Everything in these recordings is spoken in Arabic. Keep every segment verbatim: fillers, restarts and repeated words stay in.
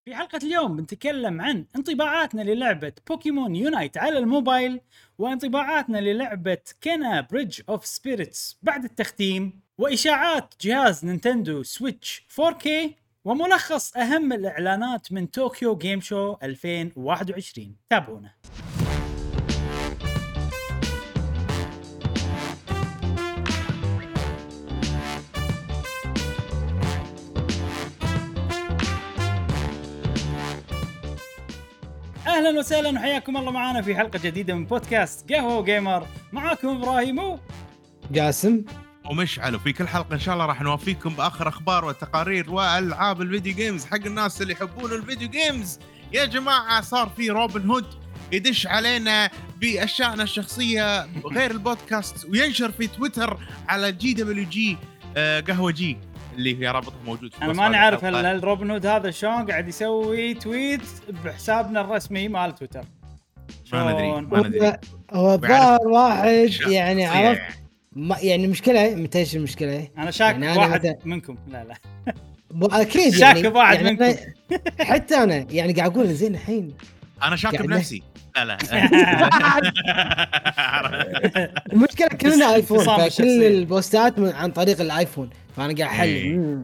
في حلقة اليوم بنتكلم عن انطباعاتنا للعبة بوكيمون يونايت على الموبايل، وانطباعاتنا للعبة كينا بريدج اوف سبيريتس بعد التختيم، وإشاعات جهاز نينتندو سويتش فور كي، وملخص أهم الإعلانات من طوكيو جيم شو ألفين وواحد وعشرين. تابعونا. اهلا وسهلا وحياكم الله معنا في حلقه جديده من بودكاست قهوه وجيمر. معاكم ابراهيم جاسم ومشعل، وفي كل حلقه ان شاء الله راح نوفيكم باخر اخبار وتقارير والعاب الفيديو جيمز حق الناس اللي يحبون الفيديو جيمز. يا جماعه صار في روبن هود يدش علينا باشياءنا الشخصيه غير البودكاست، وينشر في تويتر على جي دبليو جي قهوه جي اللي هي رابطه موجود في. انا ماني عارف هل الروبن هود هذا شلون قاعد يسوي تويت بحسابنا الرسمي مال تويتر. ما ندري ما ندري هو الظاهر واحد يعني عرفت ما يعني المشكله متى ايش المشكله؟ انا شاك يعني واحد أنا منكم لا لا اكيد شاك يعني واحد يعني منكم حتى انا يعني قاعد اقول زين الحين انا شاك بنفسي. لا لا المشكله كلنا ايفون، فكل البوستات عن طريق الايفون، فانا قاعد احلل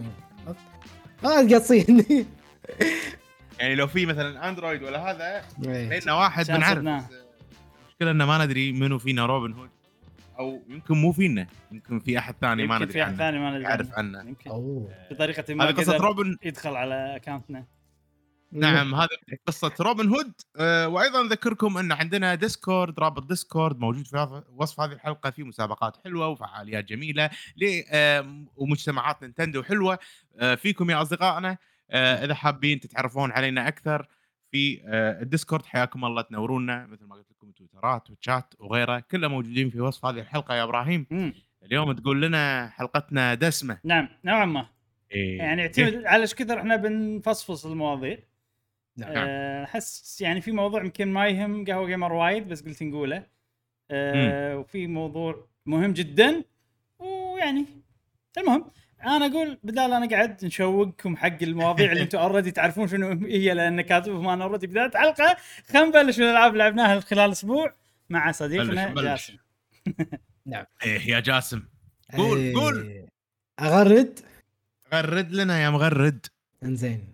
ما قصيني. يعني لو في مثلا اندرويد ولا هذا لنا واحد بنعرف، المشكله انه ما ندري منو فينا روبن هود، او يمكن مو فينا، يمكن في احد ثاني ما ندري عنه، ثاني ما يعرف عنه بطريقه ما قصه روبن يدخل على اكاونتنا. نعم هذا قصة روبن هود. أه وأيضا نذكركم أن عندنا ديسكورد، رابط ديسكورد موجود في وصف هذه الحلقة، في مسابقات حلوة وفعاليات جميلة ل أه ومجتمعات نينتندو حلوة أه فيكم يا أصدقائنا. أه إذا حابين تتعرفون علينا أكثر في أه الديسكورد حياكم الله، تنورونا مثل ما قلت لكم، تويترات وتشات وغيره كلها موجودين في وصف هذه الحلقة. يا إبراهيم مم. اليوم تقول لنا حلقتنا دسمة. نعم نوعا ما إيه. يعني اعتمد إيه؟ على ايش كثر احنا بنفصفص المواضيع. نعم احس أه يعني في موضوع يمكن ما يهم قهوه جيمر وايد، بس قلت نقوله. أه وفي موضوع مهم جدا، ويعني المهم انا اقول بدال انا قاعد نشوقكم حق المواضيع اللي انتم اوريدي تعرفون شنو هي لان كاتبهم انا اوريدي بدايه الحلقه. خلينا نبلش بالالعاب لعبناها خلال اسبوع مع صديقنا بلش بلش. جاسم. نعم ايه يا جاسم قول ايه قول اغرد غرد لنا يا مغرد. انزين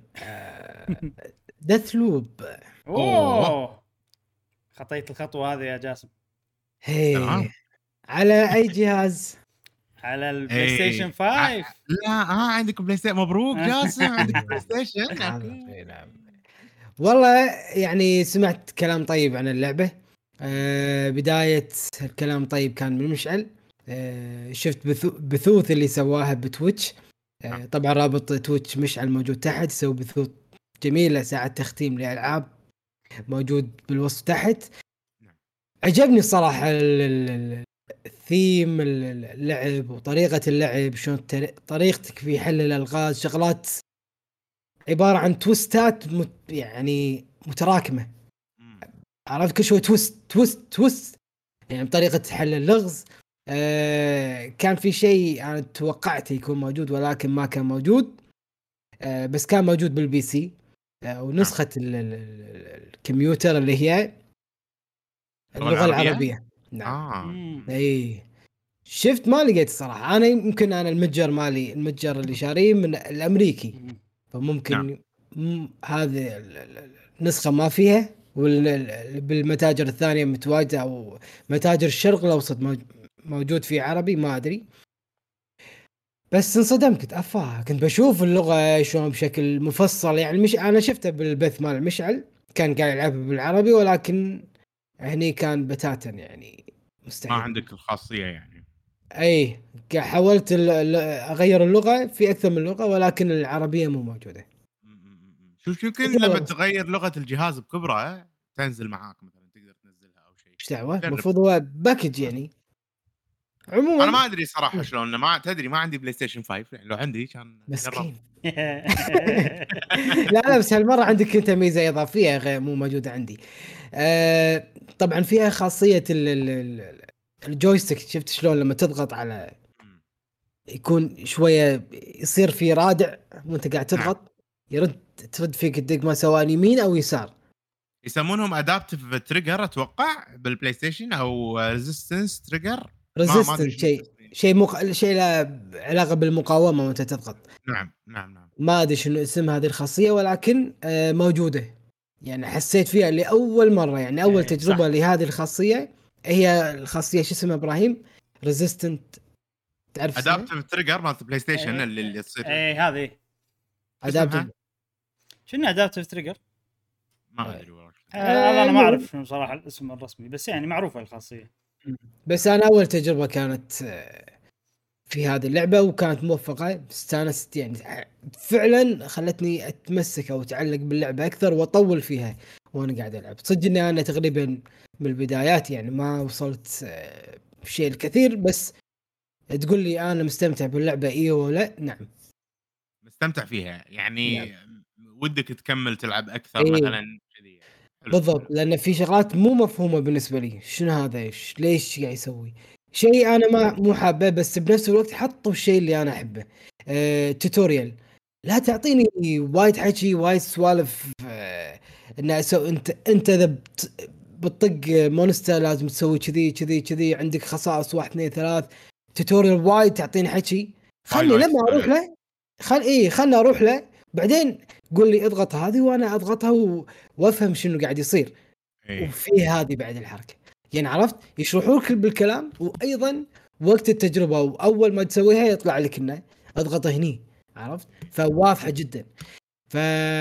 ديث لوب. اوه خطيت الخطوه هذه يا جاسم. هي على اي جهاز؟ على البلاي ستيشن خمسة. لا اه عندك بلاي ستيشن، مبروك جاسم عندك بلاي ستيشن. والله يعني سمعت كلام طيب عن اللعبه. آه بدايه الكلام طيب كان من مشعل. آه شفت بثو بثوث اللي سواها بتويتش. آه طبعا رابط تويتش مشعل موجود تحت، يسوي بثوث جميله ساعه تختيم لألعاب، موجود بالوصف تحت. عجبني الصراحه الثيم اللعب وطريقه اللعب، شلون طريقتك في حل الالغاز، شغلات عباره عن تويستات مت يعني متراكمه. عرفت كل شوي تويست تويست تويست يعني بطريقه حل اللغز. آه كان في شيء انا توقعته يكون موجود ولكن ما كان موجود. آه بس كان موجود بالبي سي. آه ونسخه الكمبيوتر اللي هي اللغه العربيه. نعم آه. اي شفت ما لقيت الصراحه. انا يمكن انا المتجر مالي المتجر اللي شاريه من الامريكي، فممكن نعم. هذه النسخه ما فيها، وبالمتاجر الثانيه متواجده او متاجر الشرق الاوسط موجود في عربي ما ادري. بس انصدمت، كنت افا كنت بشوف اللغه شلون بشكل مفصل. يعني مش انا شفته بالبث مال مشعل كان قاعد يلعبها بالعربي، ولكن هني كان بتاتا يعني مستحيل. ما عندك الخاصيه يعني. اي حاولت اغير اللغه في اكثر من لغه، ولكن العربيه مو موجوده. شوف يمكن لما تغير لغه الجهاز بكبره تنزل معاك، مثلا تقدر تنزلها او شيء. ايش دعوه؟ المفروض هو باكج يعني. عموما انا ما ادري صراحه شلون، ما تدري ما عندي بلاي ستيشن خمسة، يعني لو عندي كان مسكين. لا لا بس هالمره عندك انت ميزه اضافيه غير مو موجوده عندي. آه طبعا فيها خاصيه الجويستيك. شفت شلون لما تضغط على يكون شويه يصير في رادع وانت قاعد تضغط. يرد ترد فيك الدقمه سواء يمين او يسار. يسمونهم ادابتيف تريجر اتوقع بالبلاي ستيشن او ريزيستنس تريجر. ريزيستنس شيء شيء مق... شيء له علاقه بالمقاومه وانت تضغط. نعم نعم نعم. ما ادري شنو اسم هذه الخاصيه ولكن آه موجوده، يعني حسيت فيها لاول مره، يعني اول تجربه صح. لهذه الخاصيه هي الخاصيه شو اسمها ابراهيم؟ ريزيستنت تعرف ادابتيف تريجر مالت بلاي ستيشن اللي اللي تصير اي هذه ادابتيف. شنو ادابتيف تريجر؟ ما ادري والله. آه انا ما اعرف بصراحه الاسم الرسمي، بس يعني معروفه الخاصيه. بس انا اول تجربه كانت في هذه اللعبه وكانت موفقه، استانست يعني فعلا خلتني اتمسك او اتعلق باللعبه اكثر واطول فيها وانا قاعد العب. صدق اني انا تقريبا من البدايات يعني ما وصلت شيء الكثير، بس تقول لي انا مستمتع باللعبه ايه ولا؟ نعم مستمتع فيها يعني. نعم. ودك تكمل تلعب اكثر إيه. مثلا كذي بالضبط، لان في شغلات مو مفهومه بالنسبه لي، شنو هذا؟ ايش ليش قاعد يسوي شيء انا ما مو حابه، بس بنفس الوقت حطوا الشيء اللي انا احبه. أه، توتوريال لا تعطيني وايد حكي وايد سوالف. أه ان أسو... انت انت اذا بت... بتطق مونستر لازم تسوي كذي كذي كذي، عندك خصائص واحد اثنين ثلاث. توتوريال وايد تعطيني حكي، خلني لما اروح له خل ايه خلني اروح له بعدين قول لي اضغط هذه وانا اضغطها و... وافهم شنو قاعد يصير. أيه. وفي هذه بعد الحركه يعني عرفت يشرحوك بالكلام، وايضا وقت التجربه واول ما تسويها يطلع لك انه اضغط هني، عرفت؟ فواضحه جدا. ف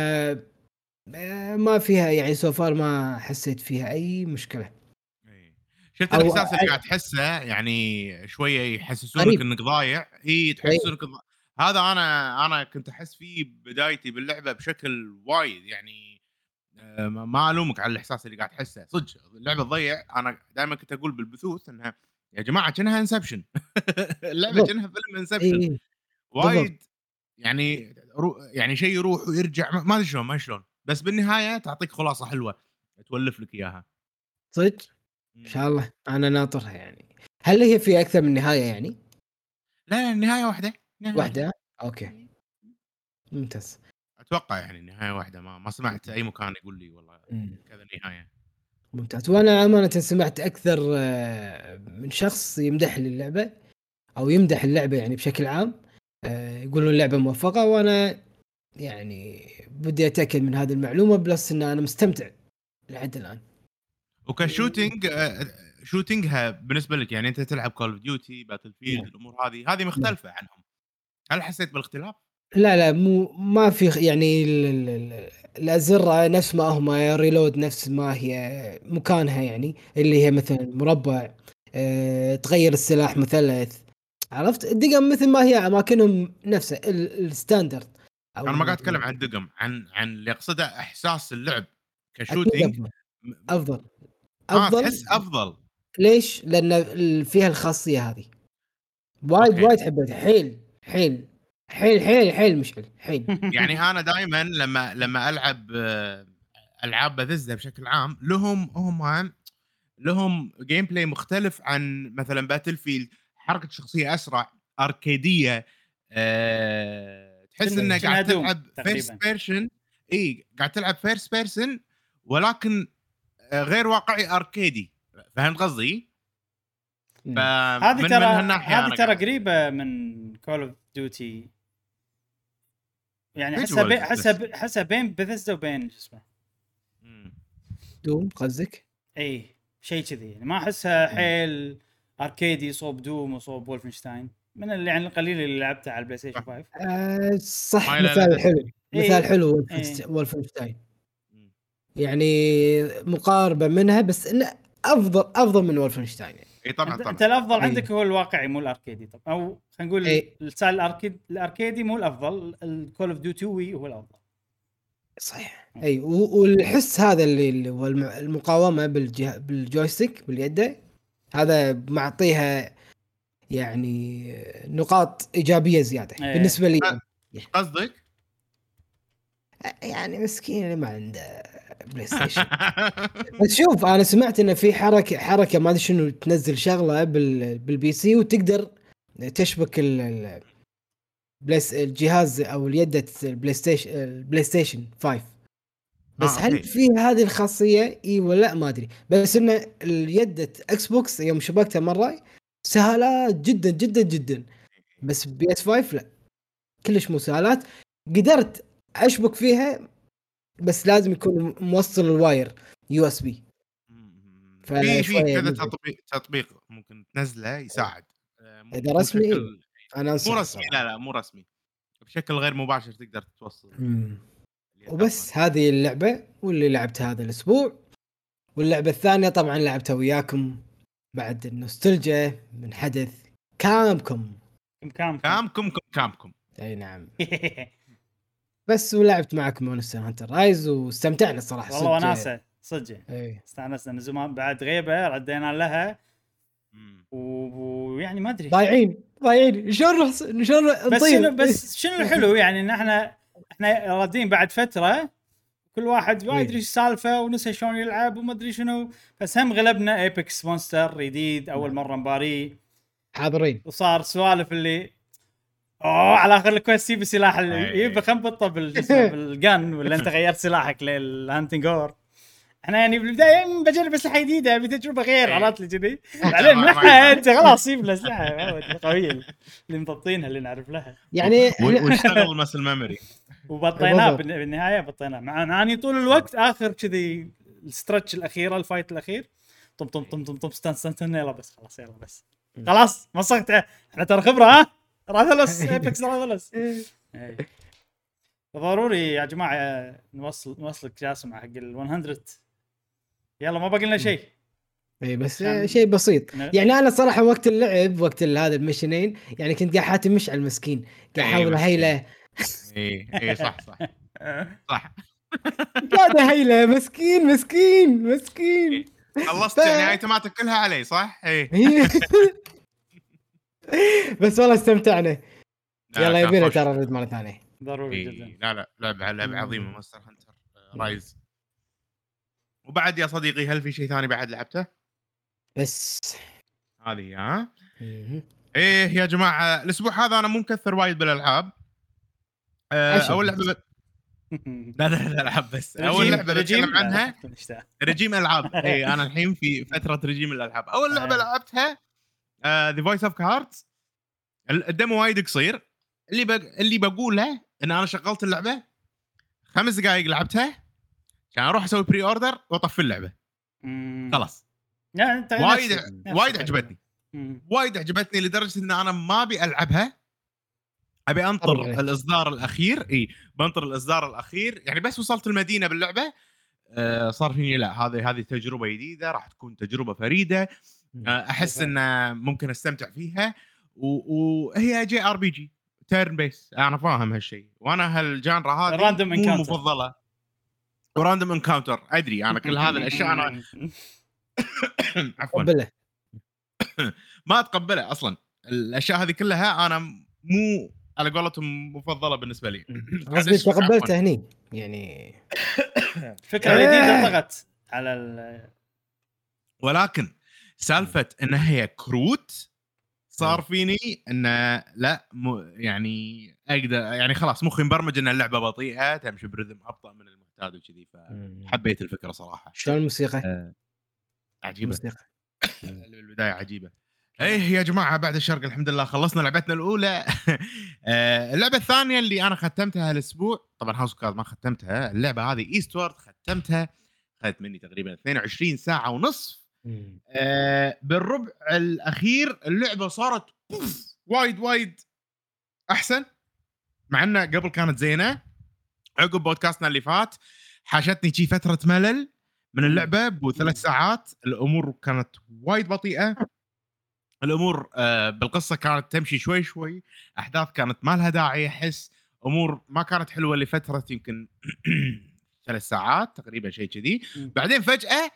ما فيها يعني سوفار ما حسيت فيها اي مشكله. أيه. شفت الاحساس اللي قاعد تحسه يعني شويه يحسسونك قريب. انك ضايع. اي تحسسونك ض... هذا انا انا كنت احس فيه بدايتي باللعبه بشكل وايد يعني. ما الومك على الاحساس اللي قاعد تحسه صدق. اللعبه تضيع. انا دائما كنت اقول بالبثوث انها يا جماعه كأنها انسبشن. اللعبه كأنها فيلم انسبشن. إيه. وايد يعني رو... يعني شيء يروح ويرجع ما ادري شلون ما شلون، بس بالنهايه تعطيك خلاصه حلوه تولف لك اياها صدق. ان شاء الله انا ناطرها. يعني هل هي في اكثر من نهايه يعني؟ لا النهايه واحده. نهاية واحده اوكي ممتاز. اتوقع يعني نهايه واحده. ما ما سمعت اي مكان يقول لي والله كذا نهايه. ممتاز. وانا امانه سمعت اكثر من شخص يمدح اللعبه او يمدح اللعبه يعني بشكل عام، يقولون اللعبه موفقه، وانا يعني بدي اتاكد من هذه المعلومه، بلس ان انا مستمتع لحد الان. وكشوتينج شوتينجها بالنسبه لك يعني انت تلعب كول اوف ديوتي باتل فيلد الامور هذه هذه مختلفه عنهم. هل حسيت بالاختلاف؟ لا لا مو ما في يعني الازرار نفس ما هم، ريلود نفس ما هي مكانها يعني، اللي هي مثلا مربع، اه تغير السلاح مثلث، عرفت؟ الدقم مثل ما هي اماكنهم نفسه الستاندرد. انا ما قاعد اتكلم عن الدقم، عن عن اللي اقصده احساس اللعب كشوتينج. افضل افضل تحس افضل. ليش؟ لان فيها الخاصيه هذه وايد أوكي. وايد حبيتها حيل حيل حيل حيل حيل مشعل حيل. يعني انا دائما لما لما العب العاب بثزدا بشكل عام لهم هم لهم جيم بلاي مختلف عن مثلا باتل فيلد. حركه شخصيه اسرع اركيديه. أه تحس انك قاعد تلعب فيرست بيرسون. اي قاعد تلعب فيرست بيرسون ولكن غير واقعي اركيدي. فهمت قصدي؟ هذه ترى هذه ترى قريبه من كول اوف ديوتي يعني. حسب حسب حسب بين بثزدا وبين اسمه دوم قصدك؟ اي شيء كذي يعني. ما احسها حيل اركيدي صوب دوم وصوب وولفنشتاين من اللي يعني القليل اللي لعبته على البلاي ستيشن خمسة. أه صح مثال حلو مثال إيه. حلو وولفنشتاين إيه. يعني مقاربه منها، بس انه افضل افضل من وولفنشتاين يعني. اي طبعا طبعا انت الافضل إيه. عندك هو الواقعي مو الاركيدي طبعا، او خلينا نقول إيه. الستايل الاركيد الاركيدي مو الافضل، الكول اوف ديوتي هو الافضل صحيح. اي والحس هذا اللي هو المقاومه بالجه... بالجويستيك باليد هذا معطيها يعني نقاط ايجابيه زياده أيه. بالنسبه لي. ايش قصدك؟ يعني مسكين اللي ما عنده بلاي ستيشن. بس شوف انا سمعت انه في حركه حركه ما ادري شنو، تنزل شغله بال... بالبي سي وتقدر تشبك ال... بلاس الجهاز او اليدة البلاي ستيشن البلاي ستيشن خمسة. بس آه، هل أوكي. في هذه الخاصيه اي ولا لا ما ادري، بس ان اليدة اكس بوكس يوم شبكتها مره سهالات جدا جدا جدا، بس بي اس خمسة لا كلش مو سهالات. قدرت اشبك فيها بس لازم يكون موصل الواير يو اس بي. في في فشويه كذا مزعج. تطبيق تطبيق ممكن تنزله يساعد. آه، مو اذا مو رسمي بشكل انا مو انصح رسمي، لا لا مو رسمي، بشكل غير مباشر تقدر توصل مم. اليدات وبس مالتك. هذه اللعبة واللي لعبتها هذا الأسبوع. واللعبة الثانية طبعا لعبتها وياكم بعد النوستالجيا من حدث كامكم. كم كام كامكم كم كامكم. اي نعم. بس ولعبت معكم مونستر هانتر رايز واستمتعنا الصراحة والله وناسة صدق. اي استانسنا من زمان بعد غيبه ردينا لها مم. ويعني ما ادري ضايعين ضايعين شلون نحص- شلون بس نطير. شنو بس شنو الحلو يعني ان احنا احنا رادين بعد فتره كل واحد ما ادري ايش السالفه ونسى شلون يلعب وما ادري شنو، بس هم غلبنا ايبكس مونستر جديد اول مره مباري حاضرين. وصار سوالف اللي اوه على اخر الكويست يجيب سلاح أي. يجيب خنبطه بالجسم بالجن ولا انت غيرت سلاحك للهانتنج اور. احنا يعني بالبدايه "مم، بجرب اسلحه جديده ابي تجربه غير" أي. عرفت لي كذي بعدين ما- من ما احنا يبان. انت خلاص جيب الاسلحه قويه اللي مضبطينها اللي نعرف لها يعني و- واشتغل مسل ميموري. وبطيناه بالضبط. بالن- بالنهايه بطيناه مع اني طول الوقت اخر كذي السترتش الاخيره الفايت الاخير طم طم طم طم طم ستان ستان ستان يلا بس خلاص يلا بس خلاص مسكته احنا ترى خبره ها راثلس ايبكس راثلس. إيه. ضروري يا جماعه نوصل نوصل جاسم حق ال مية. يلا ما باقي لنا شيء. اي بس عشان- شيء بسيط. ن- يعني انا صراحه وقت اللعب وقت هذا المشنين يعني كنت قاعد حاتم مش على المسكين قاعد أي احاول مسكين. هيله اي اي صح صح صح. قاعد هيله مسكين مسكين مسكين. خلصت ف- يعني ايتماتك كلها علي صح؟ اي هي- بس والله استمتعنا. لا، يلا كان يبينا خوش. ترى نرد مره ثانيه. ضروري إي، جدا. لا لا لعبه لعبه مم. عظيمه مونستر هانتر رايز. وبعد يا صديقي هل في شيء ثاني بعد لعبته؟ بس هذه ها؟ مهم. ايه يا جماعه الاسبوع هذا انا مو مكثر وايد بالالعاب. أه عشان. اول لعبه ب... لا لا لا العاب بس اول لعبه بتكلم عنها رجيم العاب. اي انا الحين في فتره رجيم الالعاب. اول لعبه لعبتها ذا فويس اوف كاردز. الديمو وايد قصير. اللي بق... اللي بقوله ان انا شغلت اللعبه خمس دقائق لعبتها كان اروح اسوي بري اوردر واطفي اللعبه خلاص. لا انت وايد نفسي. وايد نفسي عجبتني مم. وايد عجبتني لدرجه ان انا ما ابي العبها. ابي انطر عليك. الاصدار الاخير. اي بنطر الاصدار الاخير يعني بس وصلت المدينه باللعبه آه صار فيني لا هذه هذه تجربه جديده راح تكون تجربه فريده. آه احس ان ممكن استمتع فيها وهي جي ار بي جي تيرن بيس. انا فاهم هالشيء وانا هالجانرا هذه مو المفضله. وراندوم انكاونتر ادري انا كل هذه الاشياء انا عفوا قبله ما اتقبلها اصلا. الاشياء هذه كلها انا مو على قولتهم مفضله بالنسبه لي. قصدي تقبلته هني يعني فكره جديده طغت على ال... ولكن سالفه انها هي كروت صار فيني انه لا مو يعني اقدر يعني خلاص مخي مبرمج ان اللعبه بطيئه تمشي برذم ابطا من المعتاد وكذي فحبيت الفكره صراحه. شلون الموسيقى؟ آه عجيبه الموسيقى البدايه عجيبه. ايه يا جماعه بعد الشرق الحمد لله خلصنا لعبتنا الاولى. اللعبه الثانيه اللي انا ختمتها الاسبوع طبعا هاوس كارد ما ختمتها. اللعبه هذه ايستورد ختمتها اخذت مني تقريبا اثنين وعشرين ساعه ونصف. آه بالربع الاخير اللعبه صارت وايد وايد احسن مع انه قبل كانت زينه. عقب بودكاستنا اللي فات حاشتني شي فتره ملل من اللعبه بثلاث ساعات. الامور كانت وايد بطيئه. الامور آه بالقصه كانت تمشي شوي شوي. احداث كانت ما لها داعي. احس امور ما كانت حلوه لفتره يمكن ثلاث ساعات تقريبا شيء كذي. بعدين فجاه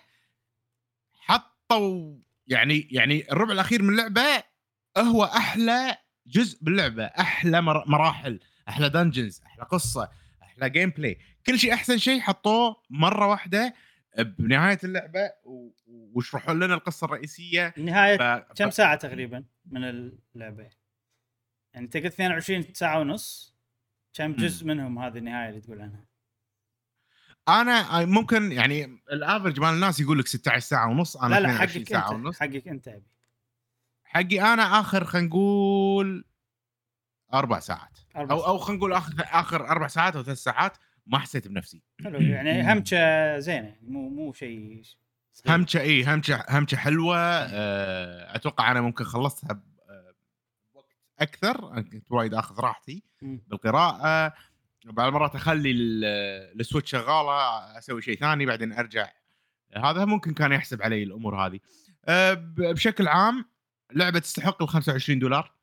حطوا يعني يعني الربع الاخير من اللعبه هو احلى جزء باللعبه. احلى مراحل احلى دنجنز احلى قصه احلى جيم بلاي كل شيء احسن شيء حطوه مره واحده بنهايه اللعبه وشرحوا لنا القصه الرئيسيه. نهايه ف... كم ساعه تقريبا من اللعبه؟ يعني انت قلت اثنين وعشرين ساعه ونص، كم جزء منهم هذه النهايه اللي تقول عنها؟ انا ممكن يعني الافرج مال الناس يقول لك ستة عشر ساعه ونص، انا لا لا اثنين وعشرين حقك ساعه انت، ونص. حقك انت ابي حقي انا اخر خلينا نقول اربع ساعات أربع او ساعات. او خلينا نقول اخر اخر اربع ساعات او ثلاث ساعات ما حسيت بنفسي. حلو يعني همشة زينه يعني مو مو شيء صغير. همشة اي همشة همشة حلوه. أه اتوقع انا ممكن خلصتها بوقت اكثر، كنت وايد اخذ راحتي بالقراءه. بعض المرات اخلي السويتش شغاله اسوي شيء ثاني بعدين ارجع، هذا ممكن كان يحسب علي الامور هذه. أه بشكل عام لعبه تستحق ال خمسة وعشرين دولار.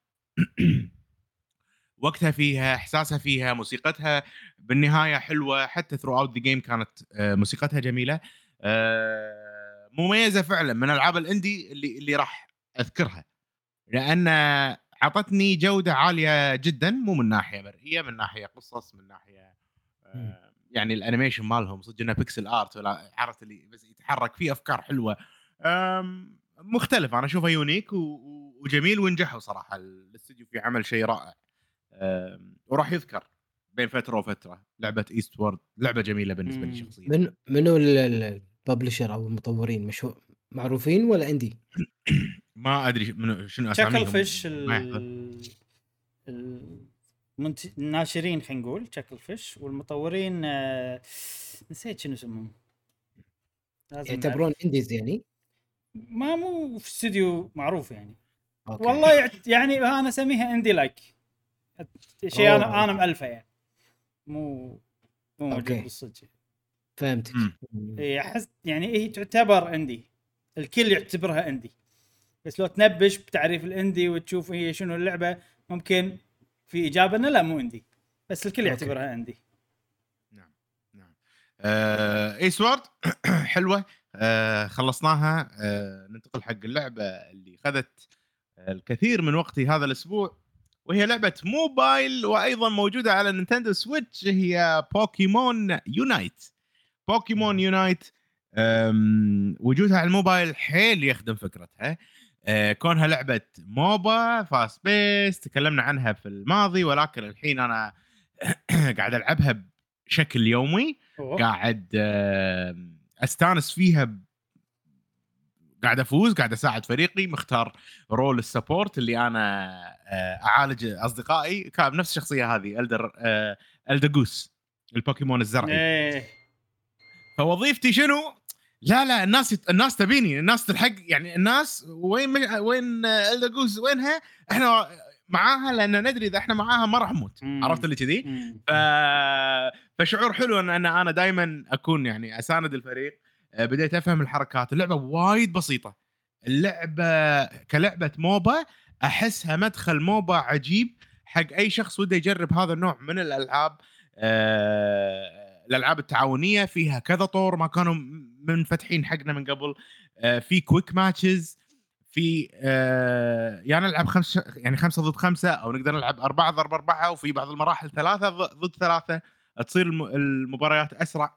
وقتها فيها، احساسها فيها، موسيقتها بالنهايه حلوه، حتى ثرو اوت ذا جيم كانت موسيقتها جميله. أه مميزه فعلا من العاب الاندي اللي اللي راح اذكرها، لان عطتني جوده عاليه جدا، مو من ناحيه مرئيه، من ناحيه قصص، من ناحيه أه يعني الانيميشن مالهم صدق انه بيكسل ارت ولا عرفت اللي بس يتحرك فيه افكار حلوه مختلف. انا اشوفه يونيك وجميل، ونجحوا صراحه الاستوديو في عمل شيء رائع. وراح يذكر بين فتره وفتره. لعبه ايست وورد لعبه جميله بالنسبه لي شخصيا. من منو الببلشر او المطورين؟ مشهور معروفين ولا اندي؟ ما ادري منو شنو اساميهم. تشكل فيش الناشرين خلينا نقول تشكل فيش، والمطورين آه... نسيت شنو اسمهم. يعتبرون انديز يعني؟ ما مو في استوديو معروف يعني. أوكي. والله يعت... يعني انا اسميها اندي لايك شيء. انا انا مالفه يعني مو مو موجود بالصدق. فهمتك. اي احس يعني هي تعتبر اندي، الكل يعتبرها اندي، بس لو تنبش بتعريف الاندي وتشوف هي شنو اللعبه ممكن في اجابه انه لا مو اندي، بس الكل يعتبرها أوكي. اندي. نعم نعم. آه ايس وورد حلوه. آه خلصناها. آه ننتقل حق اللعبه اللي خذت الكثير من وقتي هذا الاسبوع، وهي لعبه موبايل وايضا موجوده على نينتندو سويتش، هي بوكيمون يونايت. بوكيمون يونايت وجودها على الموبايل حيل يخدم فكرتها. أه كونها لعبه موبا فاست بيس تكلمنا عنها في الماضي، ولكن الحين انا قاعد العبها بشكل يومي. أوه. قاعد أه استانس فيها ب... قاعد افوز، قاعد اساعد فريقي، مختار رول السبورت اللي انا أه اعالج اصدقائي. كان بنفس الشخصيه هذه الدر أه الدغوس البوكيمون الزرعي. ايه. فوظيفتي شنو؟ لا لا الناس يت... الناس تبيني، الناس تلحق يعني. الناس وين مج... وين الدغوس وينها؟ احنا معاها لان ندري اذا احنا معاها ما راح نموت. عرفت اللي كذي؟ ف... فشعور حلو ان انا انا دائما اكون يعني اساند الفريق. بديت افهم الحركات. اللعبه وايد بسيطه. اللعبه كلعبه موبا احسها مدخل موبا عجيب حق اي شخص وده يجرب هذا النوع من الالعاب. أه... الالعاب التعاونيه فيها كذا طور ما كانوا منفتحين حقنا من قبل. آه في كويك ماتشز، في آه يعني نلعب خمسة يعني خمسة ضد خمسة، او نقدر نلعب أربعة ضرب أربعة، وفي بعض المراحل ثلاثة ضد ثلاثة تصير المباريات اسرع.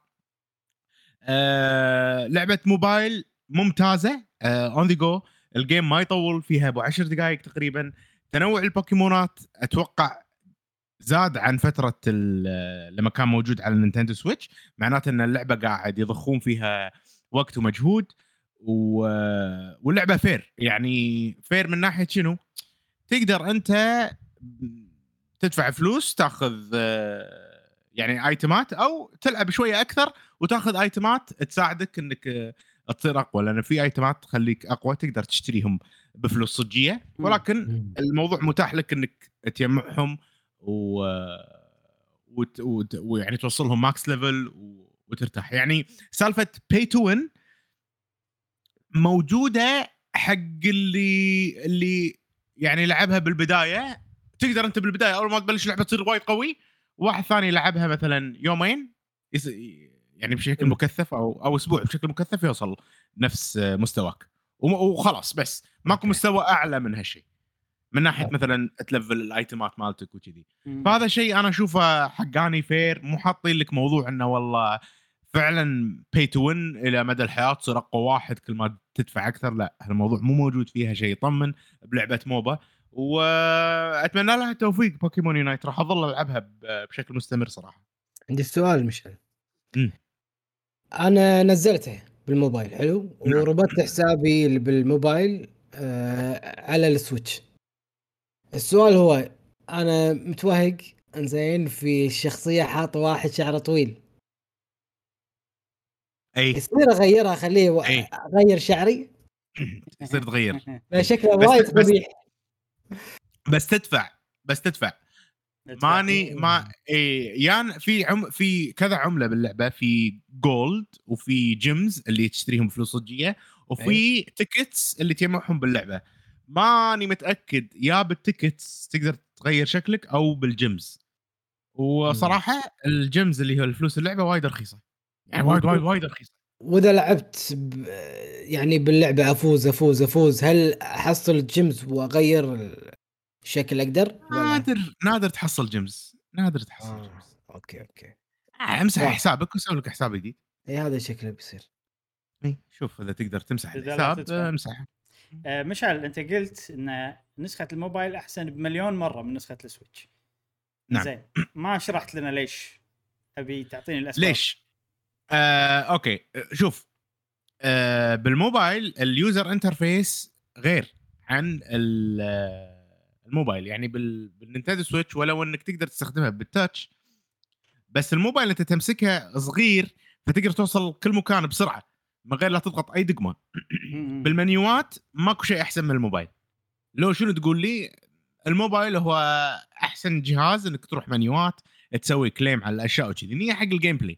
آه لعبه موبايل ممتازه اون ذا جو. الجيم ما يطول، فيها ابو عشر دقائق تقريبا. تنوع البوكيمونات اتوقع زاد عن فترة لما كان موجود على النينتندو سويتش، معناته ان اللعبة قاعد يضخون فيها وقت ومجهود. و... واللعبة فير، يعني فير من ناحية شنو؟ تقدر انت تدفع فلوس تاخذ يعني ايتمات، او تلعب شوية اكثر وتاخذ ايتمات تساعدك انك تصير اقوى، لان في ايتمات تخليك اقوى تقدر تشتريهم بفلوس صجية، ولكن الموضوع متاح لك انك تجمعهم و... وت... وت... ويعني توصلهم ماكس ليفل وترتاح. يعني سالفه باي تو وين موجوده حق اللي اللي يعني لعبها بالبدايه. تقدر انت بالبدايه اول ما تبلش لعبه تصير وايد قوي، واحد ثاني يلعبها مثلا يومين يس... يعني بشكل مكثف او او اسبوع بشكل مكثف يوصل نفس مستواك وخلاص. بس ماكو مستوى اعلى من هالشيء من ناحيه مثلا تلفل الايتمات مالتك وكذي. فهذا شيء انا اشوفه حقاني فير، مو حاطين لك موضوع انه والله فعلا باي تو وين الى مدى الحياه تصير اقوى واحد كل ما تدفع اكثر. لا، الموضوع مو موجود فيها شيء يطمن بلعبه موبا. واتمنى لها التوفيق. بوكيمون يونايت راح اظل العبها بشكل مستمر صراحه. عندي سؤال مشعل. امم انا نزلته بالموبايل حلو، وربطت حسابي اللي بالموبايل آه على السويتش. السؤال هو انا متوهق انزين في الشخصيه حاط واحد شعره طويل، اي يصير اغيرها اخليه و... أي. اغير شعري؟ يصير تغير لا شكله بس- وايد بس- قبيح. بس تدفع بس تدفع ماني ما إيه يان في عم في كذا عمله باللعبه، في جولد وفي جيمز اللي تشتريهم فلوس صجيه، وفي تيكتس اللي تجمعهم باللعبه. ماني متاكد يا بالتيكتس تقدر تغير شكلك او بالجيمز. وصراحه الجيمز اللي هو الفلوس اللعبه وايد رخيصه، يعني وايد وايد وايد رخيصه. واذا لعبت ب... يعني باللعبه افوز افوز افوز، هل احصل الجيمز واغير الشكل اقدر ولا؟ نادر نادر تحصل جيمز، نادر تحصل آه. جيمز. اوكي اوكي. آه، امسح واضح. حسابك وسوي لك حساب جديد. اي هذا شكله بيصير. اي شوف اذا تقدر تمسح إذا لا الحساب تدفع. امسحه. آه مشعل انت قلت ان نسخه الموبايل احسن بمليون مره من نسخه السويتش. نعم. زين ما شرحت لنا ليش، ابي تعطيني الاسباب. ليش؟ آه، اوكي شوف، آه بالموبايل اليوزر انترفيس غير عن ال- الموبايل. يعني بال- بالنينتندو سويتش ولو انك تقدر تستخدمها بالتاتش، بس الموبايل انت تمسكها صغير فتقدر توصل كل مكان بسرعه من غير لا تضغط اي دقمه. م-م. بالمنيوات ماكو شيء احسن من الموبايل. لو شنو تقول لي، الموبايل هو احسن جهاز انك تروح منيوات تسوي كليم على الاشياء وكذي، نيه حق الجيم بلاي.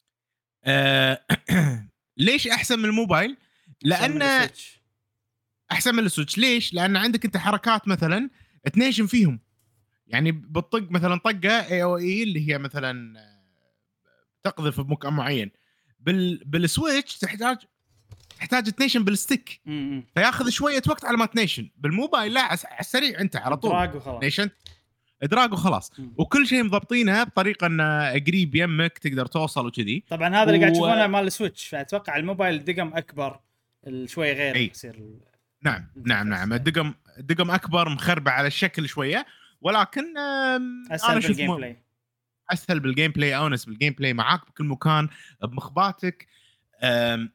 أه ليش احسن من الموبايل؟ أحسن من لان السويتش. احسن من السويتش. ليش؟ لان عندك انت حركات مثلا تنيشن فيهم، يعني بتطق مثلا طقه اي او اي اللي هي مثلا تقذف بمكان معين. بال بالسويتش تحتاج تحتاج تنيشن بالستيك، م-م. فياخذ شويه وقت على ما تنيشن. بالموبايل لا، على السريع انت على طول دراج وخلاص. نيشن ادراج وخلاص. م. وكل شيء مضبطينها بطريقه انه قريب يمك تقدر توصل وكذي. طبعا هذا اللي قاعد و- تشوفونه مال السويتش، فاتوقع الموبايل دقم اكبر شوي غير أي. يصير ال- نعم نعم نعم الانترفيس. الدقم الدقم اكبر مخربه على الشكل شويه، ولكن آم، اسهل انا اشوف بالجيم م- بلاي. اسهل بالجيم بلاي، اونس بالجيم بلاي معاك بكل مكان بمخباتك. آم،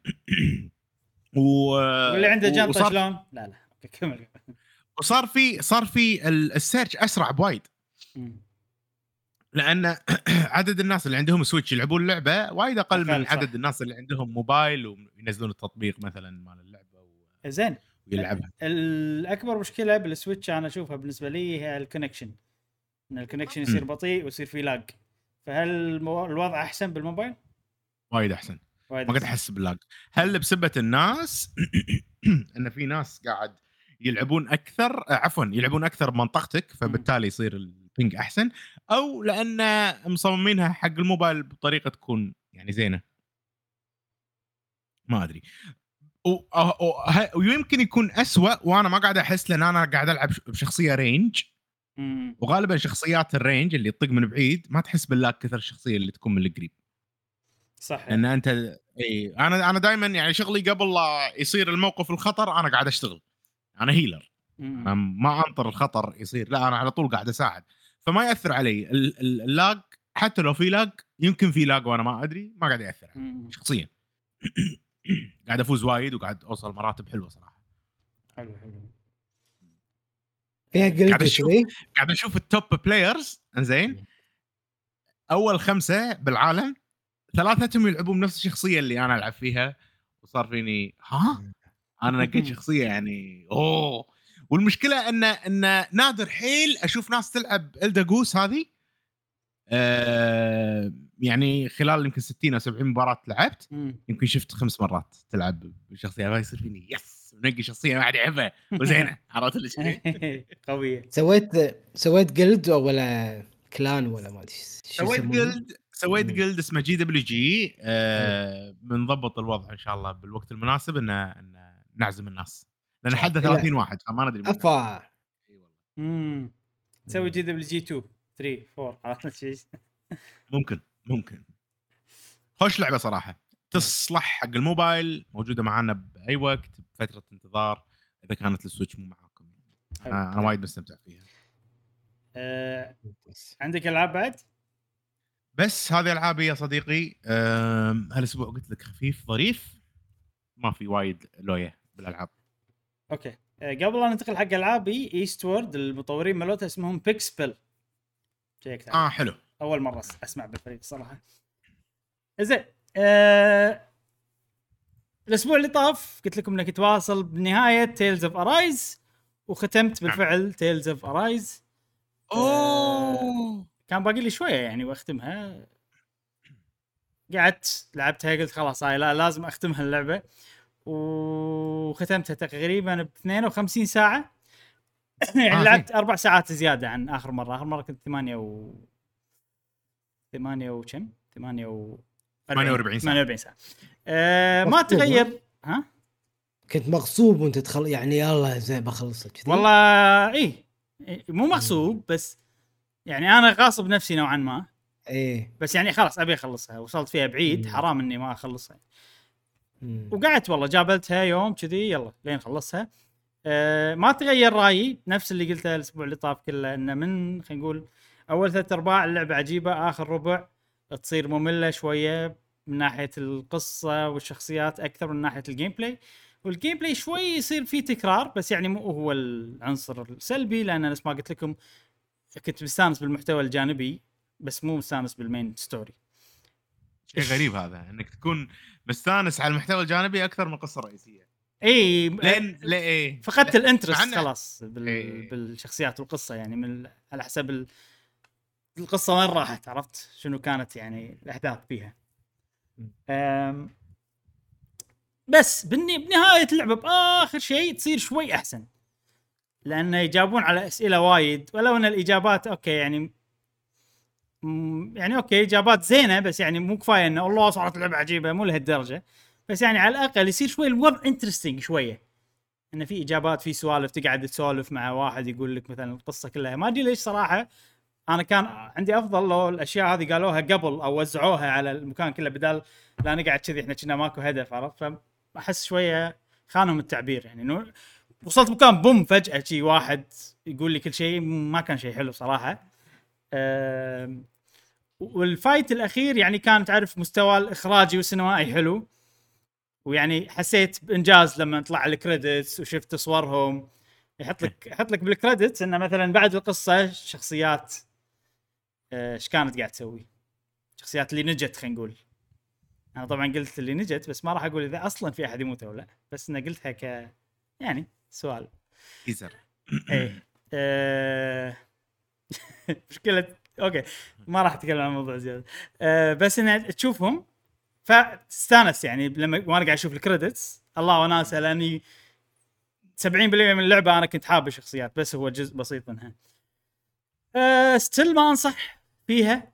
و واللي عنده جنطه وصار شلون؟ لا لا اوكي كمل. وصار في صار في ال- السيرش اسرع بوايد، م. لان عدد الناس اللي عندهم سويتش يلعبون اللعبه وايد اقل أقل، من عدد صح. الناس اللي عندهم موبايل وينزلون التطبيق مثلا مال اللعبه و- زين ويلعبها. الاكبر مشكله بالسويتش انا اشوفها بالنسبه لي هي الكونكشن، ان الكونكشن يصير م. بطيء ويصير فيه لاج. فهل المو... الوضع احسن بالموبايل؟ وايد احسن. وايد ما قاعد أحسن. احس باللاج. هل بسبه الناس ان في ناس قاعد يلعبون اكثر، آه، عفوا يلعبون اكثر بمنطقتك فبالتالي يصير البينج احسن، او لان مصممينها حق الموبايل بطريقه تكون يعني زينه؟ ما ادري. و- أه- أه- ه- ويمكن يكون أسوأ وانا ما قاعد احس، لان انا قاعد العب ش- بشخصيه رينج، م. وغالبا شخصيات الرينج اللي تطق من بعيد ما تحس باللاج كثر الشخصيه اللي تكون من القريب. صح. لان انت اي انا انا دائما يعني شغلي قبل لا يصير الموقف الخطر انا قاعد اشتغل. انا هيلر، م. انا ما انطر الخطر يصير، لا انا على طول قاعد اساعد، فما ياثر علي ال- ال- اللاج. حتى لو في لاج، يمكن في لاج وانا ما ادري، ما قاعد ياثر علي م. شخصيا. قاعد افوز وايد وقاعد اوصل مراتب حلوه صراحه. حلو حلو. فيها قاعد جلد اشوف كذي. قاعد اشوف التوب بلايرز. انزين، اول خمسه بالعالم ثلاثتهم يلعبون بنفس الشخصيه اللي انا العب فيها، وصار فيني ها انا نقيت شخصيه يعني اوه. والمشكله ان ان نادر حيل اشوف ناس تلعب إلدا جوس هذه. آه يعني خلال يمكن ستين او سبعين مباراه لعبت، م. يمكن شفت خمس مرات تلعب بالشخصيه هذه، يصير فيني يس نقي شخصيه ما عاد يعرفها وزينه. عرفت اللي شيء؟ قويه. سويت سويت جلد ولا كلان ولا ما ادري شو سويت يسمونه؟ جلد سويت مم. جلد اسمه جي دبليو جي. آه بنضبط الوضع ان شاء الله بالوقت المناسب ان ان نعزم الناس، لان حده ثلاثين واحد فما ندري. افا اي والله امم تسوي جي دبليو جي اثنين ثلاثة أربعة عرفت شيء. ممكن ممكن خوش لعبه صراحه، تصلح حق الموبايل، موجوده معنا باي وقت بفتره انتظار اذا كانت السويتش مو معاكم. انا وايد مستمتع فيها. أه... عندك العاب بعد؟ بس هذه العابي يا صديقي. هالاسبوع قلت لك خفيف ظريف، ما في وايد لويه بالالعاب. اوكي أه قبل لا ننتقل حق العابي، ايست وورد المطورين مالتها اسمهم بيكسبل. اه حلو، اول مره اسمع بالفريق صراحه. زين أه... الاسبوع اللي طاف قلت لكم انك تواصل بنهايه تيلز اوف ارايز، وختمت بالفعل تيلز اوف ارايز. اوه كان باقي لي شويه يعني واختمها. قعدت لعبتها قلت خلاص هاي لا لازم اختمها اللعبه، وختمتها تقريبا ب اثنين وخمسين ساعه. يعني آه لعبت اربع ساعات زياده عن اخر مره. اخر مره كنت ثمانية و ثمانية وكم ثمانية و ثمانية وأربعين ساعه ثمانية وأربعين ساعه. أه ما تغير. ها كنت مغصوب وانت تخل يعني يلا زين بخلص كذي. والله ايه مو مغصوب، بس يعني انا غاصب نفسي نوعا ما. ايه بس يعني خلاص ابي اخلصها، وصلت فيها بعيد. مم. حرام اني ما اخلصها. مم. وقعدت والله جابلتها يوم كذي يلا لين خلصها. أه ما تغير رايي، نفس اللي قلته الاسبوع اللي طاف كله، انه من خلينا نقول اول ثلاث ارباع اللعبه عجيبه، اخر ربع تصير ممله شويه من ناحيه القصه والشخصيات اكثر من ناحيه الجيم بلاي. والجيم بلاي شوي يصير فيه تكرار، بس يعني مو هو العنصر السلبي، لان نفس ما قلت لكم كنت مستانس بالمحتوى الجانبي بس مو مستانس بالمين ستوري. شيء غريب هذا انك تكون مستانس على المحتوى الجانبي اكثر من القصه الرئيسيه. اي لين لا ايه فقدت الانترست معنى... خلاص بال... إيه. بالشخصيات والقصه، يعني من على حسب ال... القصه وين راحت، عرفت شنو كانت يعني الاحداث فيها. أم... بس بالني... بنهايه اللعبه باخر شيء تصير شوي احسن، لانه يجاوبون على اسئله وايد، ولو ان الاجابات اوكي يعني م... يعني اوكي اجابات زينه، بس يعني مو كفايه انه الله صارت لعبه عجيبه، مو لهالدرجه. بس يعني على الاقل يصير شوي الوضع انترستينج شويه، انه في اجابات في سوالف، تقعد تسولف مع واحد يقول لك مثلا القصه كلها. ما ادري ليش صراحه انا كان عندي افضل لو الاشياء هذه قالوها قبل او وزعوها على المكان كله، بدال لا نقعد كذي احنا كنا ماكو هدف، عرفت؟ فاحس شويه خانهم التعبير، يعني انه وصلت مكان بوم فجاه شي واحد يقول لي كل شيء، ما كان شيء حلو صراحه. أه والفايت الاخير يعني كان تعرف مستوى الاخراجي والسينمائي حلو، ويعني حسيت بانجاز لما طلع الكريدتس وشفت صورهم. يحط لك يحط لك بالكريدتس انه مثلا بعد القصه شخصيات ايش كانت قاعد تسوي، شخصيات اللي نجت خلينا نقول. انا طبعا قلت اللي نجت، بس ما راح اقول اذا اصلا في احد يموت ولا لا، بس انا قلتها ك يعني سؤال تيزر. ايه أه... مشكله اوكي ما راح اتكلم عن الموضوع زياده. أه بس ان تشوفهم فتستانس، يعني لما وانا قاعد اشوف الكريدتس الله وناسه، لاني سبعين بالمئة من اللعبه انا كنت حاب الشخصيات، بس هو جزء بسيط منها. أه ستيل ما انصح فيها،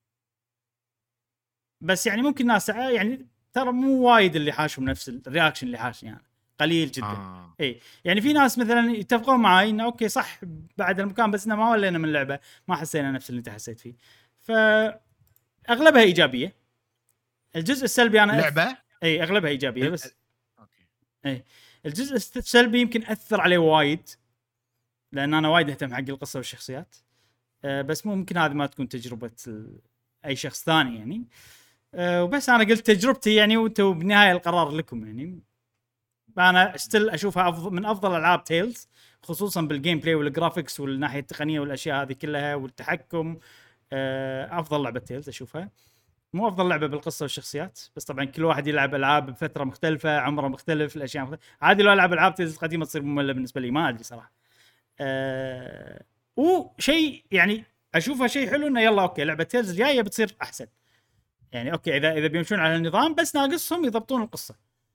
بس يعني ممكن ناس يعني ترى مو وايد اللي حاشهم نفس الرياكشن اللي حاشني يعني، قليل جدا. آه. اي يعني في ناس مثلا يتفقون معي انه اوكي صح بعد المكان، بس انه ما ولينا من اللعبه، ما حسينا نفس اللي انت حسيت فيه. فاغلبها ايجابيه. الجزء السلبي انا لعبه أث... اي اغلبها ايجابيه بس ال... اوكي اي الجزء السلبي يمكن اثر عليه وايد، لان انا وايد اهتم حق القصه والشخصيات. أه بس ممكن هذه ما تكون تجربه ال... اي شخص ثاني يعني. أه وبس انا قلت تجربتي يعني، وانتم بالنهايه القرار لكم يعني. انا ستيل اشوفها أفضل من افضل العاب تيلز، خصوصا بالجيم بلاي والجرافيكس والناحيه التقنيه والاشياء هذه كلها والتحكم. أه افضل لعبه تيلز اشوفها، مو افضل لعبه بالقصه والشخصيات، بس طبعا كل واحد يلعب العاب بفتره مختلفه، عمره مختلف، الاشياء مختلفة. عادي لو العب العاب تيلز القديمه تصير ممله بالنسبه لي، ما ادري صراحه. أه وشيء يعني اشوفها شيء حلو انه يلا اوكي لعبه تيلز الجايه بتصير احسن، يعني اوكي اذا اذا بيمشون على النظام بس ناقصهم يضبطون القصه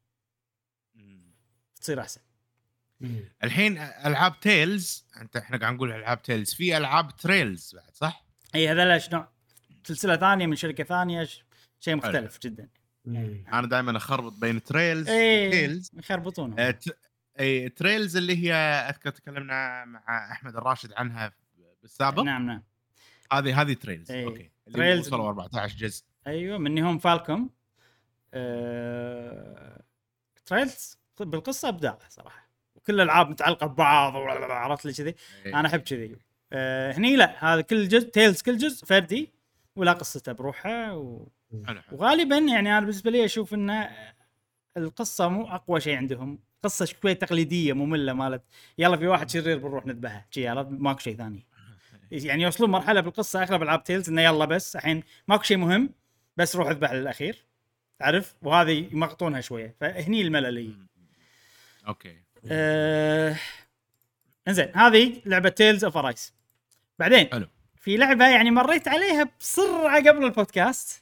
تصير احسن. الحين العاب تيلز، انت احنا قاعد نقول العاب تيلز، في العاب تريلز بعد صح؟ اي هذا شنو سلسله ثانيه من شركه ثانيه، شيء مختلف أوه. جدا. انا دائما اخربط بين تريلز ايه وتيلز، يخربطونهم. آه ت... اي تريلز اللي هي اذكر تكلمنا مع احمد الراشد عنها بالسابق. نعم نعم هذه هذه تريلز. أيه. اوكي اللي تريلز وصلوا أربعة عشر جزء. ايوه منهم فالكوم. أه... تريلز بالقصه ابداع صراحه، كل الالعاب متعلقه ببعض عرفت لي كذي انا احب كذي. أه هني لا، هذا كل جزء تيلز كل جزء فردي ولا قصته بروحها و... وغالبا يعني انا بالنسبه لي اشوف ان القصه مو اقوى شيء عندهم، قصه شوي تقليديه ممله مالت يلا في واحد شرير بنروح نذبحه شي عرفت، ماكو شيء ثاني. يعني يوصلون مرحله بالقصه اغلب العاب تيلز انه يلا بس الحين ماكو شيء مهم بس روح اذبح للاخير تعرف، وهذه يمغطونها شويه فهني الملل. اوكي آه... انزين هذه لعبه تيلز اوف ارايس. بعدين حلو. في لعبه يعني مريت عليها بسرعه قبل البودكاست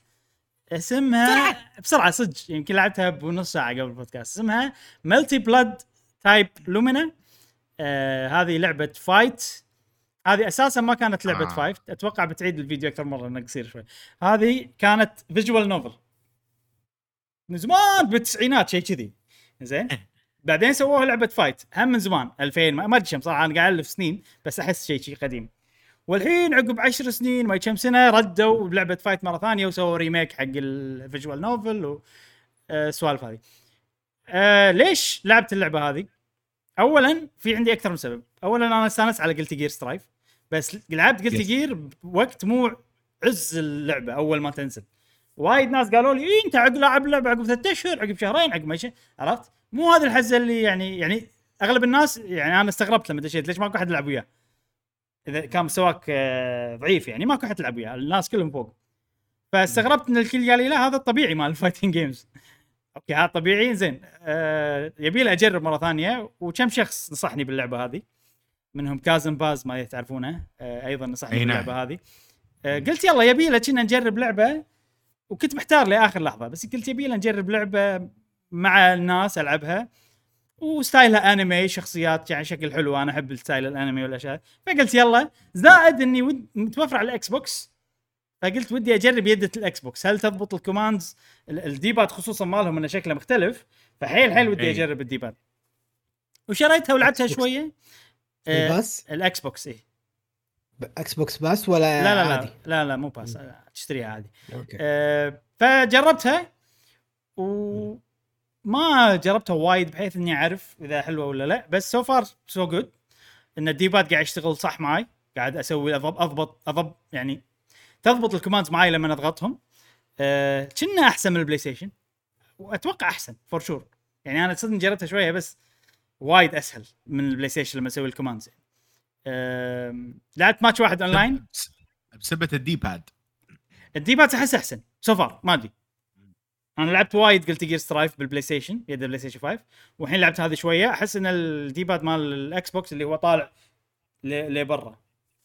اسمها بسرعه صدق يمكن لعبتها بنص ساعه قبل البودكاست، اسمها ملتي بلاد تايب لومينا. آه هذه لعبه فايت، هذه اساسا ما كانت لعبه آه. فايت، اتوقع بتعيد الفيديو اكثر مره انه قصير شوي. هذه كانت فيجوال نوفل من زمان بالتسعينات شيء كذي زين بعدين سووها لعبه فايت هم من زمان ألفين ما ادري كم صراحه انا قاعد الف سنين بس احس شيء شيء قديم. والحين عقب عشر سنين ما كم سنه ردوا بلعبه فايت مره ثانيه وسووا ريميك حق الفيجوال نوفل والسوالف هذه. أه ليش لعبت اللعبه هذه؟ اولا في عندي اكثر من سبب. اولا انا استانس على قلت جير سترايف بس لعبت قلت جير بوقت مو عز اللعبه اول ما تنزل. وايد ناس قالوا لي إيه انت عقب لعب اللعبه عقب ثلاثة اشهر عقب شهرين عقب ما شيء عرفت، مو هذا الحزه اللي يعني يعني اغلب الناس يعني انا استغربت لما دشيت ليش ماكو احد يلعب وياه اذا كان مستواك ضعيف يعني ماكو احد يلعب وياه الناس كلهم فوق. فاستغربت ان الكل قال لي لا هذا الطبيعي مال الفايتنج جيمز. اوكي هذا طبيعي زين. أه يبي لي اجرب مره ثانيه وكم شخص نصحني باللعبه هذه منهم كازم باز ما تعرفونه أه ايضا نصحني باللعبه هذه. أه قلت يلا يبي لنا كنا نجرب لعبه وكنت محتار لاخر لحظه بس قلت يبي لنا نجرب لعبه مع الناس العبها وستايلها انمي شخصيات يعني شكل حلو انا احب الستايل الانمي والاشياء فقلت يلا زائد اني ود... متوفر على الاكس بوكس فقلت ودي اجرب يدة الاكس بوكس هل تضبط الكوماندز الديباد خصوصا مالهم انه شكله مختلف فحيل حيل ودي اجرب الديباد وشريتها ولعبتها شويه. آه بس الاكس بوكس ايه اكس بوكس بس ولا لا لا عادي؟ لا لا, لا مو باس تشتريها عادي. أوكي. آه فجربتها وما جربتها وايد بحيث اني اعرف اذا حلوه ولا لا بس سو فار سو جود ان الديباد قاعد يشتغل صح معي قاعد اسوي اضبط اضبط اضبط يعني تضبط الكوماندز معي لما اضغطهم. أه كنا احسن من البلاي ستيشن واتوقع احسن فور شور يعني انا صدق جربتها شويه بس وايد اسهل من البلاي ستيشن لما اسوي الكوماندز. أه لعبت ماتش واحد اونلاين بسبه الديباد الديباد احس احسن سو فار ما ادري انا لعبت وايد قلت جير سترايف بالبلاي ستيشن يد البلاي ستيشن خمسة والحين لعبت هذه شويه احس ان الديباد مال الاكس بوكس اللي هو طالع ل برا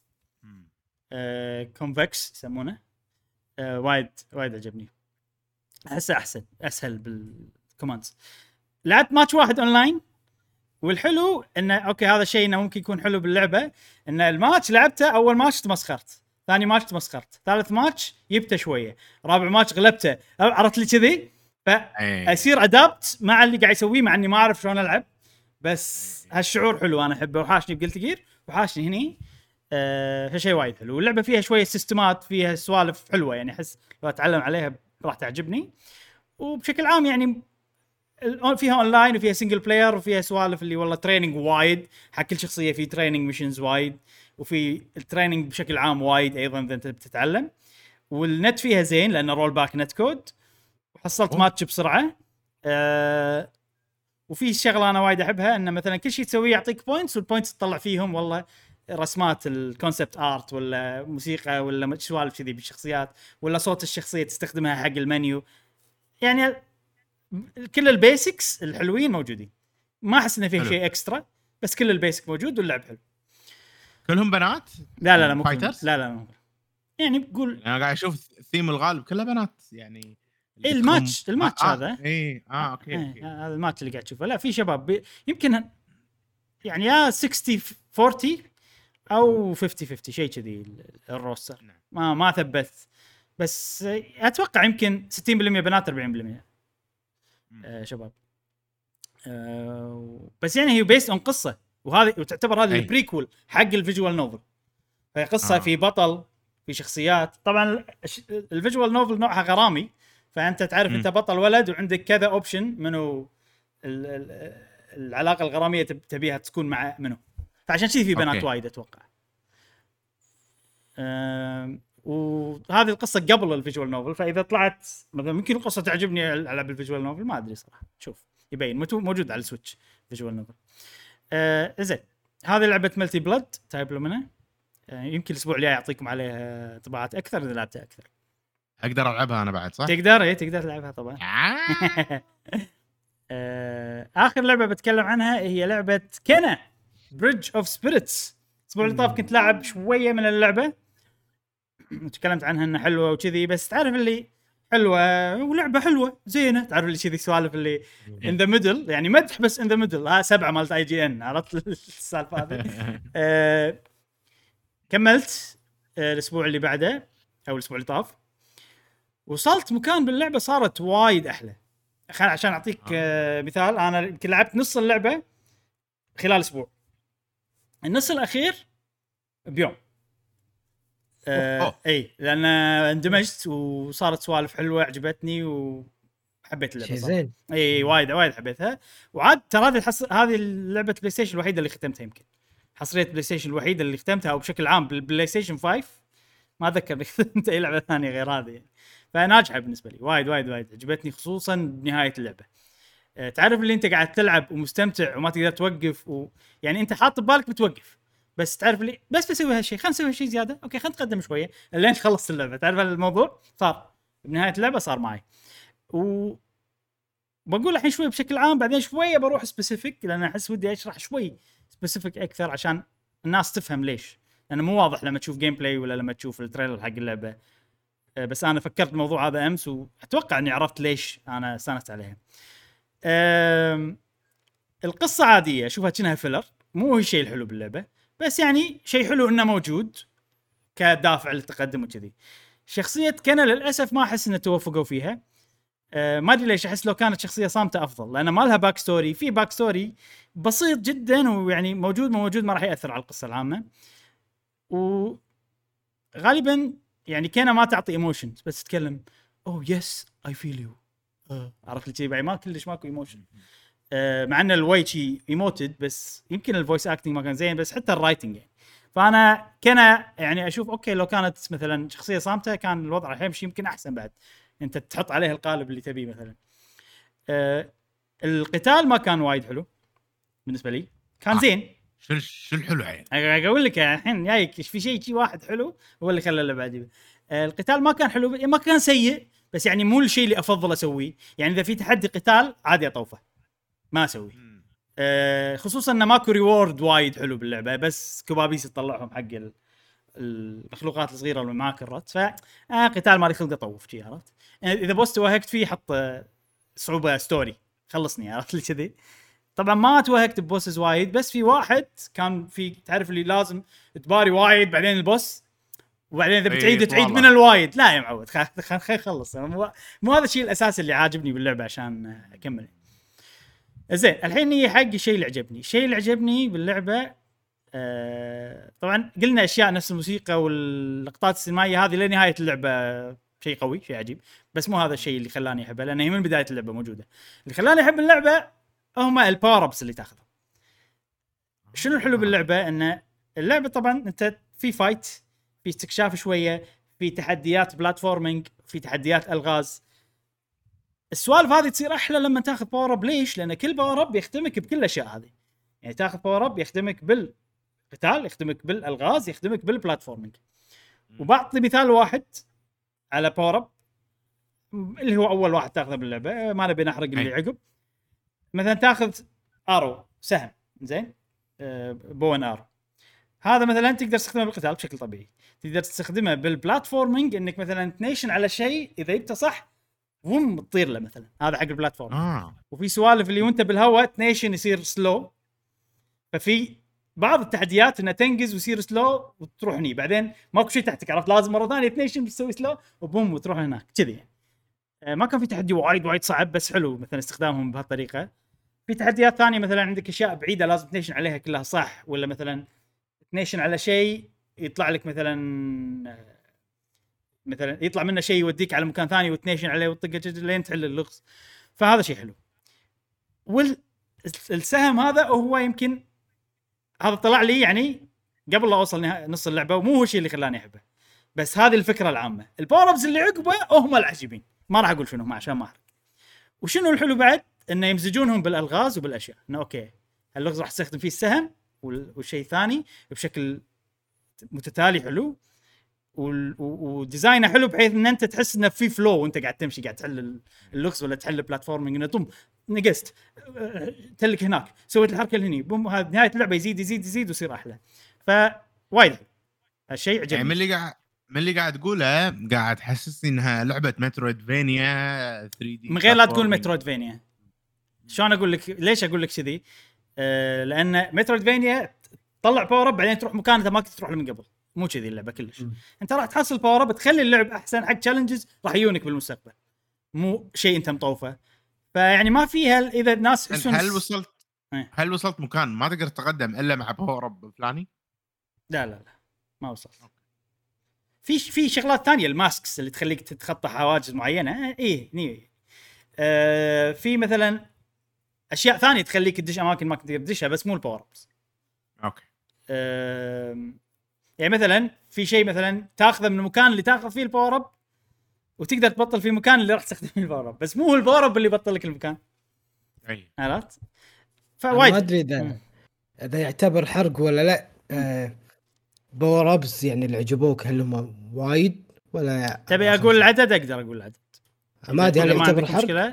آه كونفكس يسمونه آه وايد وايد عجبني احسه احسن اسهل بالكوماندز. لعبت ماتش واحد اونلاين والحلو انه اوكي هذا الشيء انه ممكن يكون حلو باللعبه ان الماتش لعبته اول ماتش تمسخرت ثاني ماتش تمسخرت ثالث ماتش جبته شويه رابع ماتش غلبته عرفت لي كذي فاصير ادابت مع اللي قاعد يسويه مع اني ما اعرف شلون العب بس هالشعور حلو انا احبه وحاشني بقلت جير وحاشني هني أه شيء وايد حلو. واللعبه فيها شويه سيستمات فيها سوالف حلوه يعني احس لو اتعلم عليها راح تعجبني وبشكل عام يعني فيها اونلاين وفيها سنجل بلاير وفيها سوالف اللي والله تريننج وايد حق كل شخصيه في تريننج ميشنز وايد وفي التريننج بشكل عام وايد ايضا اذا انت بتتعلم والنت فيها زين لانه رول باك نت كود وحصلت ماتش بسرعه. أه وفي شغله انا وايد احبها ان مثلا كل شيء تسويه يعطيك بوينتس والبوينتس تطلع فيهم والله رسمات الكونسبت ارت ولا موسيقى ولا سوالف كذي بالشخصيات ولا صوت الشخصيه تستخدمها حق المنيو يعني كل البيسكس الحلوين موجودين ما احس انه فيه شيء اكسترا بس كل البيسك موجود واللعب حلو. كلهم بنات؟ لا لا لا مو فايترز لا لا مو. يعني بقول انا قاعد اشوف ثيم الغالب كلها بنات يعني الماتش الماتش آه هذا اي اه اوكي هذا آه آه الماتش اللي قاعد تشوفه لا في شباب بي... يمكن يعني يا ستين أربعين او خمسين خمسين شيء كذي الروستر ما ما ثبت بس اتوقع يمكن ستين بالمية بنات أربعين بالمية آه شباب. آه بس يعني هي بيست اون قصه وهذه وتعتبر هذه البريكول حق الفيجوال نوفل فهي قصه آه. في بطل في شخصيات طبعا الفيجوال نوفل نوعها غرامي فانت تعرف م. انت بطل ولد وعندك كذا اوبشن منو العلاقه الغراميه تبيها تكون مع منو، فعشان كذي في بنات أوكي. وايد اتوقع. أه وهذه القصه قبل الفيجوال نوفل، فاذا طلعت مثلا ممكن القصه تعجبني العب الفيجوال نوفل، ما ادري صراحه. شوف يبين موجود على السويتش فيجوال نوفل. أه زين هذه لعبه ملتي بلاد تايب لومينا. أه يمكن الاسبوع الجاي اعطيكم عليها طبعات اكثر اذا لعبتها اكثر. اقدر العبها انا بعد صح؟ تقدر ايه تقدر تلعبها طبعا. آه. آه، اخر لعبه بتكلم عنها هي لعبه كنا بريدج اوف سبيريتس. الاسبوع اللي طاف كنت لاعب شويه من اللعبه، تكلمت عنها انها حلوه وكذي، بس تعرف اللي حلوه ولعبه حلوه زينه، تعرف اللي كذي سوالف اللي ان ذا ميدل، يعني مدح بس ان ذا ميدل. ها سبعه مالت اي جي ان، عرفت السالفه هذه. آه، كملت آه، الاسبوع اللي بعده او الاسبوع اللي طاف، وصلت مكان باللعبه صارت وايد احلى. خل عشان اعطيك آه. مثال، انا يمكن لعبت نص اللعبه خلال اسبوع، النص الاخير بيوم. آه أوه. اي لان اندمجت وصارت سوالف حلوه عجبتني وحبيت اللعبه. شيء زين. اي وايد وايد حبيتها. وعاد ترى هذه الحص... هذه لعبه بلاي ستيشن الوحيده اللي ختمتها، يمكن حصريه بلاي ستيشن الوحيده اللي ختمتها، او بشكل عام بالبلاي ستيشن خمسة ما اتذكر اني ختمت اي لعبه ثانيه غير هذه يعني. فناجحه بالنسبه لي، وايد وايد وايد عجبتني، خصوصا بنهايه اللعبه. أه تعرف اللي انت قاعد تلعب ومستمتع وما تقدر توقف و... يعني انت حاط ببالك بتوقف، بس تعرف اللي بس بسوي هالشيء، خلينا نسوي هالشيء زياده، اوكي خلينا نتقدم شويه لين خلصت اللعبه. تعرف الموضوع صار بنهايه اللعبه صار معي. و بقول الحين شوي بشكل عام، بعدين شويه بروح سبيسيفيك، لان احس ودي اشرح شوي سبيسيفيك اكثر عشان الناس تفهم ليش، لانه مو واضح لما تشوف جيم بلاي ولا لما تشوف التريلر حق اللعبه. بس انا فكرت الموضوع هذا امس، واتوقع اني عرفت ليش انا استانست عليها. القصه عاديه، اشوفها كأنها فيلر، مو هو الشيء الحلو باللعبه، بس يعني شيء حلو انه موجود كدافع للتقدم وكذي. شخصيه كنا للاسف ما احس انه توفقوا فيها. أه ما ادري ليش، احس لو كانت شخصيه صامته افضل، لان ما لها باك ستوري. في باك ستوري بسيط جدا، ويعني موجود ما موجود ما راح ياثر على القصه العامه. وغالبا يعني كنا ما تعطي ايموشنز، بس تتكلم اوه يس اي فيل يو، عرفت لي شيء بعد ما كلش ماكو ايموشن. أه مع ان الواي شي ايموتد، بس يمكن الفويس اكتنج ما كان زين، بس حتى الرايتنج يعني. فانا كنا يعني اشوف اوكي لو كانت مثلا شخصيه صامته كان الوضع راح يمشي يمكن احسن، بعد انت تحط عليه القالب اللي تبيه مثلا. أه القتال ما كان وايد حلو بالنسبه لي، كان آه. زين. شو شو الحلو يعني؟ اقول لك الحين جايك في شيء شيء واحد حلو هو اللي خلى اللعبه عجيبه. أه القتال ما كان حلو، ما كان سيء، بس يعني مو الشيء اللي افضل اسويه. يعني اذا في تحدي قتال عادي اطوفه، ما اسوي. أه خصوصا انه ماكو ريورد وايد حلو باللعبه، بس كبابيس تطلعهم حق المخلوقات الصغيره اللي معاك الرت. ف آه قتال مالي خلق اطوف شي، عرفت؟ اذا بوست توهقت فيه حط صعوبه ستوري خلصني، عرفت لي كذي. طبعا ما توهقت ببوسز وايد، بس في واحد كان في تعرف اللي لازم تباري وايد بعدين البوس، وبعدين اذا بتعيد تعيد من الوايد. لا يا معود خل خل خلص، مو, مو هذا الشيء الاساسي اللي عاجبني باللعبه عشان اكمل. زين الحين هي حق الشيء اللي عجبني. الشيء اللي عجبني باللعبه آه طبعا قلنا اشياء نفس الموسيقى واللقطات السينمائيه هذه لنهايه اللعبه، شيء قوي شيء عجيب، بس مو هذا الشيء اللي خلاني احبها، لانه هي من بدايه اللعبه موجوده. اللي خلاني احب اللعبه هم الباور ابس اللي تاخذهم. شنو الحلو باللعبه؟ ان اللعبه طبعا انت في فايت، في استكشاف شويه، في تحديات بلاتفورمينج، في تحديات الغاز. السوالف هذه تصير احلى لما تاخذ باور اب. ليش؟ لان كل باور اب يخدمك بكل الاشياء هذه. يعني تاخذ باور اب يخدمك بالقتال، يخدمك بالالغاز، يخدمك بالبلاتفورمينج. وبعطي مثال واحد على باور اب اللي هو اول واحد تاخذه باللعبه، ما نبي نحرق اللي عقب. مثلا تاخذ ارو سهم، زين أه بون ارو، هذا مثلا تقدر تستخدمه بالقتال بشكل طبيعي. تقدر تستخدمه بالبلاتفورمينج، انك مثلا تنيشن على شيء اذا جبته صح وم تطير له مثلا، هذا حق البلاتفورم. آه. وفي سوالف اللي وانت بالهواء تنيشن يصير سلو، ففي بعض التحديات انه تنقز ويصير سلو وتروح هني، بعدين ماكو شيء تحتك، عرفت؟ لازم مره ثانيه تنيشن تسوي سلو وبوم وتروح هناك كذي. آه ما كان في تحدي وايد وايد صعب، بس حلو مثلا استخدامهم بهالطريقه. في تحديات ثانيه مثلا عندك اشياء بعيده لازم تنيشن عليها كلها صح، ولا مثلا تنيشن على شيء يطلع لك مثلا مثلا يطلع منه شيء يوديك على مكان ثاني وتنيشن عليه وتطقه لين تحل اللغز. فهذا شيء حلو. وال السهم هذا هو يمكن هذا طلع لي يعني قبل لا اوصل نص اللعبه، ومو هو الشيء اللي خلاني احبه، بس هذه الفكره العامه. الباور ابز اللي عقبه هم العجيبين، ما راح اقول شنو هم عشان ما احرق. وشنو الحلو بعد انه يمزجونهم بالالغاز وبالاشياء، انه اوكي اللغز راح تستخدم فيه السهم والشيء الثاني بشكل متتالي حلو، وديزاينه حلو بحيث ان انت تحس انه في فلو وانت قاعد تمشي قاعد تحل اللغز ولا تحل بلاتفورمينج، انه طم نقست تلك هناك سويت الحركه اللي هني بوم، هذه نهايه اللعبه يزيد يزيد يزيد ويصير احلى. فوايد هالشيء عجبني. يعني من اللي قاعد من اللي قاعد تقوله قاعد تحسسني انها لعبه مترويدفينيا ثري دي من غير لا تقول مترويدفينيا. شلون اقول لك ليش اقول لك كذي؟ أه لان مترويدفينيا تطلع باور اب بعدين تروح مكان انت ما كنت تروح له من قبل، مو كذي اللعبه كلش. م. انت راح تحصل باور اب تخلي اللعب احسن حق تشالنجز راح يجونك بالمستقبل، مو شيء انت مطوفه. فيعني ما فيها اذا الناس هل وصلت ايه؟ هل وصلت مكان ما تقدر تتقدم الا مع باور اب فلاني؟ لا لا لا ما وصلت. في في شغلات ثانيه، الماسكس اللي تخليك تتخطى حواجز معينه ايه ني آه في مثلا اشياء ثانيه تخليك تدش اماكن ما كنت تدشها بس مو الباور ابس. اوكي آه يعني مثلا في شيء مثلا تاخذه من المكان اللي تاخذ فيه الباور اب وتقدر تبطل في المكان اللي راح تستخدم فيه الباور اب، بس مو الباور اب اللي يبطل لك المكان. اي عرفت؟ فوايد ما ادري اذا اذا يعتبر حرق ولا لا. آه باور ابس يعني اللي عجبوك هل هم وايد ولا تبي اقول العدد؟ اقدر اقول العدد. ما ادري هل يعتبر حرق.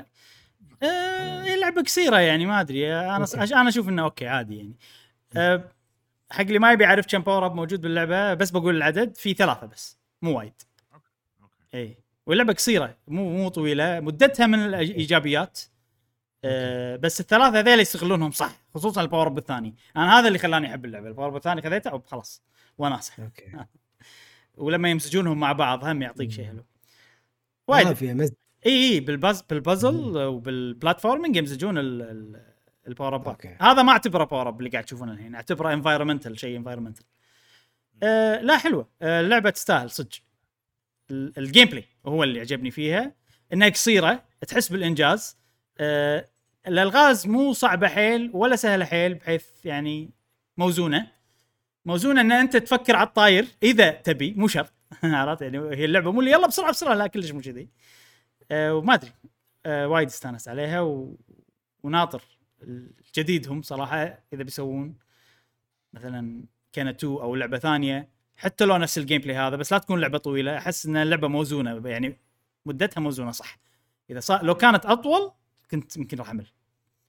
آه اللعبه قصيره يعني ما ادري انا أوكي. انا اشوف انه اوكي عادي يعني. آه حق اللي ما يبي يعرف كم باور اب موجود باللعبه بس بقول العدد، في ثلاثه بس مو وايد. اوكي اوكي اي واللعبه قصيره مو مو طويله، مدتها من الايجابيات. أه بس الثلاثه هذول يستغلونهم صح، خصوصا الباور اب الثاني. انا هذا اللي خلاني احب اللعبه، الباور اب الثاني خذيته او خلاص وناسه. اوكي ولما يمسجونهم مع بعض هم يعطيك شيء حلو وايد. فيها مز... اي اي بالباز بالبازل وبالبلاتفورمينج يمسجون الباور اب. هذا ما اعتبره باور اب اللي قاعد تشوفونه الحين، اعتبره انفايرمنتال، شيء انفايرمنتال. أه لا حلوه. أه اللعبه تستاهل صدق. الجيم بلاي هو اللي عجبني فيها، انها قصيره تحس بالانجاز. أه الالغاز مو صعبه حيل ولا سهله حيل، بحيث يعني موزونه موزونه ان انت تفكر على الطاير اذا تبي، مو شرط. عرفت يعني هي اللعبه مو اللي يلا بسرعه بسرعه، لا كلش مو كذي. أه وما ادري أه وايد استانس عليها و... وناطر الجديدهم صراحه اذا بيسوون مثلا كانت تو او لعبه ثانيه حتى لو نفس الجيم بلاي هذا، بس لا تكون لعبه طويله. احس ان اللعبه موزونه يعني مدتها موزونه صح. اذا صار لو كانت اطول كنت يمكن راح اعمل.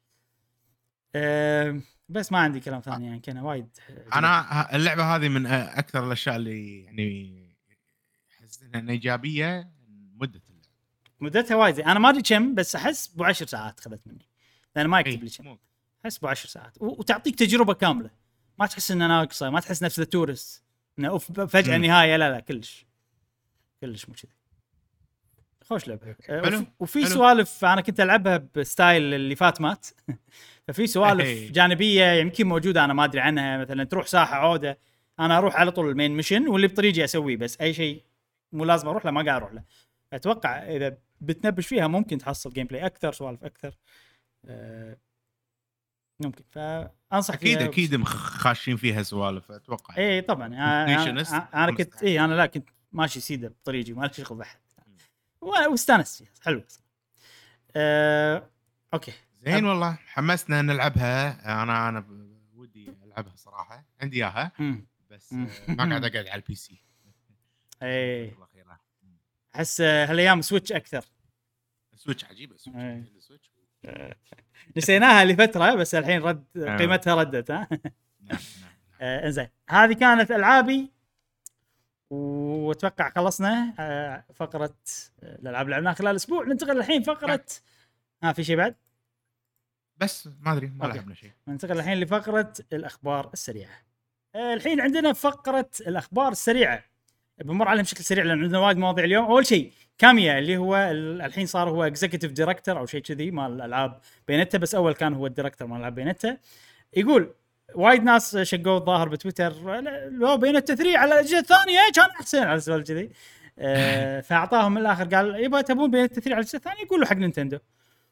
أه بس ما عندي كلام ثاني يعني كان وايد. انا اللعبه هذه من اكثر الاشياء اللي يعني احس انها ايجابيه. مده اللعبه مدتها وايد، انا ما ادري كم بس احس بو عشر ساعات اخذت مني لان ما يكتب لي كم. احس بو عشر ساعات وتعطيك تجربه كامله، ما تحس انها ناقصه، ما تحس نفس التورست انه اوف فجاه النهايه. لا لا كلش كلش مو كذي. خوش لعبه. أه وفي سوالف انا كنت العبها بستايل اللي فات مات. ففي سوالف جانبيه يمكن موجوده انا ما ادري عنها، مثلا تروح ساحه عوده انا اروح على طول المين ميشن واللي بطريقي اسويه، بس اي شيء مو لازم اروح له ما قاعد اروح له. اتوقع اذا بتنبش فيها ممكن تحصل جيم بلاي اكثر، سوالف اكثر. أه ممكن فانصح اكيد فيها اكيد خاشين فيها سوالف اتوقع. اي طبعا انا, أنا كنت اي انا لا كنت ماشي سيده بطريقي ما لي شغل بحد واستانس حلو. أه... اوكي زين والله حمسنا نلعبها. انا انا ودي العبها صراحه، عندي اياها بس ما قاعد اقعد على البي سي. اي احس هالايام سويتش اكثر. سويتش عجيبه سويتش. نسيناها لفتره بس الحين رد قيمتها ردت. ها انزين هذه كانت العابي واتوقع خلصنا فقره الالعاب اللي لعبناها خلال الاسبوع. ننتقل الحين فقره ها في شيء بعد بس ما ادري ما لعبنا شيء. ننتقل الحين لفقره الاخبار السريعه. الحين عندنا فقره الاخبار السريعه بنمر عليها بشكل سريع لان عندنا وايد مواضيع اليوم. اول شيء كاميا اللي هو الحين صار هو اكزيكتيف دايركتور او شيء كذي مال الالعاب بينتا، بس اول كان هو الدايركتور مال العاب بينتا. يقول وايد ناس شقوا الظاهر بتويتر لو بينتا ثري على الاجهزه الثانيه كان احسن على السؤال كذي. أه فاعطاهم من الاخر قال يبا تبون بينتا ثري على الاجهزه الثانيه يقولوا حق نينتندو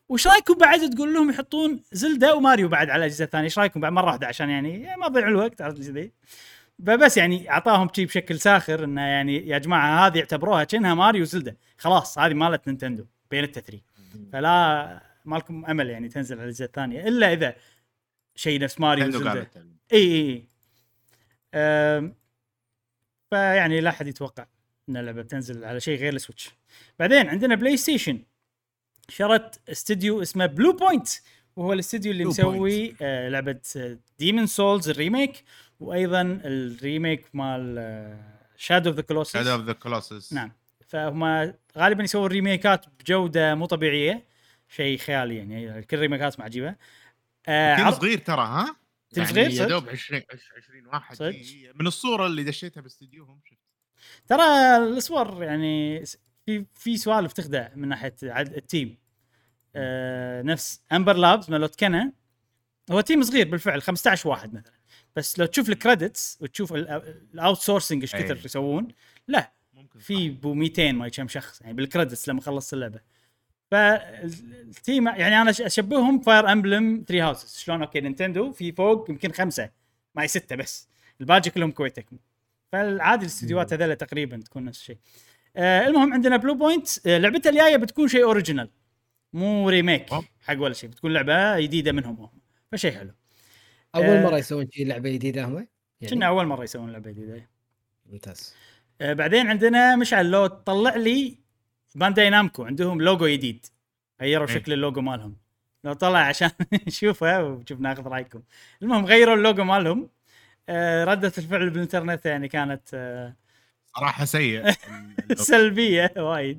وش رايكم بعد تقول لهم يحطون زلدة وماريو بعد على الاجهزه الثانيه؟ ايش رايكم بعد مره واحده عشان يعني ما تضيع الوقت عرفت كذي. بس يعني اعطاهم شيء بشكل ساخر انه يعني يا جماعه هذه اعتبروها كأنها ماريو وزلدة خلاص هذه مالت نينتندو بين التثري فلا مالكم امل يعني تنزل على الاجهزه الثانيه الا اذا شيء نفس ماريو وزلدة. اي اي أم... فيعني لا احد يتوقع ان اللعبه بتنزل على شيء غير السويتش. بعدين عندنا بلاي ستيشن شرت استوديو اسمه بلو بوينت وهو الاستوديو اللي مسوي آه لعبه ديمون سولز الريميك وايضا الريميك مال شادو اوف ذا كولوسس. شادو اوف ذا كولوسس نعم. فهم غالبا يسوون ريميكات بجوده مو طبيعيه شيء خيالي يعني كل ريميكات عجيبه. آه تيم صغير ترى ها تيم يعني صغير يا دوب عشرين عشرين واحد من الصوره اللي دشيتها باستديوهم شفت ترى الصور يعني في في سوالف تخدع من ناحيه التيم. آه نفس امبر لابز مالوت كنا هو تيم صغير بالفعل خمسة عشر واحد مثلا بس لو تشوف الكريدتس وتشوف الاوت سورسنج ايش كثر يسوون لا في بو مئتين ما كم شخص يعني بالكريدتس لما خلصت اللعبه. فالتيم يعني انا اشبههم فاير امبلم ثري هاوسز شلون اوكي نينتندو في فوق يمكن خمسة ما ستة بس الباقي كلهم كويتك فالعادي الاستديوهات هذول تقريبا تكون نفس الشيء. آه المهم عندنا بلو بوينت آه لعبتها الجايه بتكون شيء اوريجينال مو ريميك حق ولا شيء بتكون لعبه جديده منهم هم فشيء حلو. اول آه مره يسوون شيء لعبه جديده هم يعني كنا اول مره يسوون لعبه جديده ممتاز. آه بعدين عندنا مشعل لو تطلع لي بانداي نامكو عندهم لوجو جديد غيروا شكل اللوجو مالهم لو طلع عشان نشوفه ونشوف ناخذ رايكم. المهم غيروا اللوجو مالهم. آه ردة الفعل بالانترنت يعني كانت آه صراحه سيئه سلبيه وايد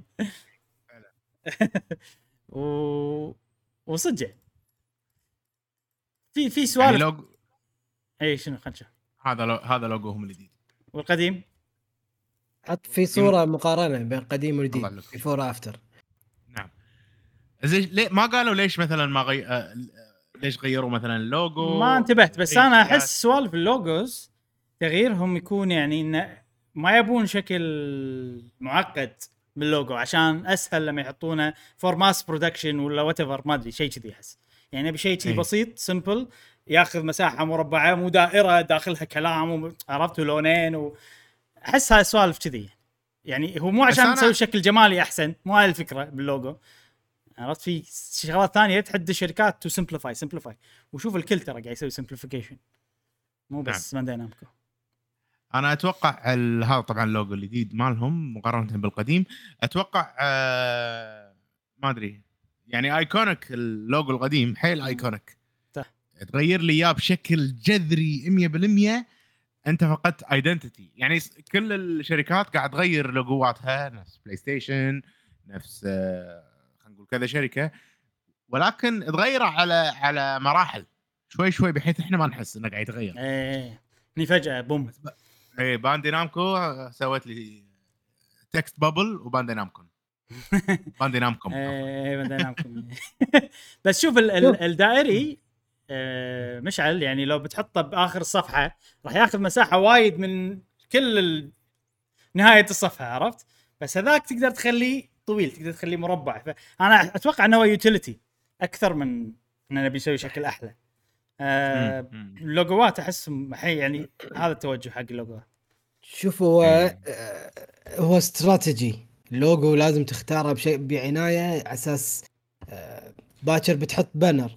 و وصدق في في سؤال يعني لوجو اي شنو خلنا نشوف هذا لو... هذا لوجوهم الجديد والقديم حط في صوره مقارنه بين قديم وجديد في فور افتر. نعم زي ليه ما قالوا ليش مثلا ما غي... آه... ليش غيروا مثلا اللوجو ما انتبهت بس انا احس سوالف اللوجوز تغييرهم يكون يعني إن ما يبون شكل معقد باللوجو عشان اسهل لما يحطونه فور ماس برودكشن ولا وات ايفر ما ادري شيء كذي احس يعني بشيء كذي بسيط سمبل ياخذ مساحه مربعه مو دائره داخلها كلام عرفت لونين و... احس هاي سوالف كذي يعني هو مو عشان نسوي شكل جمالي احسن مو هاي الفكره باللوجو عرفت. في شغلات ثانيه تحدي الشركات تو سمبليفاي سمبليفاي وشوف الكل ترى قاعد يسوي سمبليفيكيشن مو بس نعم. بانداي نامكو انا اتوقع هذا طبعا اللوجو الجديد مالهم مقارنه بالقديم اتوقع آه ما ادري يعني ايكونيك اللوجو القديم حيل ايكونيك تغير لي اياه بشكل جذري مية بالمية انت فقدت ايدنتيتي. يعني كل الشركات قاعد تغير لوجواتها نفس بلاي ستيشن نفس آه خلينا نقول كذا شركه ولكن تغير على على مراحل شوي شوي بحيث احنا ما نحس انه قاعد يتغير. ايه ني فجاه بوم. ايه بانداي نامكو سوت لي تكست بابل وبانداي نامكو بانداي نامكو ايه بانداي نامكو بس شوف ال ال الدائري آه مشعل يعني لو بتحطه باخر الصفحه راح ياخذ مساحه وايد من كل نهايه الصفحه عرفت. بس هذاك تقدر تخليه طويل تقدر تخليه مربع فانا اتوقع انه هو يوتيليتي اكثر من اننا نبي نسوي شكل احلى. آه اللوجوات احس يعني هذا التوجه حق اللوجوات. شوف هو آه هو استراتيجي اللوجو لازم تختاره بشيء بعنايه على اساس آه باكر بتحط بانر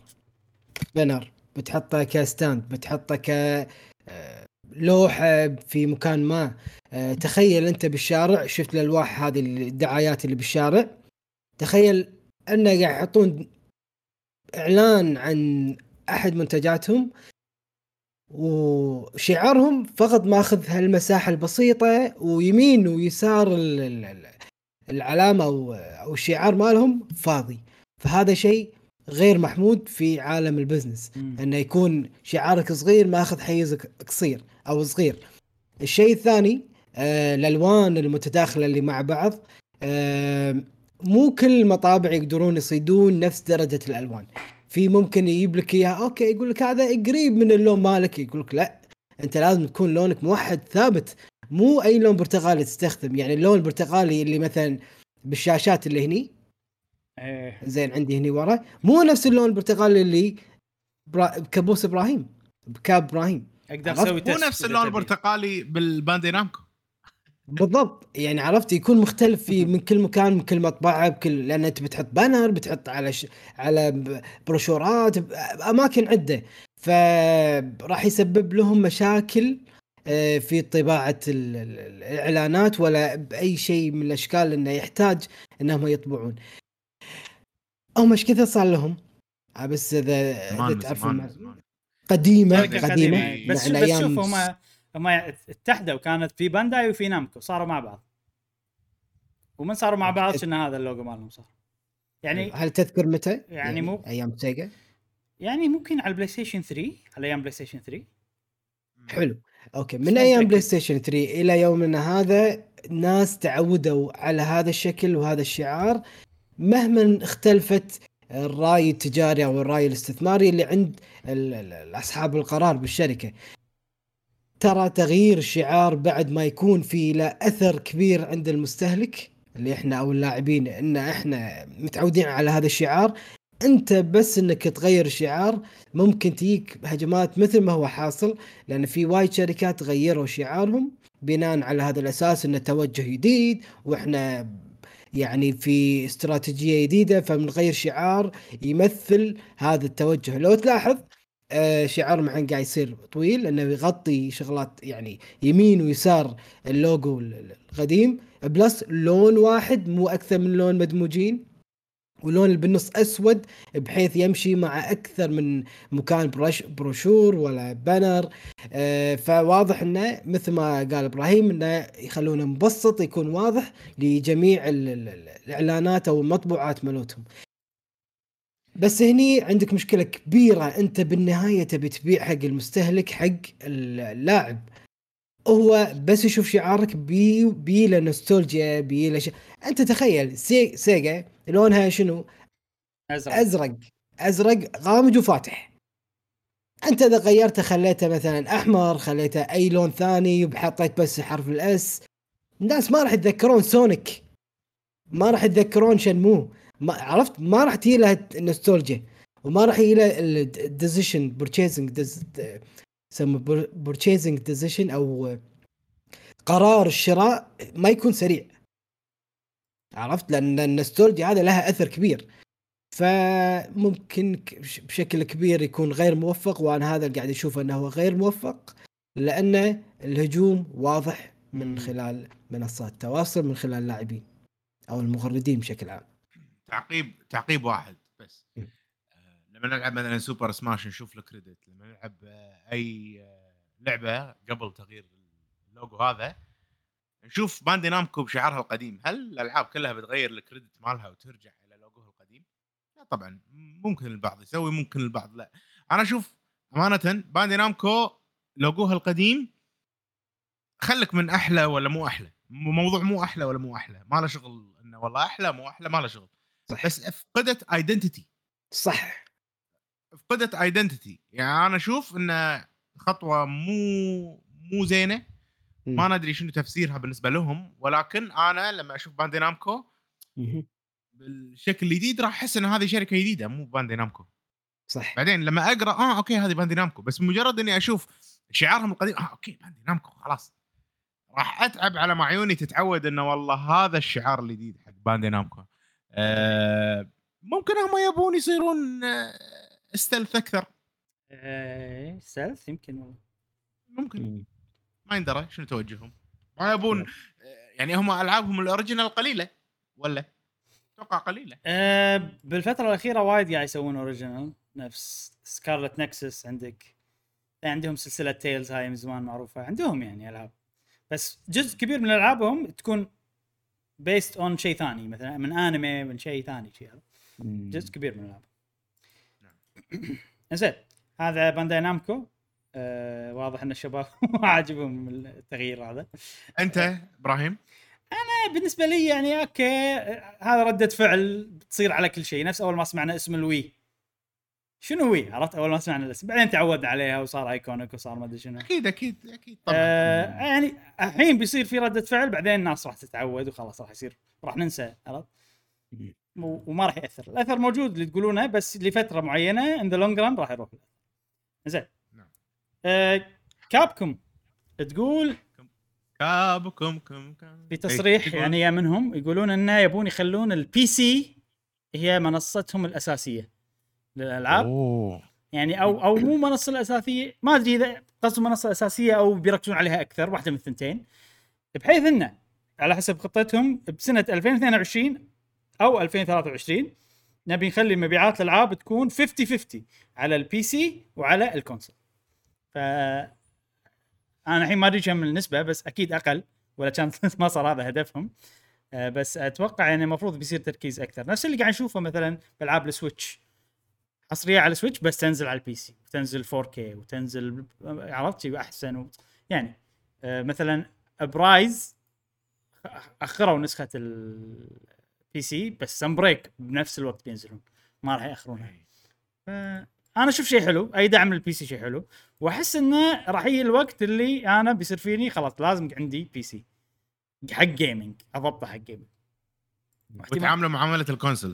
بانر بتحطه كستاند بتحطه ك آه لوحه في مكان ما. آه تخيل انت بالشارع شفت الالواح هذه الدعايات اللي بالشارع تخيل انه قاعد يحطون اعلان عن احد منتجاتهم وشعارهم فقط ماخذ هالمساحه البسيطه ويمين ويسار العلامه او الشعار مالهم فاضي. فهذا شيء غير محمود في عالم البزنس انه يكون شعارك صغير ماخذ حيزك قصير او صغير. الشيء الثاني آه الالوان المتداخله اللي مع بعض آه مو كل المطابع يقدرون يصيدون نفس درجه الالوان. في ممكن يجيب لك اياها اوكي يقول لك هذا قريب من اللون مالك يقول لك لا انت لازم تكون لونك موحد ثابت مو اي لون برتقالي تستخدم. يعني اللون البرتقالي اللي مثلا بالشاشات اللي هني ايه زين عندي هني ورا مو نفس اللون البرتقالي اللي برا... بكابوس ابراهيم بكاب ابراهيم اقدر عرفت؟ اسوي مو تست نفس إذا اللون تبي. البرتقالي بالبانداي نامكو. بالضبط يعني عرفت يكون مختلف في من كل مكان من كل مطبعه بكل لان انت بتحط بانر بتحط على ش... على ب- بروشورات باماكن عده فراح يسبب لهم مشاكل آه، في طباعه ال- ال- الاعلانات ولا باي شيء من الاشكال انه يحتاج انهم يطبعون او مش كثر صار لهم آه، بس اذا اذا زمان من تعرفون زمان من ما- زمان. قديمه شركه بانداي قديمه قديمه إيه. في- بس من بس ايام شوف هم هم اتحدوا كانت في بانداي وفي نامكو صاروا مع بعض ومن صاروا مع بعض شنو هذا اللوجو مالهم صار يعني هل تذكر متى يعني, يعني مو ايام سيجا؟ يعني ممكن على البلاي ستيشن ثري على ايام بلاي ستيشن ثري حلو اوكي بس من مو ايام بلاي متأكد. ستيشن ثري الى يومنا هذا ناس تعودوا على هذا الشكل وهذا الشعار مهما اختلفت الراي التجاري او الراي الاستثماري اللي عند ال- ال- اصحاب القرار بالشركه ترى تغيير الشعار بعد ما يكون في له اثر كبير عند المستهلك اللي احنا او اللاعبين ان احنا متعودين على هذا الشعار انت بس انك تغير الشعار ممكن تجيك هجمات مثل ما هو حاصل لان في وايد شركات غيروا شعارهم بناء على هذا الاساس انه توجه جديد واحنا يعني في استراتيجية جديدة فبنغير شعار يمثل هذا التوجه لو تلاحظ آه شعار معن قاعد يصير طويل لانه يغطي شغلات يعني يمين ويسار اللوجو القديم بلس لون واحد مو اكثر من لون مدموجين واللون اللي بالنص اسود بحيث يمشي مع اكثر من مكان برش بروشور ولا بانر آه فواضح انه مثل ما قال ابراهيم انه يخلونه مبسط يكون واضح لجميع ال ال الاعلانات او المطبوعات مالتهم بس هني عندك مشكلة كبيرة انت بالنهاية تبي تبيع حق المستهلك حق اللاعب هو بس يشوف شعارك بي بي له نوستالجيا بي له ش... انت تخيل سي... سيجا لونها شنو ازرق ازرق ازرق غامج وفاتح انت اذا غيرته خليته مثلا احمر خليته اي لون ثاني وحطيت بس حرف الاس الناس ما راح يتذكرون سونيك ما راح يتذكرون شنمو ما عرفت ما راح تجي له النوستالجيا وما راح يجي له الديسيشن بورتشيزنج يسمى بورتشيزنج ديسيشن او قرار الشراء ما يكون سريع عرفت لان النوستالجيا هذا لها اثر كبير فممكن بشكل كبير يكون غير موفق وانا هذا اللي قاعد اشوفه انه هو غير موفق لان الهجوم واضح من خلال منصات التواصل من خلال اللاعبين او المغردين بشكل عام. تعقيب تعقيب واحد بس آه، لما نلعب مثلا سوبر سماش نشوف الكريدت لما نلعب آه، اي آه، لعبه قبل تغيير اللوجو هذا نشوف باندي نامكو بشعارها القديم هل الالعاب كلها بتغير الكريدت مالها وترجع الى لوجوها القديم؟ لا طبعا ممكن البعض يسوي ممكن البعض لا. انا اشوف امانه باندي نامكو لوجوها القديم خلك من احلى ولا مو احلى موضوع مو احلى ولا مو احلى ما له شغل انه والله احلى مو احلى ما له شغل صح. بس افقدت ايدنتيتي صح افقدت ايدنتيتي يعني انا اشوف انه خطوه مو مو زينه ما ندري شنو تفسيرها بالنسبه لهم ولكن انا لما اشوف باندي نامكو بالشكل الجديد راح احس ان هذه شركه جديده مو باندي نامكو. صح بعدين لما اقرا اه اوكي هذه باندي نامكو بس مجرد اني اشوف شعارهم القديم اه اوكي باندي نامكو خلاص راح اتعب على ما عيوني تتعود انه والله هذا الشعار الجديد حق باندي نامكو. آه ممكن هم يبون يصيرون آه استلث اكثر ايه سلف يمكن والله ممكن مم. ما يندرى شنو توجههم ما يبون آه يعني هم العابهم الاوريجينال قليله ولا اتوقع قليله. أه بالفتره الاخيره وايد قاعد يسوون اوريجينال نفس سكارلت نكسس عندك عندهم سلسله تيلز هاي من زمان معروفه عندهم يعني العاب بس جزء كبير من العابهم تكون بيست اون شيء ثاني مثلا من انمي من شيء ثاني شيء هذا جزء كبير من الالعاب. زين هذا بانداي نامكو أه واضح ان الشباب عاجبهم التغيير هذا. انت ابراهيم انا بالنسبه لي يعني اوكي هذا رده فعل بتصير على كل شيء نفس اول ما سمعنا اسم الوي شنو وي عرفت اول ما سمعنا الاسم بعدين تعودنا عليها وصار ايكونيك وصار ما ادري شنو اكيد اكيد اكيد طبعا آه يعني الحين بيصير في رده فعل بعدين الناس راح تتعود وخلاص راح يصير راح ننسى عرفت وما راح ياثر. الاثر موجود اللي تقولونه بس لفتره معينه ان ذا لونج ران راح يروح. زين آه كابكم تقول كابكم كم كم في تصريح يعني يا منهم يقولون انه يبون يخلون البي سي هي منصتهم الاساسيه للالعاب. أوه. يعني او او مو منصه الاساسيه، ما ادري اذا قصدهم منصه اساسيه او بيركزون عليها اكثر، واحده من الثنتين، بحيث انه على حسب خطتهم بسنه ألفين واثنين وعشرين او ألفين وثلاثة وعشرين نبي نخلي مبيعات الالعاب تكون خمسين خمسين على البي سي وعلى الكونسول. ف انا الحين ما ادري كم النسبه، بس اكيد اقل، ولا كان ما صار هذا هدفهم. أه بس اتوقع يعني المفروض بيصير تركيز اكثر، نفس اللي قاعد نشوفه مثلا بالعاب السويتش، حصريه على السويتش بس تنزل على البي سي، وتنزل فور كي وتنزل عرفتي احسن و... يعني أه مثلا ابرايز اخروا نسخه البي سي بس سم بريك بنفس الوقت بينزلون، ما راح ياخرونها. انا اشوف شيء حلو، اي دعم للبي سي شيء حلو، واحس انه راح يجي الوقت اللي انا بيصير فيني خلاص لازم عندي بي سي حق جيمنج، اضبطه حق جيمنج، وتعاملوا معامله الكونسول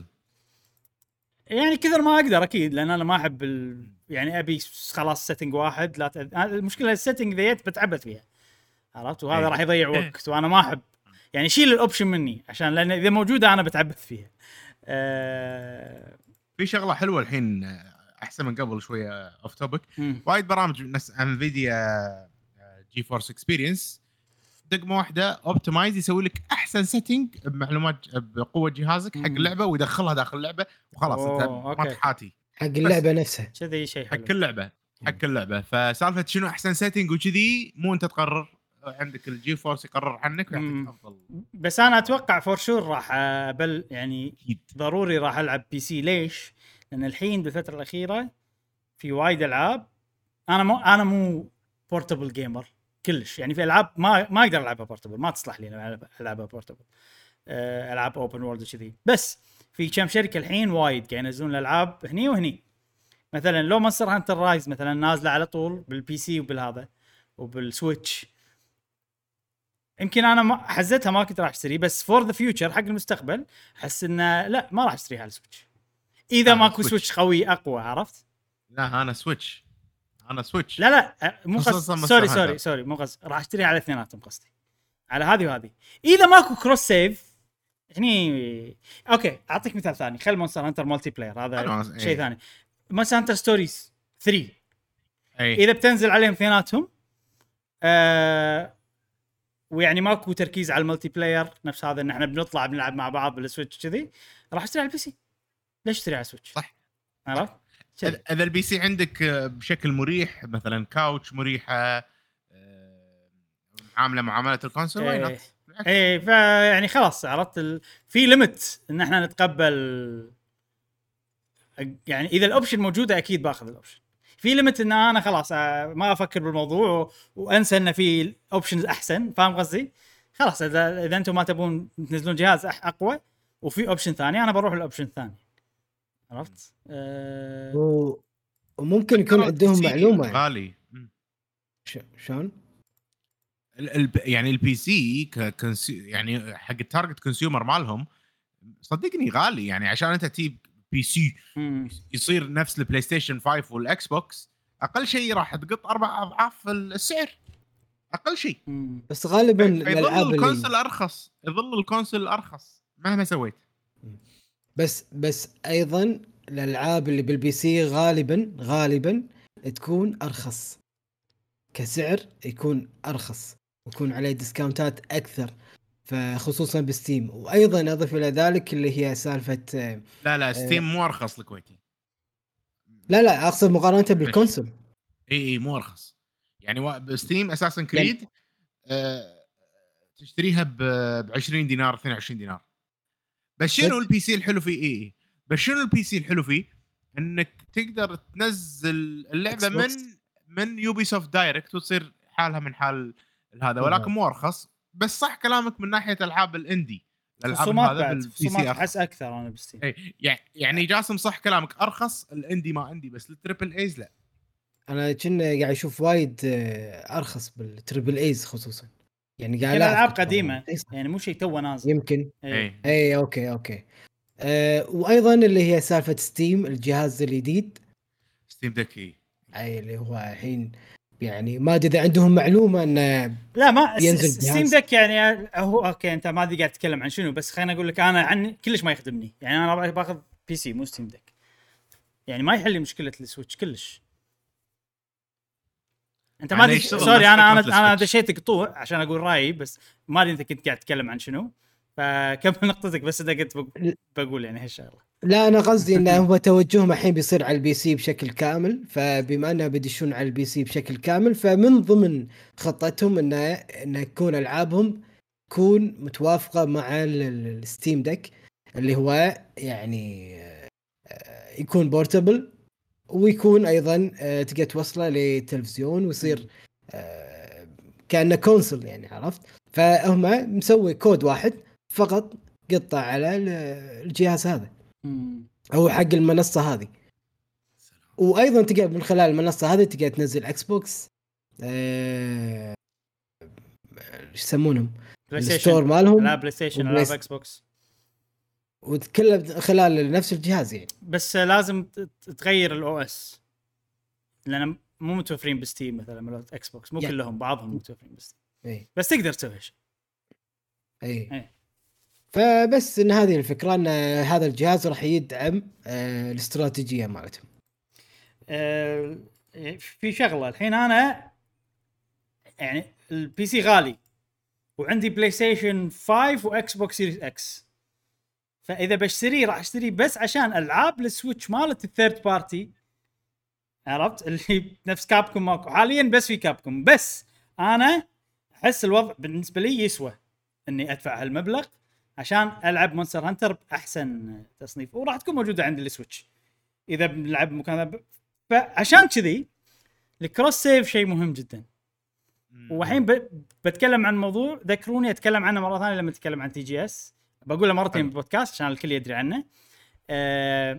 يعني كثر ما اقدر اكيد، لان انا ما احب ال... يعني ابي خلاص سيتنج واحد. لا ت... المشكله السيتنج ذيت بتعبت فيها، عرفت؟ وهذا راح يضيع وقت، وانا ما احب يعني شيل الاوبشن مني، عشان لان اذا موجوده انا بتعبث فيها. أه... في شغله حلوه الحين احسن من قبل شويه اوف توبك، وايد برامج نفس انفيديا جي فورس اكسبيرينس دقمه واحده اوبتمايز يسوي لك احسن سيتنج بمعلومات بقوه جهازك حق اللعبه ويدخلها داخل اللعبه وخلاص انت ما تحاتي حق اللعبه نفسها كذي شيء حلو حق اللعبه حق اللعبه. فسالفه شنو احسن سيتنج وكذي مو انت تقرر، عندك الجي فورس يقرر عنك ويعطيك افضل. بس انا اتوقع فور شور راح بل يعني ضروري راح العب بي سي. ليش؟ لان الحين بالفتره الاخيره في وايد العاب انا مو انا مو بورتبل جيمر كلش، يعني في العاب ما ما اقدر العبها بورتبل، ما تصلح لي العبها بورتبل، العاب اوبن وورلد وكذي. بس في كم شركه الحين وايد قاعد ينزلون الالعاب هني وهني، مثلا لو مونستر هانتر رايز مثلا نازله على طول بالبي سي وبالهذا وبالسويتش. يمكن انا ما حزتها ما كنت راح اشتري، بس فور ذا فيوتشر حق المستقبل احس انه لا ما راح اشتريها على السويتش اذا ماكو سويتش قوي اقوى، عرفت؟ لا انا سويتش انا سويتش لا لا مو قصدي، سوري سوري سوري مو قصدي، راح اشتريها على اثنيناتهم، قصدي على هذه وهذه. اذا ماكو كروس سيف هني اوكي. اعطيك مثال ثاني، خل مونستر هانتر مالتي بلاير هذا شيء ايه. ثاني مونستر هانتر ستوريز ثري ايه. اذا بتنزل عليهم اثنيناتهم آه ويعني ماكو تركيز على الملتي بلاير نفس هذا ان احنا بنطلع بنلعب مع بعض بالسويتش كذي، راح اشتري على البي سي. ليش اشتري على السويتش؟ صح عرفت؟ اذا البي سي عندك بشكل مريح مثلا كاوتش مريحه عامله معامله الكونسول ايه وين ايه فيعني خلاص عرفت ال... في ليميت ان احنا نتقبل، يعني اذا الاوبشن موجوده اكيد باخذ الاوبشن. في ليميت ان انا خلاص ما افكر بالموضوع و... وانسى ان في اوبشنز احسن، فاهم قصدي؟ خلاص اذا اذا انتم ما تبون تنزلون جهاز اقوى وفي اوبشن ثاني انا بروح الاوبشن الثاني، عرفت؟ أه... و... وممكن يكون عندهم معلومه غالي ش... شلون ال... يعني البي سي ككنسي... يعني حق التارجت كونسيومر مالهم صدقني غالي، يعني عشان انت تجيب بي سي مم. يصير نفس البلاي ستيشن خمسة والاكس بوكس اقل شيء راح تقط اربع اضعاف السعر اقل شيء. بس غالبا الالعاب الكونسول ارخص، يظل الكونسول ارخص مهما سويت. بس بس ايضا الالعاب اللي بالبي سي غالبا غالبا تكون ارخص كسعر، يكون ارخص ويكون عليه ديسكاونتات اكثر، فخصوصا بستيم. وايضا اضف الى ذلك اللي هي سالفه لا لا ستيم آه مو ارخص الكويتي، لا لا اقصد مقارنه بالكونسول. اي اي مو ارخص، يعني بستيم اساسا كريد يعني آه تشتريها ب عشرين دينار اثنين وعشرين دينار. بس شنو البي سي الحلو فيه؟ اي بس شنو البي سي الحلو فيه؟ انك تقدر تنزل اللعبه من من يوبي سوفت دايركت وتصير حالها من حال هذا، ولكن مو ارخص. بس صح كلامك من ناحيه العاب الاندي، الالعاب هذا بالبي سي احس اكثر انا بالستيم. اي يعني جاسم صح كلامك ارخص الاندي ما عندي، بس التريبل ايز لا. انا كنا قاعد اشوف وايد ارخص بالتريبل ايز خصوصا، يعني قاعد العاب قديمه يعني مو شيء تو نازل يمكن. اي اي اوكي اوكي أه وايضا اللي هي سالفه ستيم الجهاز الجديد ستيم ديك اي اللي هو الحين يعني ما ادري اذا عندهم معلومه انه لا ما ينزل ستيم ديك يعني هو اوكي انت ما ادري قاعد تتكلم عن شنو، بس خليني اقول لك انا عني كلش ما يخدمني. يعني انا باخذ بي سي مو ستيم ديك، يعني ما يحل لي مشكله السويتش كلش. انت ما ادري سوري انا انا انا دشيت قطوع عشان اقول رايي، بس ما ادري انت كنت قاعد تتكلم عن شنو، فكمل نقطتك. بس اذا كنت بقول يعني هالشغله. لا انا قصدي انه هو توجههم الحين بيصير على البي سي بشكل كامل، فبما انه بيدشون على البي سي بشكل كامل فمن ضمن خطتهم انه انه يكون العابهم تكون متوافقه مع الستيم ديك اللي هو يعني يكون بورتبل، ويكون ايضا تقدر توصله لتلفزيون ويصير كأنه كونسول يعني، عرفت؟ فهم مسوي كود واحد فقط قطع على الجهاز هذا او حق المنصه هذه. وايضا تقدر من خلال المنصه هذه تقدر تنزل اكس بوكس ايش يسمونهم الستور مالهم، لا بلاي ستيشن ولا اكس بوكس، وكله خلال نفس الجهاز يعني. بس لازم تغير الاو اس لان مو متوفرين بستيم مثلا ولا اكس بوكس، مو يعني كلهم، بعضهم متوفرين بستيم اي بس تقدر تسوي شيء اي, أي. فبس ان هذه الفكره ان هذا الجهاز راح يدعم آه الاستراتيجيه مالتهم. آه في شغله الحين انا يعني البي سي غالي وعندي بلاي ستيشن خمسة واكس بوكس سيريس اكس، فاذا بشتريه راح اشتريه بس عشان العاب السويتش مالت الثيرد بارتي، عرفت؟ اللي نفس كابكوم ماكو حاليا، بس في كابكوم. بس انا احس الوضع بالنسبه لي يسوى اني ادفع هالمبلغ عشان العب مونستر هانتر باحسن تصنيف، وراح تكون موجوده عند السويتش اذا بنلعب مكان. فعشان كذي الكروس سيف شيء مهم جدا. والحين ب... بتكلم عن موضوع ذكروني اتكلم عنه مره ثانيه لما اتكلم عن تي جي اس، بقوله مرتين بالبودكاست عشان الكل يدري عنه. أه...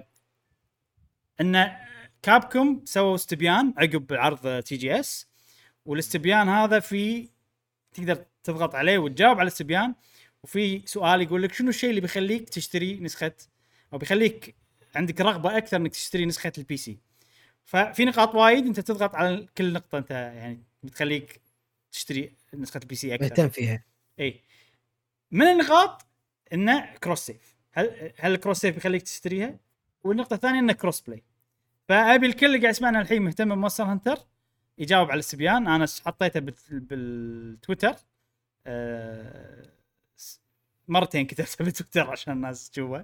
ان كابكوم سووا استبيان عقب عرض تي جي اس، والاستبيان هذا في تقدر تضغط عليه وتجاوب على الاستبيان، وفي سؤال يقول لك شنو الشيء اللي بيخليك تشتري نسخه او بيخليك عندك رغبه اكثر انك تشتري نسخه البي سي. ففي نقاط وايد انت تضغط على كل نقطه انت يعني بتخليك تشتري نسخه البي سي اكثر مهتم فيها. اي من النقاط انه كروس سيف، هل هل الكروس سيف بيخليك تشتريها؟ والنقطه الثانيه انه كروس بلاي. فابي الكل اللي قاعد يسمعنا الحين مهتم بمونستر هانتر يجاوب على الاستبيان. انا حطيته بالتويتر أه مرتين كتبته بالتويتر عشان الناس تشوفه.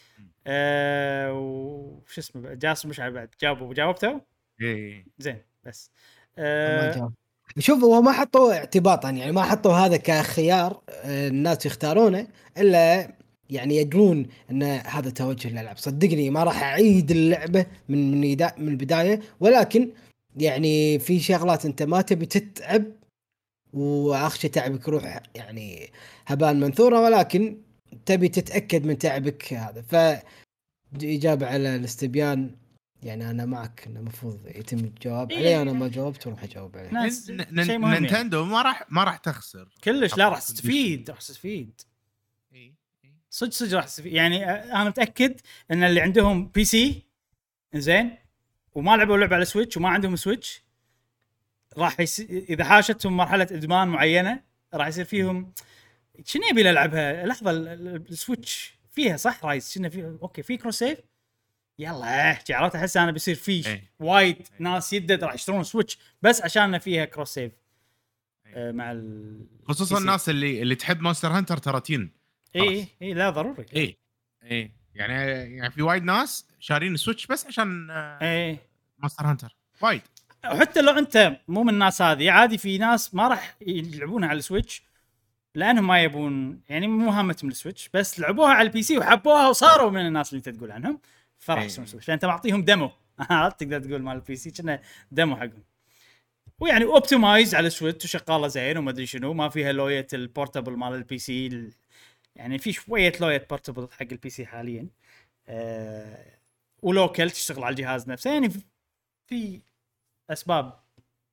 أه وش اسمه جاسم مش عارف بعد جاوبوا جاوبته اي زين بس أه شوف هو ما حطوا اعتباطا يعني ما حطوا هذا كخيار الناس يختارونه الا يعني يدرون ان هذا توجه للالعاب. صدقني ما راح اعيد اللعبه من من من البدايه، ولكن يعني في شغلات انت ما تبي تتعب واخشى تعبك يروح يعني هبال منثوره، ولكن تبي تتاكد من تعبك هذا. ف اجابه على الاستبيان يعني انا معك انه المفروض يتم الجواب إيه عليه. انا ما جاوبت وراح اجاوب عليه. نينتندو يعني. ما راح ما راح تخسر كلش، لا راح تستفيد راح تستفيد اي صدق صدق راح تستفيد. يعني انا متاكد ان اللي عندهم بي سي زين وما لعبوا لعبه على سويتش وما عندهم سويتش راح يس... اذا حاشتهم مرحله ادمان معينه راح يصير فيهم شنو يبي العبها. لحظه السويتش فيها صح رايز شنو فيه اوكي في كروس سيف يلا عرفت. احس انا بيصير في ايه. وايد ناس يدد راح يشترون سويتش بس عشان فيها كروس سيف آه مع ال خصوصا الناس اللي اللي تحب مونستر هانتر تراتين. اي اي لا ضروري اي اي يعني يعني في وايد ناس شارين سويتش بس عشان اي مونستر هانتر وايد. حتى لو انت مو من الناس هذه عادي في ناس ما راح يلعبونها على السويتش لانهم ما يبون يعني مو هامتهم السويتش، بس لعبوها على البي سي وحبوها وصاروا من الناس اللي انت تقول عنهم فراح يسوون سويتش. انت معطيهم ديمو تقدر تقول مال البي سي كنا ديمو حقهم، ويعني اوبتمايز على السويتش وشغاله زين وما ادري شنو، ما فيها لويه البورتابل مال البي سي. يعني في شويه لويه بورتابل حق البي سي حاليا أه ولوكال تشتغل على الجهاز نفسه. يعني في اسباب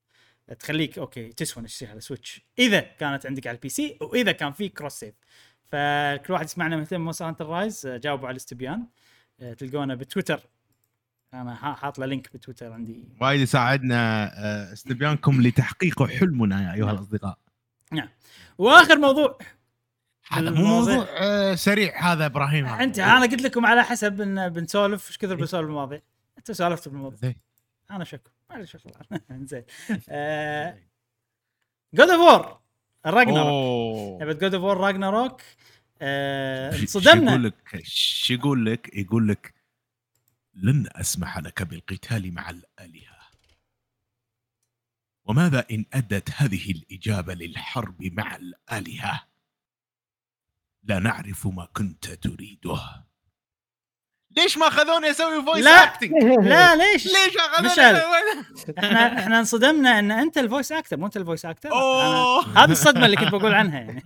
تخليك اوكي تسوى نشتري على سويتش اذا كانت عندك على البي سي واذا كان في كروس سيف. فكل واحد يسمعنا مهتم مونستر هانتر رايز جاوبوا على الاستبيان. تلقونه بتويتر، انا حاط له لينك بتويتر عندي. وايد يساعدنا استبيانكم لتحقيق حلمنا يا ايها الاصدقاء. نعم. واخر موضوع، هذا مو موضوع آه سريع هذا ابراهيم. انت انا قلت لكم على حسب ان بنسولف ايش كثر بنسولف المواضيع، انت سولفت بالموضوع انا شكو ما شكو زين. جود اوف وور راجناروك، لعبه جود اوف وور راجناروك. انصدمنا. يقول لك شو يقول لك يقول لك لن اسمح لك بالقتال مع الآلهة. وماذا إن أدت هذه الإجابة للحرب مع الآلهة؟ لا نعرف ما كنت تريده. ليش ما خذوني أسوي فويس أكتنج؟ لا ليش؟ ليش أخذوني؟ إحنا إحنا انصدمنا إن أنت الفويس أكتر مو أنت الفويس أكتر. هذه الصدمة اللي كنت بقول عنها يعني.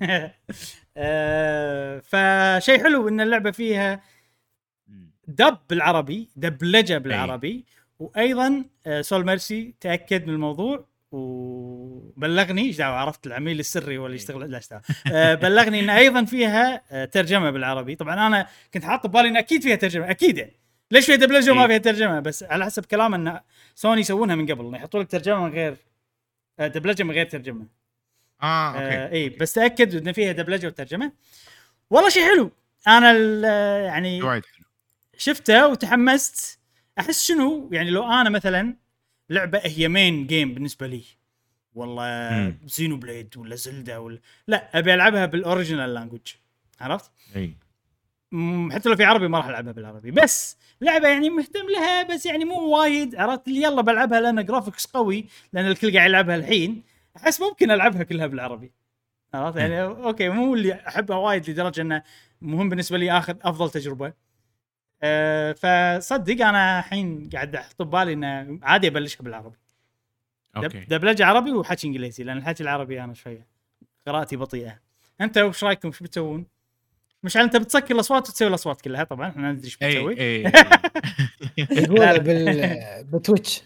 فشيء حلو إن اللعبة فيها دب بالعربي، دبلجة بالعربي، وأيضا سول ميرسي تأكد من الموضوع وبلغني ايش دعوه، عرفت العميل السري ولا يشتغل لا اشتغل أه بلغني ان ايضا فيها أه ترجمه بالعربي. طبعا انا كنت حاط ببالي ان اكيد فيها ترجمه، اكيد يعني. ليش فيها دبلجه وما فيها ترجمه؟ بس على حسب كلام ان سوني يسوونها من قبل، يحطوا لك ترجمه من غير أه دبلجه من غير ترجمه. اه اوكي أه اي بس تاكد ان فيها دبلجه وترجمه. والله شيء حلو. انا يعني وايد حلو شفته وتحمست. احس شنو يعني لو انا مثلا لعبه هي مين جيم بالنسبه لي، والله زينو بليد ولا زلدا ولا لا، ابي العبها بالاوريجينال لانجويج، عرفت؟ اي حتى لو في عربي ما راح العبها بالعربي، بس لعبه يعني مهتم لها بس يعني مو وايد، عرفت لي؟ يلا بلعبها لان جرافيكس قوي، لان الكل قاعد يلعبها الحين. احس ممكن العبها كلها بالعربي، عرفت يعني؟ اوكي مو اللي احبها وايد لدرجه انه مهم بالنسبه لي اخذ افضل تجربه. أه فصدق انا الحين قاعد احط ببالي انه عادي ابلشها بالعربي. اوكي دبلجه عربي وحكي انجليزي، لان الحكي العربي انا شويه قراءتي بطيئه. انت وش رايكم؟ شو بتسوون؟ مش انت بتسكر الاصوات وتسوي الاصوات كلها؟ طبعا احنا ندري ايش بتسوي. اي يقول بال بتويتش.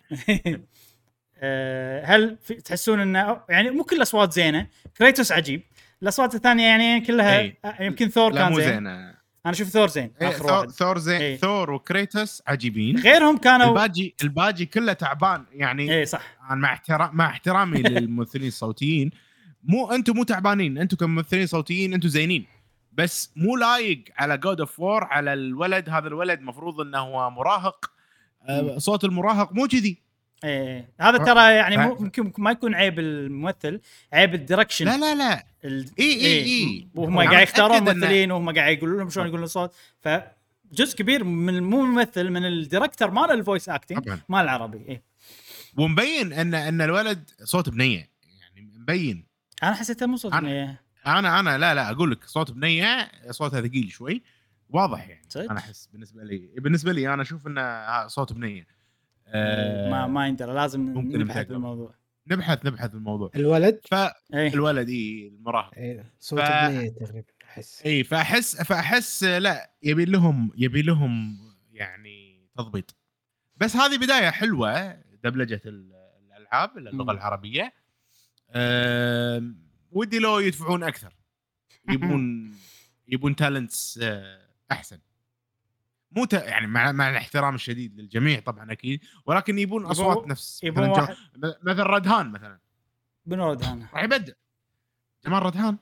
هل تحسون انه يعني مو كل الاصوات زينه؟ كريتوس عجيب، الاصوات الثانيه يعني كلها أي. يمكن ثور كان زين. زينة. انا اشوف ثور زين اخر ثور واحد. ثور زين ايه. ثور وكريتوس عجيبين، غيرهم كانوا الباجي الباجي كله تعبان يعني. ايه صح. انا مع احترام مع احترامي للممثلين الصوتيين، مو انتم مو تعبانين، انتم كممثلين صوتيين انتم زينين، بس مو لايق على جود اوف وور على الولد. هذا الولد مفروض انه هو مراهق، أه صوت المراهق مو كذي. ايه هذا ترى يعني ممكن ما يكون عيب الممثل، عيب الدايركشن. لا لا لا ال... اي اي اي وهم قاعد يختارون ممثلين وهم قاعد يقولوا لهم شلون يقولون الصوت. فجزء كبير من مو ممثل، من الديركتور مال الفويس اكتنج مال العربي. ايه ومبين ان ان الولد صوت بنيه، يعني مبين. انا حسيته مو صوت بنيه. انا انا لا لا اقول لك صوت بنيه، صوتها ثقيل شوي واضح يعني. صيد؟ انا احس بالنسبه لي بالنسبه لي انا اشوف انه صوت بنيه. أه ما ما يندرى، لازم نبحث بالموضوع. نبحث نبحث بالموضوع. الولد فالولد اي المراهق اي صوت ف... بنيه تقريبا احس. اي فاحس فاحس لا يبي لهم يبي لهم يعني تضبيط. بس هذه بدايه حلوه دبلجه الالعاب للغه العربيه. أه... ودي لو يدفعون اكثر، يبون يبون تالنتس احسن، مو ت... يعني مع مع الاحترام الشديد للجميع طبعا اكيد، ولكن يبون اصوات يبون نفس يبون مثلا, واحد... مثل ردهان مثلا. بنو ردهان راح يبدع جمال ردهان.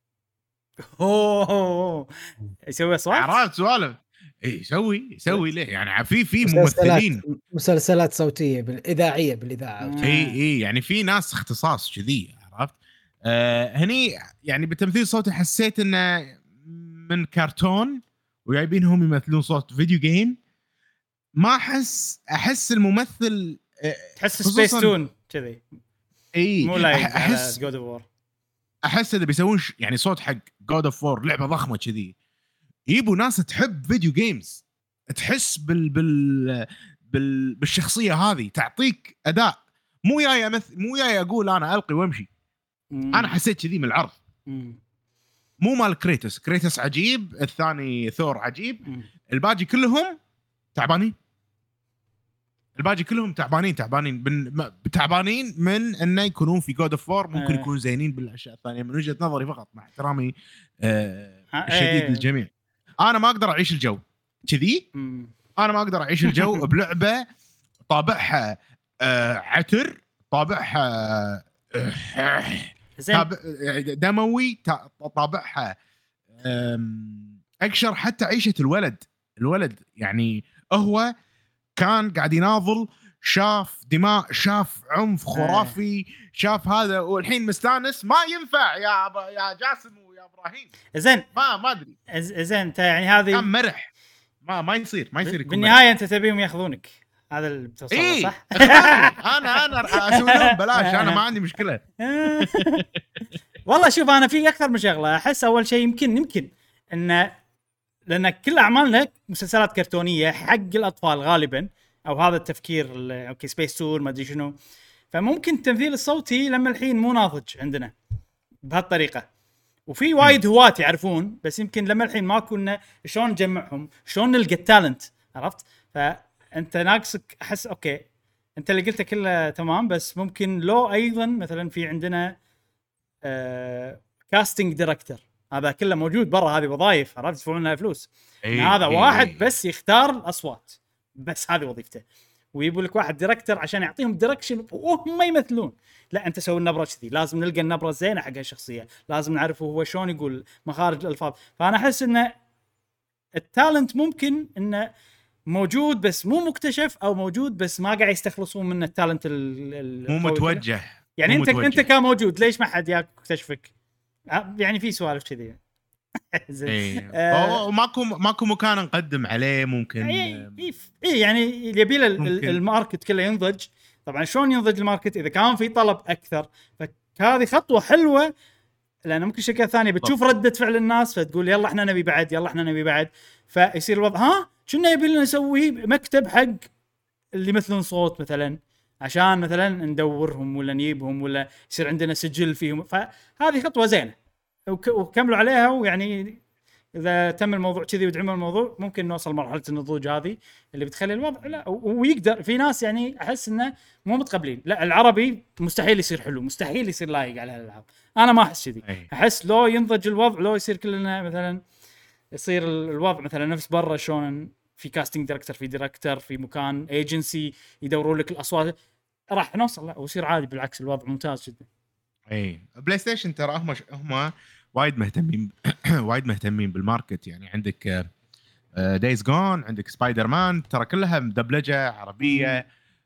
اوه يسوي اصوات، عرفت سوالف اي يسوي يسوي ليه يعني. في في ممثلين مسلسلات صوتيه بالاذاعيه بالاذاعه. اي اي يعني في ناس اختصاص كذي، عرفت؟ آه هني يعني بالتمثيل الصوتي حسيت انه من كرتون وجايبينهم يمثلون صوت فيديو جيم. ما احس احس الممثل تحس سبيس تون كذي. اي مو لايق احس جود اوف وور. احس اذا بيسوون يعني صوت حق جود اوف وور لعبه ضخمه كذي، يجيبوا ناس تحب فيديو جيمز، تحس بال بال, بال... بالشخصيه هذه، تعطيك اداء. مو جاي امثل، مو جاي اقول انا القي وامشي. مم. انا حسيت كذي من العرض. مم. مو مال كريتوس كريتوس عجيب، الثاني ثور عجيب. مم. الباقي كلهم تعبانين. الباقي كلهم تعبانين تعبانين بن... تعبانين من انه يكونون في جود اوف وور ممكن آه. يكونوا زينين بالاشياء الثانيه من وجهه نظري فقط مع احترامي آه آه، الشديد إيه. للجميع. انا ما اقدر اعيش الجو كذي، مم. انا ما اقدر اعيش الجو بلعبه طابعها آه عتر، طابعها آه زين تاب- دموي، تا- طابعها آم، اقشر حتى عيشه الولد. الولد يعني هو كان قاعد يناضل، شاف دماء، شاف عنف خرافي، شاف هذا، والحين مستانس. ما ينفع يا أبا يا جاسم ويا ابراهيم. زين ما ما ادري ز- زين انت يعني هذه كان مرح. ما ما يصير ما يصير يكون بالنهايه انت تبيهم ياخذونك، هذا اللي بتوصل له إيه؟ صح؟ انا انا اسوي لهم بلاش، انا ما عندي مشكله. والله شوف انا في اكثر من شغله احس. اول شيء يمكن يمكن ان لان كل اعمالنا مسلسلات كرتونيه حق الاطفال غالبا، او هذا التفكير ال- اوكي سبيس تور ما ادري شنو، فممكن التمثيل الصوتي لما الحين مو ناضج عندنا بهالطريقه. وفي وايد هواة يعرفون، بس يمكن لما الحين ما كنا شلون نجمعهم، شلون نلقى التالنت، عرفت؟ فانت ناقصك احس. اوكي انت اللي قلته كله تمام، بس ممكن لو ايضا مثلا في عندنا آه كاستنج دايركتور، هذا كله موجود برا، هذه وظائف عرفت يدفعون لها فلوس. إيه هذا إيه واحد إيه. بس يختار الاصوات، بس هذه وظيفته. ويجيبوا لك واحد دايركتور عشان يعطيهم دايركشن وهم يمثلون. لا انت سوي النبره كذي، لازم نلقى النبره الزينه حق هالشخصيه، لازم نعرف هو شلون يقول مخارج الالفاظ. فانا احس ان التالنت ممكن انه موجود بس مو مكتشف، او موجود بس ما قاعد يستخلصون منه التالنت ال- ال- مو القوي كله. متوجه يعني مو انت متوجه. انت كان موجود، ليش ما حد ياك يكتشفك؟ ع- يعني في سوالف كذي. زين. ايه آه، أو ماكو ماكو مكان نقدم عليه ممكن. اي اي اي يعني يبي له ال- ممكن. الماركت كله ينضج. طبعا شلون ينضج الماركت؟ اذا كان في طلب اكثر، فهذه خطوه حلوه، لان ممكن شركات ثانيه بتشوف رده فعل الناس فتقول يلا احنا نبي بعد، يلا احنا نبي بعد، فيصير الوضع ها كنا يبي لنا نسوي مكتب حق اللي يمثلون صوت مثلا، عشان مثلا ندورهم ولا نجيبهم ولا يصير عندنا سجل فيهم. فهذه خطوه زينه وك- وكملوا عليها. ويعني اذا تم الموضوع كذي ودعموا الموضوع، ممكن نوصل مرحله النضوج هذه اللي بتخلي الوضع لا. و- ويقدر في ناس يعني احس انه مو متقبلين، لا العربي مستحيل يصير حلو، مستحيل يصير لايق على هالالعاب. انا ما احس كذي، أي. احس لو ينضج الوضع، لو يصير كلنا مثلا يصير الوضع مثلا نفس برا، شلون في كاستنج دايركتور، في دايركتور، في مكان ايجنسي يدوروا لك الاصوات، راح نوصل. لا ويصير عادي، بالعكس الوضع ممتاز جدا. اي بلاي ستيشن ترى هم هم وايد مهتمين وايد مهتمين بالماركت. يعني عندك دايز جون، عندك سبايدر مان، ترى كلها مدبلجه عربيه.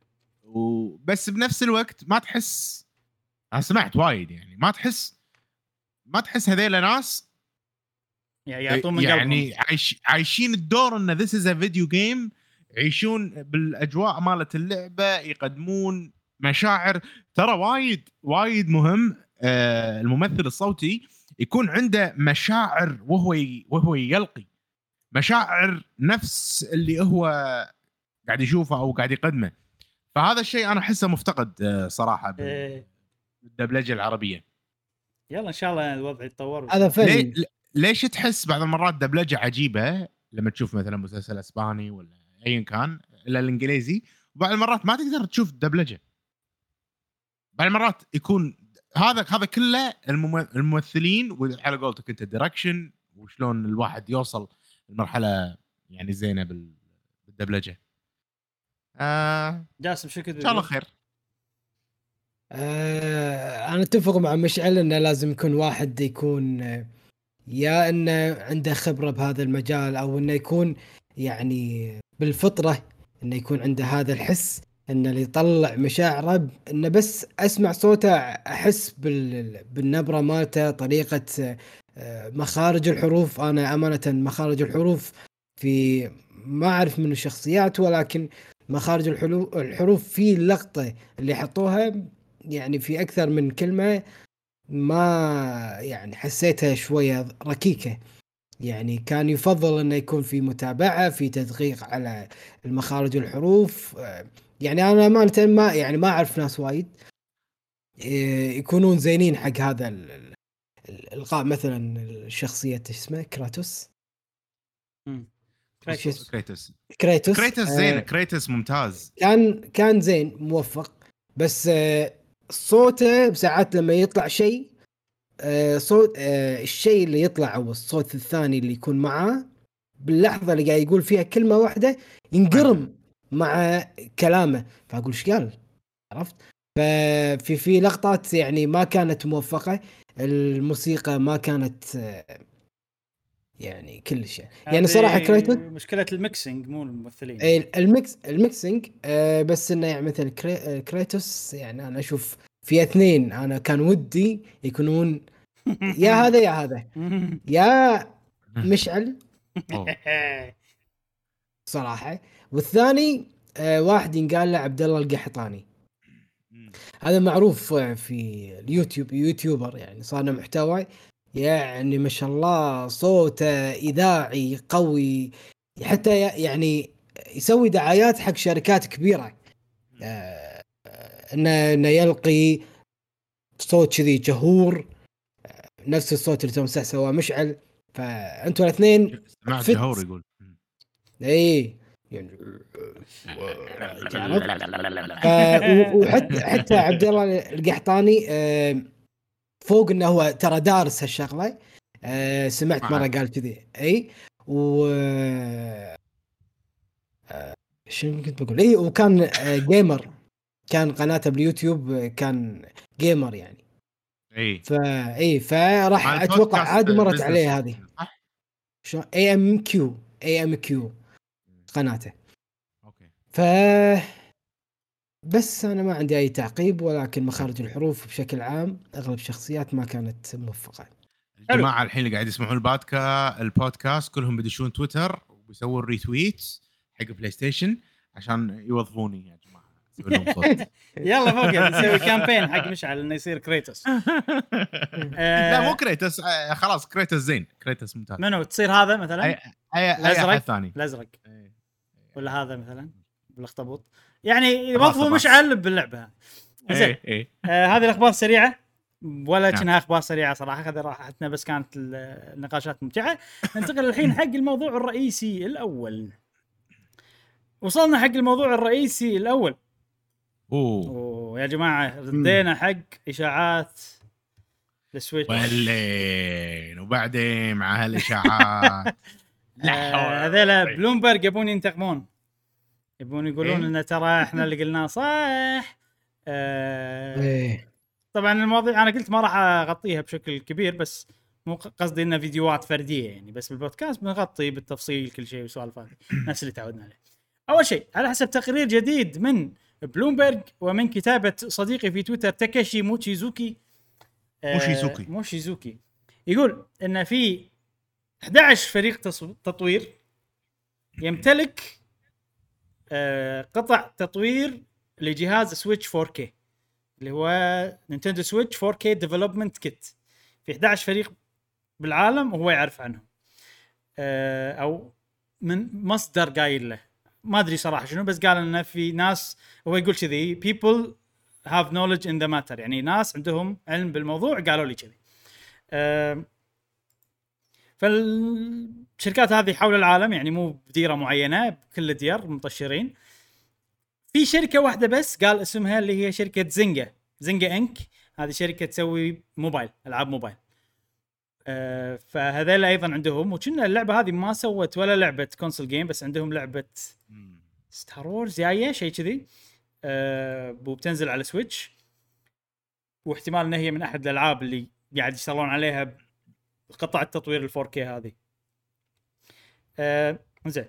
وبس بنفس الوقت ما تحس، انا سمعت وايد يعني ما تحس ما تحس هذيل ناس يعني يعطون من قلبهم. يعني عايش عايشين الدور ان ذس از ا فيديو جيم، يعيشون بالاجواء مالت اللعبه، يقدمون مشاعر. ترى وايد وايد مهم آه الممثل الصوتي يكون عنده مشاعر وهو ي... وهو يلقي مشاعر نفس اللي هو قاعد يشوفه او قاعد يقدمه. فهذا الشيء انا احسه مفتقد آه صراحه بال... إيه. بالدبلجه العربيه. يلا ان شاء الله الوضع يتطور. هذا فن. ليه... ليش تحس بعض المرات دبلجه عجيبه لما تشوف مثلا مسلسل اسباني ولا ايا كان الا الانجليزي، وبعض المرات ما تقدر تشوف دبلجه. بعض المرات يكون هذا هذا كله الممثلين، وعلى قولتك انت الدايركشن وشلون الواحد يوصل المرحله يعني زينه بالدبلجه. آه جاسم شو كذا ان شاء الله خير. آه انا اتفق مع مشعل انه لازم يكون واحد يكون آه، يا انه عنده خبره بهذا المجال، او انه يكون يعني بالفطره انه يكون عنده هذا الحس، انه اللي يطلع مشاعره انه بس اسمع صوته احس بال... بالنبره مالته، طريقه آه، مخارج الحروف. انا امانه مخارج الحروف في ما اعرف من الشخصيات، ولكن مخارج الحلو- الحروف في اللقطه اللي حطوها يعني في اكثر من كلمه ما يعني حسيتها شويه ركيكه. يعني كان يفضل انه يكون في متابعه، في تدقيق على المخارج الحروف. آه، يعني انا امانه ما يعني ما اعرف ناس وايد آه، يكونون زينين حق هذا ال- ال- الالقاء. مثلا الشخصيه اسمه كراتوس، مم. كريتوس كريتوس كريتوس كريتوس زين. كريتوس ممتاز، كان كان زين موفق، بس آه صوته بساعات لما يطلع شيء آه صوت آه الشيء اللي يطلع او الصوت الثاني اللي يكون معاه باللحظه اللي قاعد يقول فيها كلمه واحده ينقرم مع كلامه، فاقول ايش قال، عرفت؟ ففي في لقطات يعني ما كانت موفقه، الموسيقى ما كانت آه يعني كل شيء يعني صراحه كريتوس مشكله الميكسينج مو الممثلين. الميكس الميكسينج آه بس انه يعني مثل كري... كريتوس يعني انا اشوف في اثنين انا كان ودي يكونون يا هذا يا هذا يا مشعل صراحه، والثاني آه واحد ينقال له عبد الله القحطاني، هذا معروف في اليوتيوب، يوتيوبر يعني صانع محتوى يعني ما شاء الله صوته اذاعي قوي، حتى يعني يسوي دعايات حق شركات كبيره آه انه انه يلقي صوت كذي جهور نفس الصوت اللي توم سواه مشعل، فانتوا الاثنين مع جهور يقول اي يعني وحتى حتى عبد الله القحطاني آه فوق انه هو ترى دارس هالشغله آه سمعت مره قال كذي اي و شنو كنت بقول اي وكان آه جيمر، كان قناته باليوتيوب كان جيمر يعني اي فا اي فراح اتوقع عادي مرت عليه هذه صح شو اي ام كيو اي ام كيو قناته اوكي. ف بس انا ما عندي اي تعقيب، ولكن مخارج الحروف بشكل عام اغلب الشخصيات ما كانت موفقه. الجماعه الحين اللي قاعد يسمعون البودكاست البودكاست كلهم بيدشون تويتر وبيسوون ريتويت حق بلاي ستيشن عشان يوظفوني يا جماعه اسوي لهم صوت. يلا فوق نسوي كامبين حق مشعل انه يصير كريتوس. لا مو كريتوس خلاص كريتوس زين كريتوس ممتاز. منو تصير هذا مثلا اي اي اي ثاني الازرق ولا هذا مثلا بالاخطبوط يعني يوظفوا مشعل باللعبه. زين آه هذه الاخبار سريعه ولا كأنها نعم. اخبار سريعه صراحه هذه راحتنا بس كانت النقاشات ممتعه. ننتقل الحين حق الموضوع الرئيسي الاول. وصلنا حق الموضوع الرئيسي الاول. اوه, أوه يا جماعه ردينا حق اشاعات السويتش ولين وبعدين مع هالاشاعات هذول بلومبرج يبون ينتقمون، يبون يقولون إيه؟ ان ترى احنا اللي قلناه صح. آه إيه. طبعا المواضيع انا قلت ما راح اغطيها بشكل كبير، بس مو قصدي انه فيديوهات فرديه يعني، بس بالبودكاست بنغطي بالتفصيل كل شيء وسوالف هذه نفس اللي تعودنا عليه. اول شيء على حسب تقرير جديد من بلومبرج ومن كتابه صديقي في تويتر تاكاشي موتشيزوكي آه موشيزوكي موشيزوكي يقول ان في إحدى عشر فريق تطوير يمتلك آه قطع تطوير لجهاز سويتش فور كي اللي هو نينتندو سويتش فور كي ديفلوبمنت كيت. في إحدى عشر فريق بالعالم وهو يعرف عنهم آه او من مصدر قايل له ما ادري صراحه شنو، بس قال انه في ناس هو يقول كذي people have knowledge in the matter يعني ناس عندهم علم بالموضوع قالوا لي كذي. آه فالشركات هذه حول العالم يعني مو بديره معينه بكل الديار مطشرين. في شركه واحده بس قال اسمها اللي هي شركه زينجا زينجا انك، هذه شركه تسوي موبايل العاب موبايل. أه فهذول ايضا عندهم، وكنا اللعبه هذه ما سوت ولا لعبه كونسول جيم بس عندهم لعبه ستار وورز جايه شيء كذي أه وبتنزل على سويتش، واحتمال ان هي من احد الالعاب اللي قاعد يشتغلون عليها قطع التطوير ال فور كي هذه. آه زين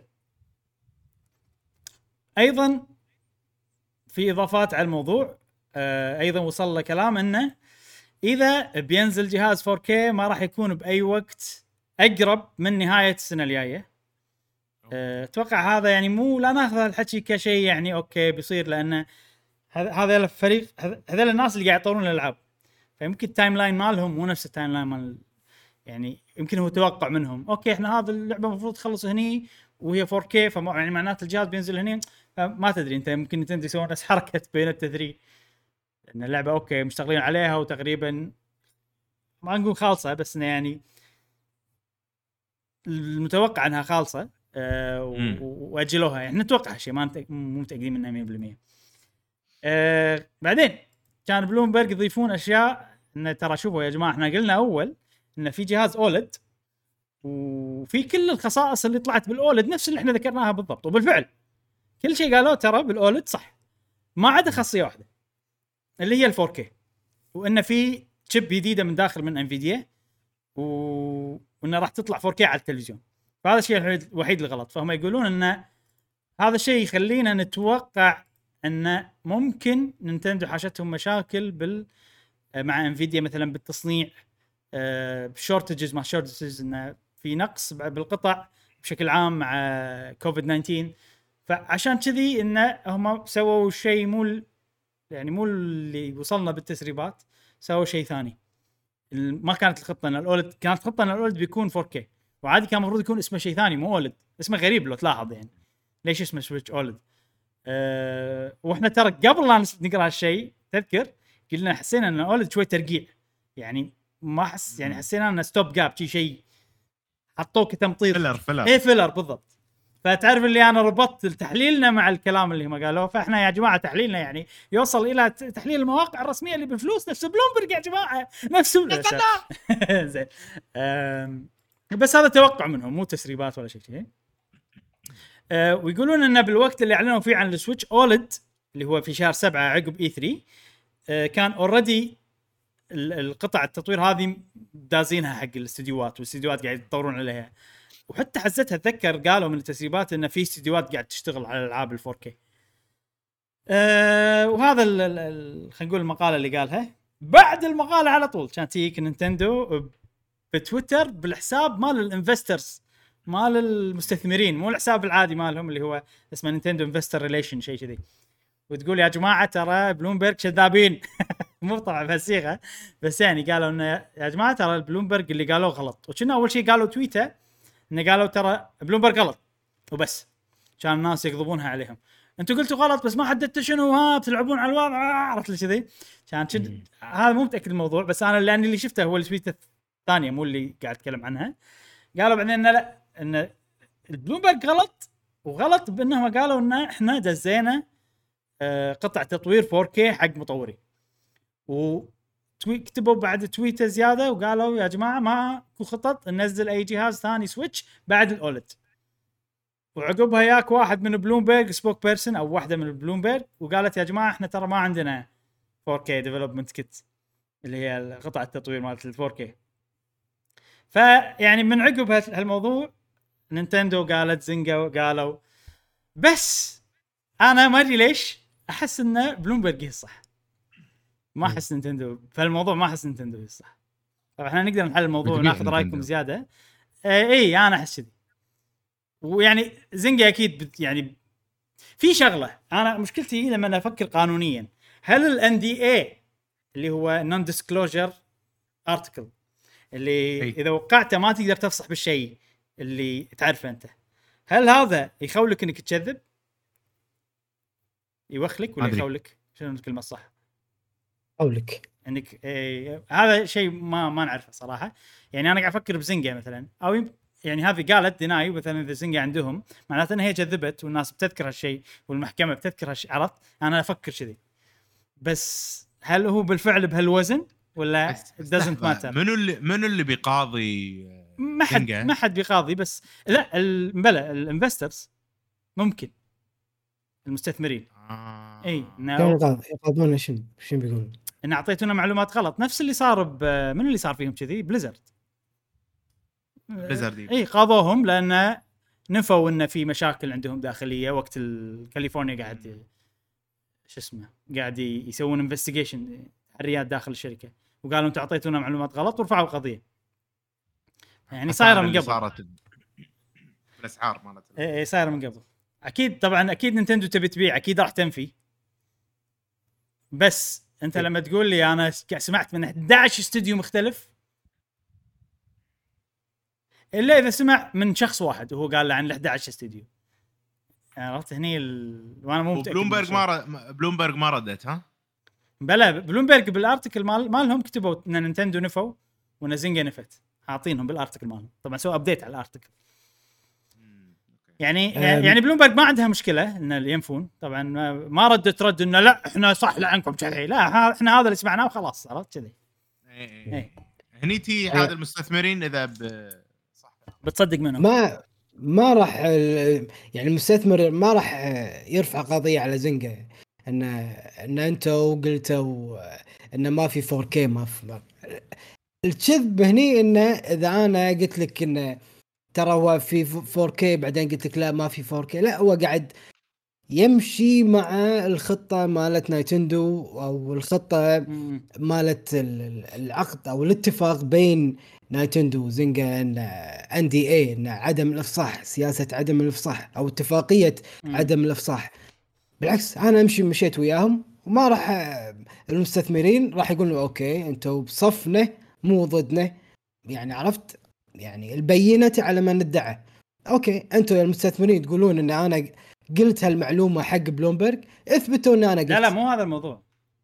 ايضا في اضافات على الموضوع. آه ايضا وصل له كلام انه اذا بينزل جهاز فور كي ما راح يكون باي وقت اقرب من نهايه السنه الجايه. آه اتوقع هذا يعني مو لا ناخذ الحكي كشيء يعني اوكي بيصير، لانه هذا الفريق هذول الناس اللي قاعد يطورون الالعاب فيمكن التايم لاين مالهم مو نفس التايم لاين مال يعني يمكن هو توقع منهم اوكي احنا هذا اللعبه المفروض تخلص هني وهي فور كي فما يعني معناته الجهاز بينزل هني، ما تدري انت ممكن نتندو يسوون نفس حركه بين التثري ان اللعبه اوكي مشتغلين عليها وتقريبا ما نقول خالصه بس يعني المتوقع انها خالصه أه واجلوها يعني نتوقع هالشيء ما نت... مو متاكدين منها مية بالمية. أه بعدين كان بلومبرج يضيفون اشياء انه ترى شوفوا يا جماعه احنا قلنا اول انه في جهاز اولد وفي كل الخصائص اللي طلعت بالاولد نفس اللي احنا ذكرناها بالضبط، وبالفعل كل شيء قالوه ترى بالاولد صح ما عدا خاصيه واحده اللي هي الفور كي، وانه في شيب جديده من داخل من انفيديا و... وانه راح تطلع فور كي على التلفزيون. فهذا الشيء الوحيد الغلط. فهم يقولون ان هذا الشيء يخلينا نتوقع ان ممكن نينتندو حاشتهم مشاكل بال مع انفيديا مثلا بالتصنيع بشورتجز ما شورتجز انه في نقص بالقطع بشكل عام مع كوفيد تسعة عشر. فعشان كذي ان هم سووا شيء مو يعني مو اللي وصلنا بالتسريبات، سووا شيء ثاني. ما كانت الخطه ان الاولد كانت خطه ان الاولد بيكون فور كي، وعادي كان المفروض يكون اسمه شيء ثاني مو اولد. اسمه غريب لو تلاحظ يعني ليش اسمه سويتش اولد. أه واحنا ترى قبل لا نقرا هالشيء تذكر قلنا حسينا ان اولد شوي ترقيع يعني ما حس يعني حسينا ان ستوب جاب شيء شيء حطوه كتمطيط فيلر فيلر ايه فيلر بالضبط. فتعرف اللي انا ربطت تحليلنا مع الكلام اللي هم قالوه. فاحنا يا جماعه تحليلنا يعني يوصل الى تحليل المواقع الرسميه اللي بفلوس نفس بلومبرج يا جماعه نفس زين. بس هذا توقع منهم مو تسريبات ولا شيء شيء. أه ويقولون انه بالوقت اللي اعلنوا فيه عن السويتش اولد اللي هو في شهر سبعة عقب اي ثري أه كان اوريدي القطع التطوير هذه دازينها حق الاستديوهات والاستديوهات قاعد يتطورون عليها. وحتى حزتها اتذكر قالوا من التسريبات ان في استديوهات قاعد تشتغل على العاب الفور كي. أه وهذا خلينا نقول المقاله اللي قالها. بعد المقاله على طول كانت تيجي نينتندو بتويتر بالحساب مال الانفسترز مال المستثمرين مو الحساب العادي مالهم اللي هو اسمه نينتندو انفستر ريليشن شيء كذي، وتقول يا جماعه ترى بلومبرج كذابين. مو طبعا بهالصيغه بس يعني قالوا انه يا جماعه ترى البلومبرج اللي قالوه غلط. وكنا اول شيء قالوا تويته انه قالوا ترى بلومبرج غلط وبس كان الناس يغضبونها عليهم. انتوا قلتوا غلط بس ما حددتوا شنو ها بتلعبون على الوضع عرفت لي كذي كان شد. هذا مو متاكد الموضوع بس انا لان اللي شفته هو التويته الثانيه مو اللي قاعد اتكلم عنها. قالوا بعدين انه لا ان البلومبرج غلط وغلط بانهم قالوا ان احنا دزينا آه قطع تطوير فور كي حق مطورين. وكتبوا بعد تويته زياده وقالوا يا جماعه ما كو خطط ننزل اي جهاز ثاني سويتش بعد الاولد. وعقبها ياك واحد من بلومبرج سبوك بيرسون او واحده من بلومبرج وقالت يا جماعه احنا ترى ما عندنا فور كي ديفلوبمنت كيت اللي هي قطع التطوير مالت الفور كي. فيعني من عقب هالموضوع نينتندو قالت زنقه وقالوا بس انا ما ادري ليش احس ان بلومبرج هي الصح ما احس نينتندو فالموضوع ما احس نينتندو هي الصح. طبعا احنا نقدر نحل الموضوع وناخذ رايكم زياده. اي ايه انا احس كذي. ويعني زنقه اكيد يعني في شغله انا مشكلتي لما افكر قانونيا هل الان دي اي اللي هو نون ديسكلوجر ارتكل اللي هي. اذا وقعته ما تقدر تفصح بالشيء اللي تعرفه انت هل هذا يخولك انك تكذب يوخلك ولا يخولك شنو الكلمه الصح يخولك انك إيه هذا شيء ما ما نعرفه صراحه. يعني انا قاعد افكر بزنقه مثلا او يعني هذه قالت ديناي مثلا اذا زنقه عندهم معناته انها هي كذبت والناس بتذكر هالشيء والمحكمه بتذكر هالشيء عرفت. انا افكر كذي بس هل هو بالفعل بهالوزن ولا doesn't matter. منو اللي منو اللي بيقاضي ما حد ما حد بيقاضي بس لا بلا الانفسترز ممكن المستثمرين آه. اي يقاضون شنو شنو بيقولون ان اعطيتونا معلومات غلط نفس اللي صار من اللي صار فيهم كذي بليزرد. بليزرد اي قاضوهم لان نفوا ان في مشاكل عندهم داخليه وقت كاليفورنيا قاعد شو اسمه قاعد يسوون انفستيجيشن تحريات داخل الشركه وقالوا انتم اعطيتونا معلومات غلط ورفعوا قضيه. يعني صايره من قبل صارت الاسعار مالتها اي صايره من قبل اكيد. طبعا اكيد نينتندو تبي تبيع اكيد راح تنفي. بس انت لما تقول لي انا سمعت من احد عشر استوديو مختلف الا اذا سمع من شخص واحد وهو قال له عن احد عشر استوديو عرفت هني ال... وانا مو متاكد. بلومبرج ما ر... بلومبرج ما ردت ها بلا بلومبرج بالارتكل مال مالهم كتبوا ان نينتندو نفوا ونزنجا نفت حاطينهم بالارتكل مالهم. طبعا سووا ابديت على الارتكل. يعني يعني بلومبرج ما عندها مشكله ان ينفون طبعا، ما ردت رد انه لا احنا صح لعنكم كذي، لا احنا هذا اللي سمعناه وخلاص، عرفت كذي. اي هني تي هذا المستثمرين اذا صح بتصدق منهم ما ما راح يعني المستثمر ما راح يرفع قضيه على زنقه ان ان انتوا قلتوا ان ما في فور كي. ما في الكذب هني انه اذا انا قلت لك انه ترى هو في فور كي بعدين قلت لك لا ما في فور كي، لا هو قاعد يمشي مع الخطه مالت نايتندو او الخطه مالت العقد او الاتفاق بين نايتندو وزنجا ان ان دي اي ان عدم الافصاح، سياسه عدم الافصاح او اتفاقيه مم. عدم الافصاح. بالعكس انا امشي مشيت وياهم وما راح المستثمرين راح يقولوا اوكي انتوا بصفنا مو ضدنا، يعني عرفت يعني البينه على من ادعى. اوكي انتوا يا المستثمرين تقولون ان انا قلت هالمعلومه حق بلومبرج، اثبتوا ان انا قلت. لا لا مو هذا الموضوع،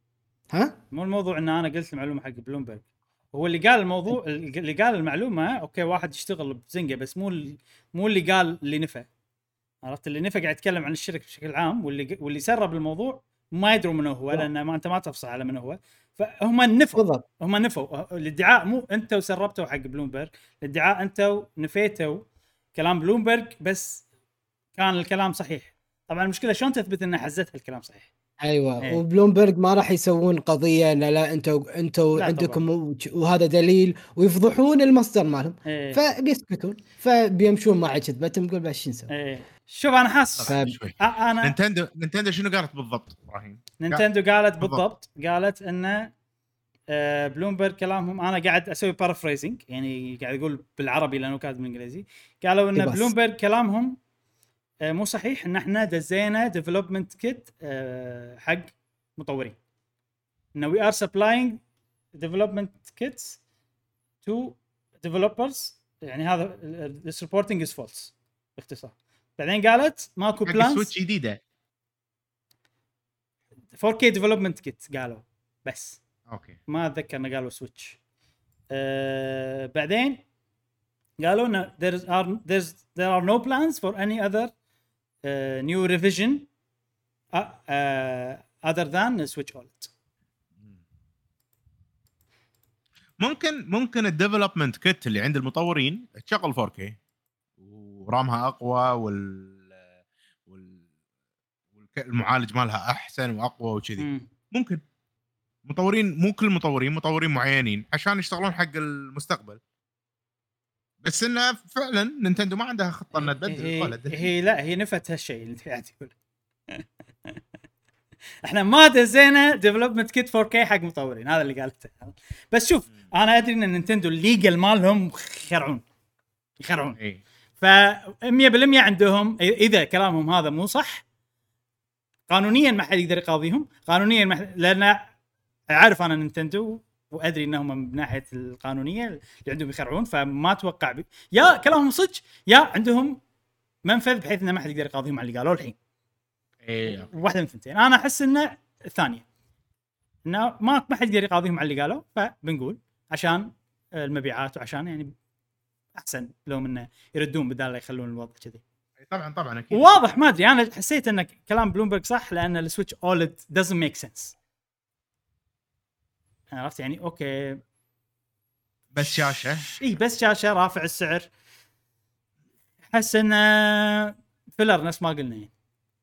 ها مو الموضوع ان انا قلت المعلومه حق بلومبرج. هو اللي قال الموضوع اللي قال المعلومه اوكي واحد يشتغل بزنقه، بس مو مو اللي قال اللي نفى، عرفت؟ اللي نفى قاعد يتكلم عن الشركه بشكل عام، واللي واللي سرب الموضوع ما يدروا من هو، لان ما انت ما تفصل على من هو، فهم نفوا بالضبط. هم نفوا الادعاء، مو انتوا سربتوا حق بلومبرج الادعاء، انتوا نفيتوا كلام بلومبرج بس كان الكلام صحيح. طبعا المشكله شلون تثبت ان حزتها الكلام صحيح؟ ايوه ايه. وبلومبرج ما راح يسوون قضيه لا لا انتوا انتوا عندكم طبعا. وهذا دليل ويفضحون المصدر مالهم ايه. فبيسكتون فبيمشون مع كذبتهم. قول باش نسوي ايه. شوف انا حاسس ف... انا نينتندو نينتندو شنو قالت بالضبط ابراهيم؟ نينتندو قالت بالضبط, بالضبط. قالت ان آه بلومبرج كلامهم، انا قاعد اسوي بارافريزنج يعني قاعد اقول بالعربي لانه كاتب بالانجليزي، قالوا ان بلومبرج كلامهم آه مو صحيح، ان احنا دزينا ديفلوبمنت كيت آه حق مطورين، ان we are supplying development kits to developers، يعني هذا this reporting is false باختصار. بعدين قالت ماكو بلانز سويتش جديده فور كي development kit قالوا بس اوكي ما اتذكر ان قالوا سويتش. أه بعدين قالوا ان there are there's there are no plans for any other uh, new revision uh, uh, other than Switch او ال إي دي. ممكن ممكن الديفلوبمنت كيت اللي عند المطورين تشغل فور كي ورامها اقوى وال وال والمعالج مالها احسن واقوى وكذي. ممكن مطورين، مو كل المطورين، مطورين معينين عشان يشتغلون حق المستقبل. بس انه فعلا نينتندو ما عندها خطه انها تبدل هي, هي لا هي نفت هالشيء اللي قاعد تقول. احنا ما دزينا ديفلوبمنت كيت فور كي حق مطورين، هذا اللي قالته. بس شوف انا ادري ان نينتندو الليجل مالهم يخرعون يخرعون اي ف مية بالمية عندهم اذا كلامهم هذا مو صح قانونيا ما حد يقدر يقاضيهم قانونيا ما حد... لان اعرف انا نينتندو وادري انهم من ناحيه القانونيه اللي عندهم يخرعون، فما اتوقع ب... يا كلامهم صدق يا عندهم منفذ بحيث انه ما حد يقدر يقاضيهم على اللي قالوه الحين. ايه واحده من ثنتين. انا احس انه الثانيه انه ما ما حد يقدر يقاضيهم على اللي قالوه، فبنقول عشان المبيعات وعشان يعني احسن لو انه يردون بدال لا يخلون الوضع كذي. طبعا طبعا اكيد واضح. ما ادري انا حسيت ان كلام بلومبرج صح لان السويتش اولد doesn't make sense. عرفت يعني اوكي بس شاشه اي بس شاشه رافع السعر، احس انه فيلر نفس ما قلنا يعني.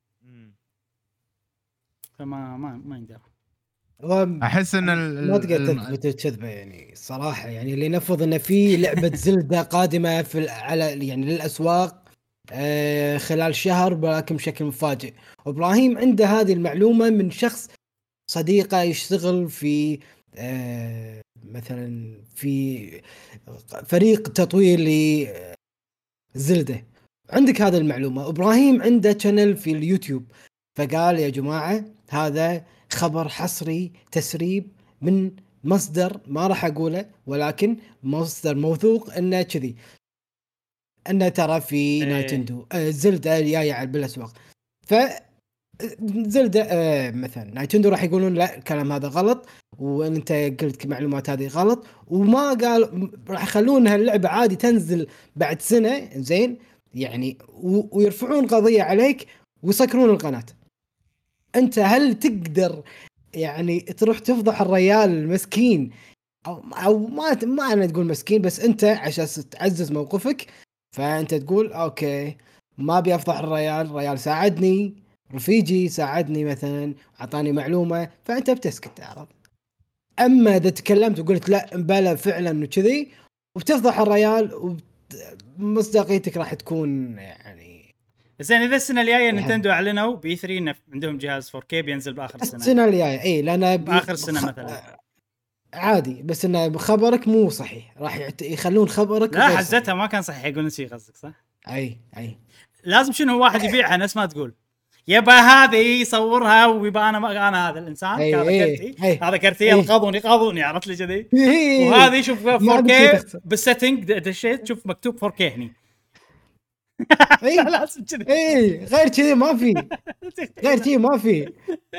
فما ما ما يندرى. احس ان ما تقدر تثبت الكذبه يعني صراحه، يعني اللي نفض ان في لعبه زلدة قادمه في على يعني للاسواق آه خلال شهر ولكن بشكل مفاجئ. وابراهيم عنده هذه المعلومه من شخص صديقه يشتغل في آه مثلا في فريق تطوير لزلدة. عندك هذه المعلومه. ابراهيم عنده شانل في اليوتيوب فقال يا جماعه هذا خبر حصري تسريب من مصدر ما راح اقوله ولكن مصدر موثوق انه كذي انه ترى في ايه. نايتندو آه زلدة جايه بالاسواق. ف زلدة آه مثلا نايتندو راح يقولون لا الكلام هذا غلط وانت قلت معلومات هذه غلط، وما قال راح يخلون هاللعبه عادي تنزل بعد سنه زين يعني ويرفعون قضيه عليك ويسكرون القناه. انت هل تقدر يعني تروح تفضح الريال المسكين او او ما ما انا تقول مسكين، بس انت عشان تعزز موقفك فانت تقول اوكي ما ابي افضح الريال، الريال ساعدني، رفيجي ساعدني مثلا اعطاني معلومه، فانت بتسكت تعرف. اما اذا تكلمت وقلت لا مبلا فعلا وكذي وبتفضح الريال ومصداقيتك راح تكون يعني. زين اذا السنه الجايه نينتندو اعلنوا بي ثلاثة عندهم جهاز فور كي بينزل باخر السنه، السنه الجايه اي لان باخر السنه مثلا عادي، بس انه خبرك مو صحيح، راح يخلون خبرك لا حزتها ما كان صحيح يقولون شيء قصدك صح؟ اي اي لازم شنو واحد يبيعها نفس ما تقول يبا هذه يصورها ويبقى انا انا هذا الانسان أي هذا أي كرتي أي هذا كرتي يقاضوني يقاضوني عرفت لي كذي. وهذه يشوف فور كي بالسيتنج دشيت تشوف مكتوب فور كي هني. لا لازم كذي اي غير كذي ما في غير كذي ما في.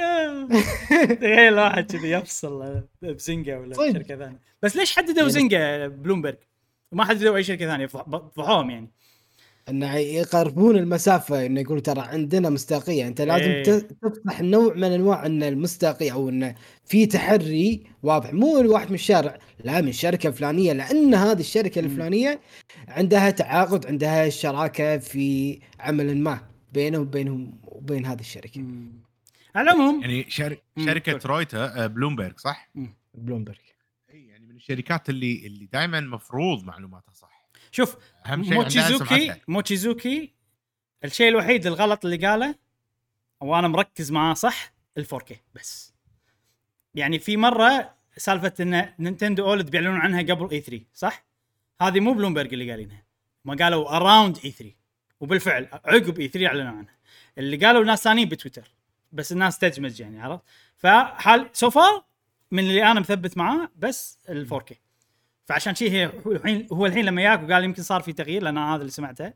تخيل واحد كذي يفصل بزنقه ولا شركه ثانيه. بس ليش حددوا زنقه بلومبرج وما حددوا اي شركه ثانيه؟ فضحوهم يعني انه يقربون المسافه، انه يقولوا ترى عندنا مصداقيه. انت لازم ايه. تفتح نوع من انواع ان المصداقيه او انه في تحري واضح، مو واحد من الشارع لا من شركه فلانيه، لان هذه الشركه الفلانيه عندها تعاقد، عندها شراكه في عمل ما بينهم وبينهم وبين هذه الشركه. على العموم يعني شركه شركه رويتر بلومبرج صح؟ بلومبرج اي يعني من الشركات اللي اللي دائما مفروض معلوماتها صح. شوف موتشيزوكي موتشيزوكي الشيء الوحيد الغلط اللي قاله وانا مركز معاه صح الفور كي بس. يعني في مره سالفه ان نينتندو اولد بيعلنون عنها قبل اي ثلاثة صح؟ هذه مو بلومبرج اللي قالينها، ما قالوا اراوند اي ثلاثة وبالفعل عقب اي ثلاثة اعلنوا عنها. اللي قالوا ناس ثانيين بتويتر بس الناس تدمج يعني عرفت. فحال سو فار من اللي انا مثبت معاه بس الفور كي. فعشان شيء هي الحين هو الحين لما ياك وقال يمكن صار في تغيير لان هذا اللي سمعته.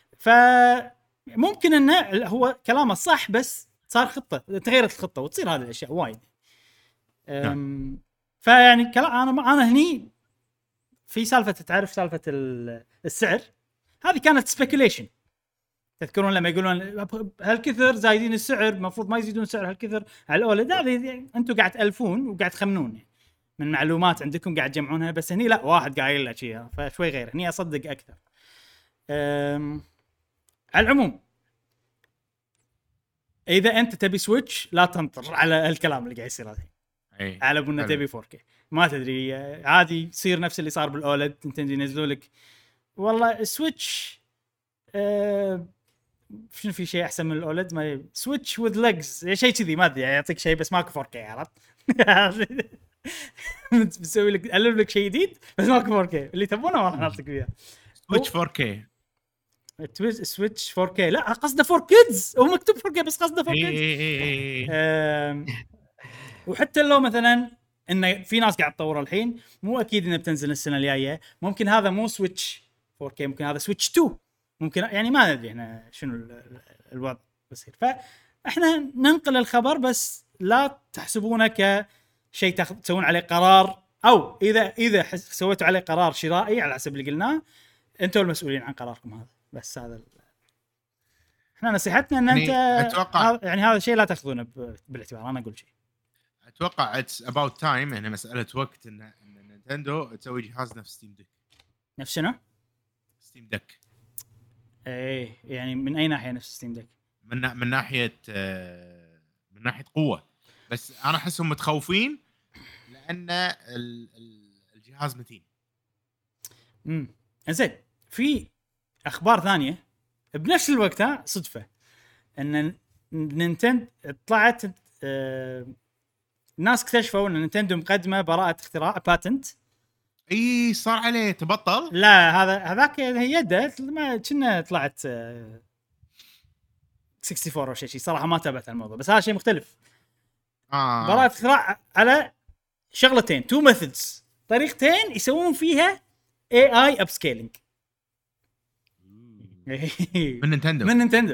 فممكن انه هو كلامه صح بس صار خطه تغيرت الخطه وتصير هذه الاشياء وايد. فيعني كلام انا انا هني في سالفه تعرف سالفه السعر هذه كانت سبيكوليشن. تذكرون لما يقولون هالكثر زايدين السعر المفروض ما يزيدون السعر هالكثر على الاولد، هذه انتم قاعد تالفون وقاعد تخمنون من معلومات عندكم قاعد تجمعونها. بس هني لا واحد قايل لك شيء فشوي غير هني اصدق اكثر. على العموم اذا انت تبي سويتش لا تنطر على الكلام اللي قاعد يصير هذا على بنا تبي فور كي ما تدري عادي يصير نفس اللي صار بالاولد. نينتندو ينزلوا لك والله سويتش أه شنو في شيء احسن من الاولد ما سويتش وذ ليجز شيء كذي ما ادري يعطيك شيء بس ماكو فور كي عرفت. بتسوي لك الف لك شيء جديد بس ماكو فور كي اللي تبونه والله نعطيك اياه. سويتش فور كي تويز سويتش فور كي لا قصده فور كيدز هو مكتوب فور كي بس قصده فور كيدز. وحتى لو مثلا ان في ناس قاعد تطور الحين مو اكيد انها بتنزل السنه الجايه، ممكن هذا مو سويتش فور كي ممكن هذا سويتش تو ممكن يعني ما ندري احنا شنو الوضع بيصير. فاحنا ننقل الخبر بس لا تحسبونه كشيء تسوون عليه قرار او اذا اذا سويتوا عليه قرار شرائي على حسب اللي قلناه انتم المسؤولين عن قراركم هذا. بس هذا احنا نصيحتنا ان انت يعني أتوقع يعني هذا الشيء لا تاخذونه بالاعتبار. انا اقول شيء اتوقع اتس اباوت تايم يعني مساله وقت ان ان نينتندو تسوي جهاز نفس ستيم ديك. نفس شنو؟ ستيم ديك ايه يعني من اي ناحيه نفس ستيم ديك؟ من من ناحيه من ناحيه قوه. بس انا احسهم متخوفين لان الجهاز متين. امم زين في اخبار ثانيه بنفس الوقت ها صدفه ان نينتندو طلعت آه الناس اكتشفوا ان نينتندو مقدمه براءه اختراع باتنت. اي صار عليه تبطل. لا هذا هذاك هي يده ما كنا طلعت آه أربعة وستين او شيء صراحه ما تابعت الموضوع بس هذا شيء مختلف. آه. براءه اختراع على شغلتين تو ميثودز طريقتين يسوون فيها اي اي اب سكيلينج من نينتندو من نينتندو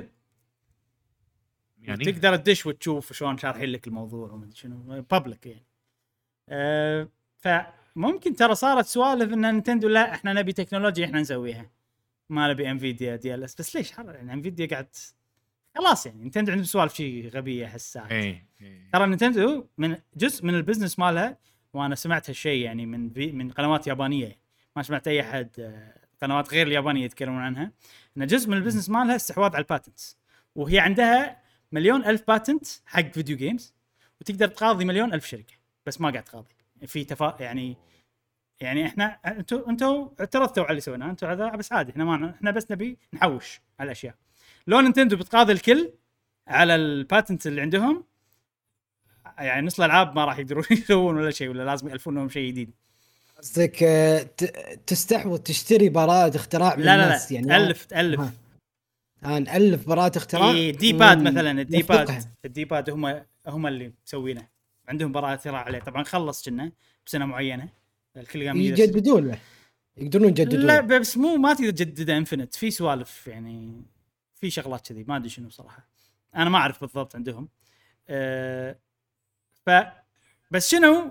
يعني تقدر تدش وتشوف شلون شارحين لك الموضوع وما ادري شنو بابليك يعني. أه فممكن ترى صارت سوالف ان نينتندو لا احنا نبي تكنولوجيا احنا نسويها ما نبي انفيديا دي ال اس، بس ليش حر يعني انفيديا قاعد خلاص يعني نينتندو عندهم سوالف شيء غبيه حسات. اي ترى نينتندو من جزء من البزنس مالها، وانا سمعت هالشيء يعني من من قنوات يابانيه، ما سمعت اي احد قنوات غير اليابانيه يتكلمون عنها، ان جزء من البزنس مالها استحواذ على الباتنتس، وهي عندها مليون الف باتنت حق فيديو جيمز، وتقدر تقاضي مليون الف شركه، بس ما قاعد تقاضي في تفا يعني يعني احنا انتوا انتوا اعترضتوا على اللي سويناه انتوا هذا، بس عادي احنا ما احنا بس نبي نحوش على الاشياء. لو نينتندو بتقاضي الكل على الباتنت اللي عندهم، يعني نص الالعاب ما راح يقدرون يسوون ولا شيء، ولا لازم يالفون لهم شيء جديد. قصدك تستحوذ تشتري براءة اختراع من لا الناس لا لا يعني تألف تألف ها نألف براءة اختراع. إيه دي باد مثلا، الدي باد الدي باد هم هم اللي مسوينه، عندهم براءة اختراع عليه، طبعا خلص كنا بسنة معينة الكل قام يجددون له، يقدرون يجددون. لا بس مو ما تقدر تجدده انفينيت، في سوالف يعني في شغلات كذي ما ادري شنو صراحة، انا ما اعرف بالضبط عندهم. أه ف بس شنو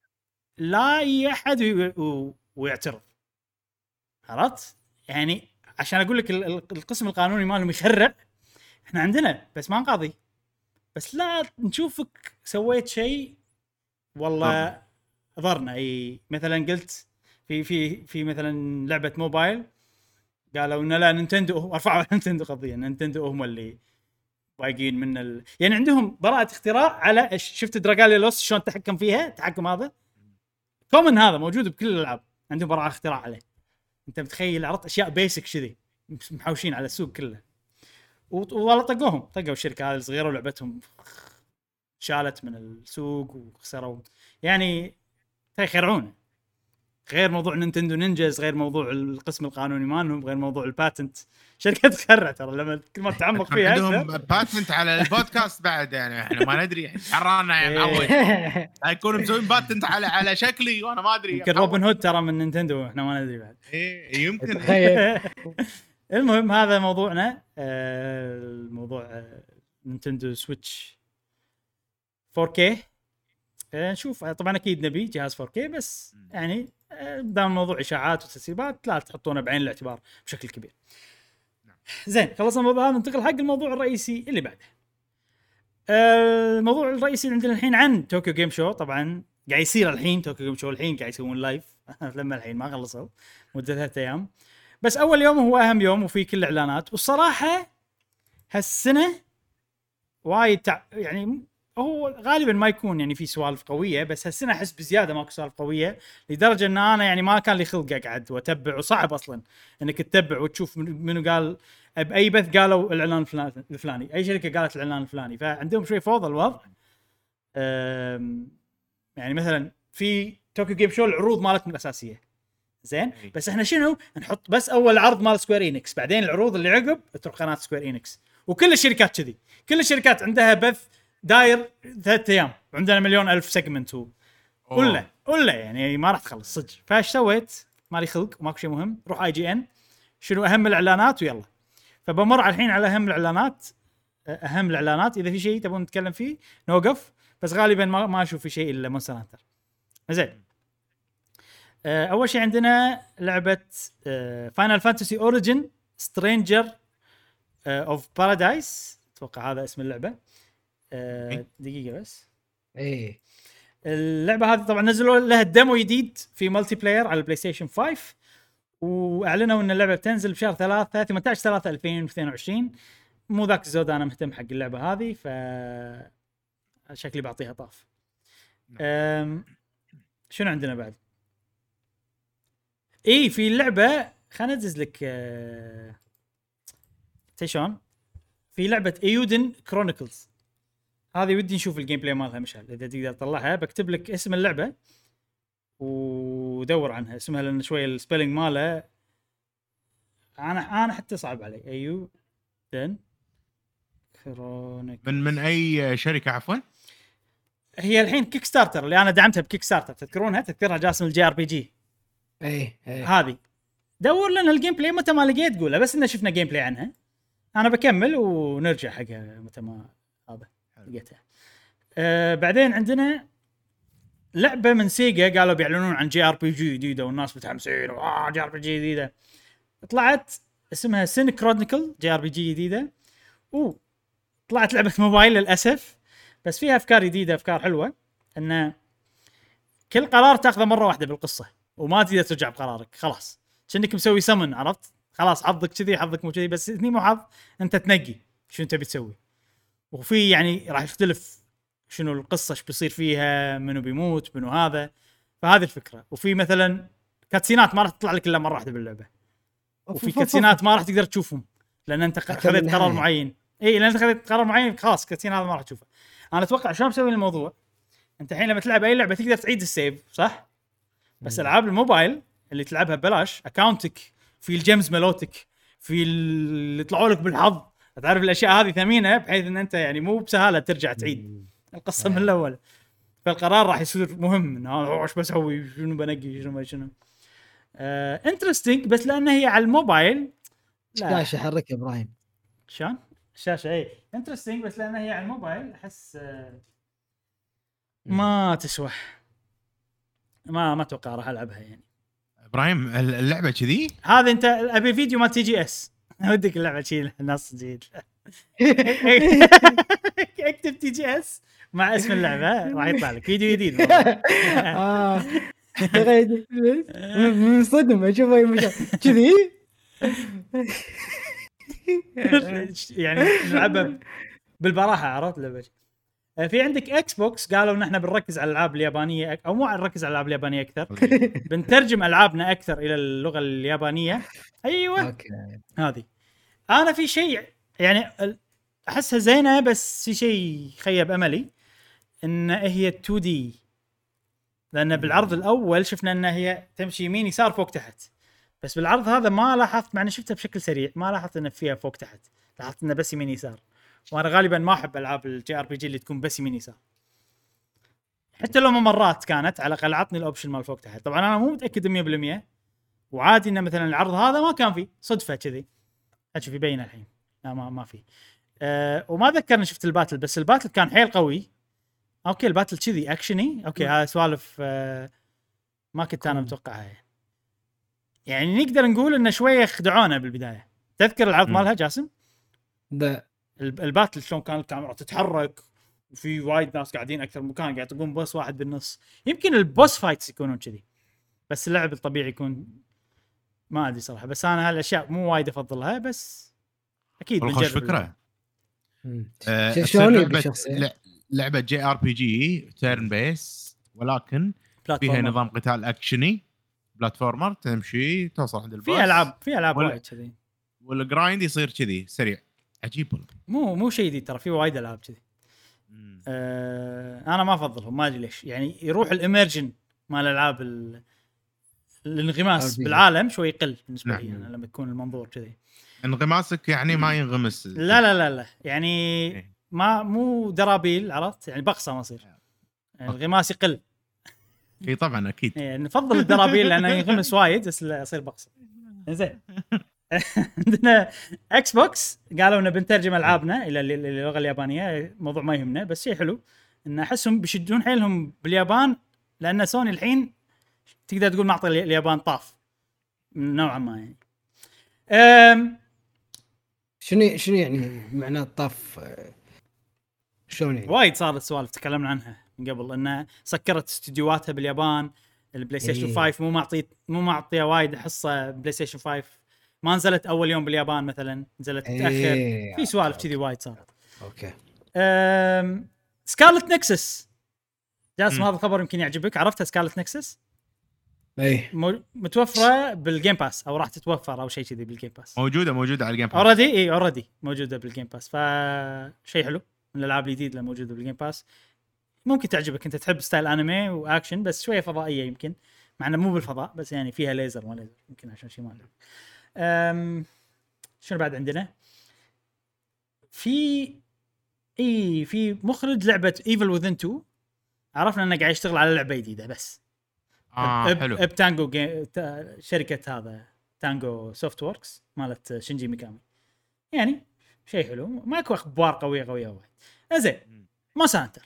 لا احد ويعترض، عرفت يعني عشان اقول لك القسم القانوني مالهم يخرع، احنا عندنا بس ما نقاضي، بس لا نشوفك سويت شيء والله ضرنا. اي مثلا قلت في في في مثلا لعبه موبايل قالوا ان لا نينتندو رفعوا نينتندو قضيه، نينتندو هم اللي بايقين من ال... يعني عندهم براءة اختراع على شفت دراغالي لوس شلون تحكم فيها، التحكم هذا كومن، هذا موجود بكل الالعاب، عندهم براءة اختراع عليه. انت متخيل عرض اشياء بيسك كذي محوشين على السوق كله، والله طقوهم طقوا الشركه هذه الصغيره ولعبتهم شالت من السوق وخسروا يعني يخرعون. غير موضوع نينتندو نينجاز، غير موضوع القسم القانوني مالهم، غير موضوع الباتنت، شركه تخرع ترى لما كل ما تتعمق فيها عندهم باتنت على البودكاست بعد، يعني احنا ما ندري حرانا يعني معود هيكون مسوين باتنت على على شكلي وانا ما ادري. يمكن روبن هود ترى من نينتندو احنا ما ندري بعد. ايه يمكن. المهم هذا موضوعنا، الموضوع نينتندو سويتش فور كي. نشوف طبعا اكيد نبي جهاز فور كي، بس يعني دام الموضوع اشاعات وتسريبات لا تحطونه بعين الاعتبار بشكل كبير. زين خلصنا الموضوع، ننتقل حق الموضوع الرئيسي اللي بعده. الموضوع الرئيسي عندنا الحين عن طوكيو جيم شو. طبعا قاعد يصير الحين طوكيو جيم شو، الحين قاعد يسوون لايف لما الحين ما خلصوا مدة ثلاثة ايام، بس اول يوم هو اهم يوم وفي كل الاعلانات. والصراحه هالسنه وايد تع... يعني هو غالبا ما يكون يعني في سوالف قويه، بس هالسنه احس بزياده ماكو سوالف قويه، لدرجه ان انا يعني ما كان لي خلق اقعد واتبع، وصعب اصلا انك تتبع وتشوف منو قال باي بث قالوا الاعلان الفلاني، اي شركه قالت الاعلان الفلاني، فعندهم شوي فوضى الوضع. يعني مثلا في طوكيو جيم شو العروض مالتهم الاساسيه زين، بس احنا شنو نحط بس اول عرض مال سكوير إينكس، بعدين العروض اللي عقب اترك قناه سكوير إينكس. وكل الشركات كذي، كل الشركات عندها بث داير ثلاث ايام، عندنا مليون الف سيجمنت ولا ولا يعني ما راح تخلص صدق. فايش سويت؟ مالي خلق وماكو شيء مهم، روح اي جي ان شنو اهم الاعلانات ويلا. فبمر الحين على اهم الاعلانات، اهم الاعلانات اذا في شيء تبون نتكلم فيه نوقف، بس غالبا ما ما اشوف في شيء الا مونستر هانتر. زين اول شيء عندنا لعبه فاينل فانتسي اوريجن سترينجر اوف بارادايس، اتوقع هذا اسم اللعبه. أه دقيقه بس. ايه اللعبه هذه طبعا نزلوا لها ديمو جديد في ملتي بلاير على البلاي ستيشن خمسة، واعلنوا ان اللعبه بتنزل بشهر ثلاثة ثمانية عشر ثلاثة ألفين واثنين وعشرين. مو ذاك الزود انا مهتم حق اللعبه هذه، ف شكلي بعطيها طاف. شنو عندنا بعد؟ اي في اللعبه خلينا ندز لك أه... شلون في لعبه ايودن كرونيكلز هذه، ودي نشوف الجيم بلاي مالها مشعل، اذا تقدر تطلعها بكتب لك اسم اللعبه ودور عنها اسمها، لان شويه السبيلنج ماله انا انا حتى صعب علي. ايودن كرونيكلز من من اي شركه عفوا؟ هي الحين كيك ستارتر اللي انا دعمتها بكيك ستارتر، تذكرونها؟ تذكرها جاسم الجي ار بي جي. ايه ايه هذه دور لنا الجيم بلاي متى ما لقيت قوله، بس إن شفنا جيم بلاي عنها، انا بكمل ونرجع حقها متى ما هذا لقيتها. آه بعدين عندنا لعبه من سيجا قالوا بيعلنون عن جي ار بي جي جديده والناس متحمسين، واه جي ار بي جي جديده. طلعت اسمها سين كرونيكل جي ار بي جي جديده. اوه طلعت لعبه موبايل للاسف، بس فيها افكار جديده، افكار حلوه. ان كل قرار تاخذه مره واحده بالقصه وما تقدر ترجع بقرارك، خلاص كأنك مسوي سمن، عرفت؟ خلاص حظك كذي حظك مو كذي، بس هني مو حظ، انت تنقي شو انت بتسوي. وفي يعني راح يختلف شنو القصه، ايش بيصير فيها، منو بيموت منو هذا، فهذه الفكره. وفي مثلا كاتسينات ما راح تطلع لك الا مره واحده باللعبه، وفي كاتسينات ما راح تقدر تشوفهم لان انت خذيت قرار معين. اي لان انت خذيت قرار معين خلاص كاتسين هذا ما راح تشوفه. انا اتوقع شلون مسوي الموضوع، انت الحين لما تلعب اي لعبه تقدر تعيد السيف صح، بس العاب الموبايل اللي تلعبها ببلاش اكاونتك في الجيمز ملوتك في اللي يطلعوا لك بالحظ، تعرف الاشياء هذه ثمينه بحيث ان انت يعني مو بسهاله ترجع تعيد القصه من الاول. فالقرار راح يصير مهم انه ايش بسوي، شنو بنقي، شنو ما شنو. انترستينج آه، بس لانه هي على الموبايل. الشاشه حرك يا ابراهيم شلون الشاشه؟ اي انترستينج بس لانها هي على الموبايل احس آه ما تسوى، ما ما اتوقع راح العبها يعني. ابراهيم اللعبه كذي هذا انت ابي فيديو مال تي جي اس ودك اللعبه شيء الناس جديد اكتب تي جي اس مع اسم اللعبه راح يطلع لك فيديو جديد. اه من صدمه اشوف كذي يعني نلعبها بالبراحه، عرفت اللعبه. في عندك اكس بوكس قالوا ان احنا بنركز على الالعاب اليابانيه او مو نركز على الالعاب اليابانيه اكثر، بنترجم العابنا اكثر الى اللغه اليابانيه. ايوه اوكي هذه. انا في شيء يعني احسها زينه بس في شيء خيب املي ان هي تو دي، لان بالعرض الاول شفنا ان هي تمشي يمين يسار فوق تحت، بس بالعرض هذا ما لاحظت، مع اني شفتها بشكل سريع ما لاحظت ان فيها فوق تحت، لاحظت انه بس يمين يسار. وانا غالبا ما احب العاب الجي ار بي جي اللي تكون بس يمين يسار، حتى لو مرات كانت على الاقل عطني الاوبشن مال فوق تحت. طبعا انا مو متاكد مية بالمية، وعادي انه مثلا العرض هذا ما كان فيه صدفه كذي، اشوف يبين الحين لا ما ما في. أه وما ذكرني شفت الباتل، بس الباتل كان حيل قوي. اوكي الباتل كذي اكشني اوكي هاي سوالف أه ما كنت انا متوقعها يعني. يعني نقدر نقول انه شويه خدعونا بالبدايه. تذكر العرض مالها جاسم؟ لا الباتل شلون كان الكاميرا تتحرك وفي وايد ناس قاعدين اكثر مكان قاعد يطقون بوس واحد بالنص. يمكن البوس فايتس يكونون كذي، بس اللعب الطبيعي يكون ما ادري صراحه. بس انا هالاشياء مو وايد افضلها، بس اكيد بنجرب فكره. آه شلون لعبه لعبه جي ار بي جي تيرن بيس، ولكن فيها نظام قتال اكشني بلاتفورمر، تمشي توصل عند البوس. في العاب في العاب وايد كذي، والجرايند يصير كذي سريع عجيب. مو مو شيء جديد ترى، في وايد العاب كذي. آه انا ما افضلهم ما ادري ليش، يعني يروح الاميرجن مال الالعاب الانغماس بالعالم شوي يقل بالنسبه نعم. لي انا لما يكون المنظور كذي انغماسك يعني ما ينغمس. لا لا لا لا يعني ما مو درابيل، عرفت يعني بقصه ما يصير الانغماس يقل. اي طبعا اكيد يعني نفضل الدرابيل لانه ينغمس وايد بس يصير بقصه. زين عندنا اكس بوكس قالوا انه بنترجم العابنا الى اللغه اليابانيه، موضوع ما يهمنا بس شيء حلو ان احسهم بيشدون حيلهم باليابان، لان سوني الحين تقدر تقول معطي اليابان طاف نوعا ما يعني. أم شنو شنو يعني معناه الطاف؟ شلون يعني؟ وايد صارت سوالف تكلمنا عنها من قبل انها سكرت استديوهاتها باليابان. البلاي ستيشن إيه. خمسة مو معطي مو معطيه وايد حصه. بلاي ستيشن خمسة ما نزلت اول يوم باليابان مثلا، نزلت متاخر. إيه. في سوالف كذي وايد صارت. اوكي أم... سكارلت نكسس جاسم، هذا الخبر يمكن يعجبك. عرفتها سكارلت نكسس؟ اي مو... متوفره بالجيم باس او راح تتوفر او شيء كذي بالجيم باس. موجوده موجوده على الجيم باس اوريدي. اي اوريدي موجوده بالجيم باس، فشيء حلو من الالعاب الجديده اللي موجوده بالجيم باس. ممكن تعجبك، انت تحب ستايل انمي واكشن بس شويه فضائيه يمكن، مع انه مو بالفضاء بس يعني فيها ليزر ما ليزر يمكن عشان شيء ما ادري. امم شنو بعد عندنا؟ في اي في مخرج لعبه ايفل وذن تو، عرفنا انه قاعد يشتغل على لعبه جديده بس اه حلو بتانجو جي... شركه هذا تانجو سوفت ووركس مالت شينجي ميكامي. يعني شيء حلو، ماكو اخبار قويه قويه وايد. زين مونستر هانتر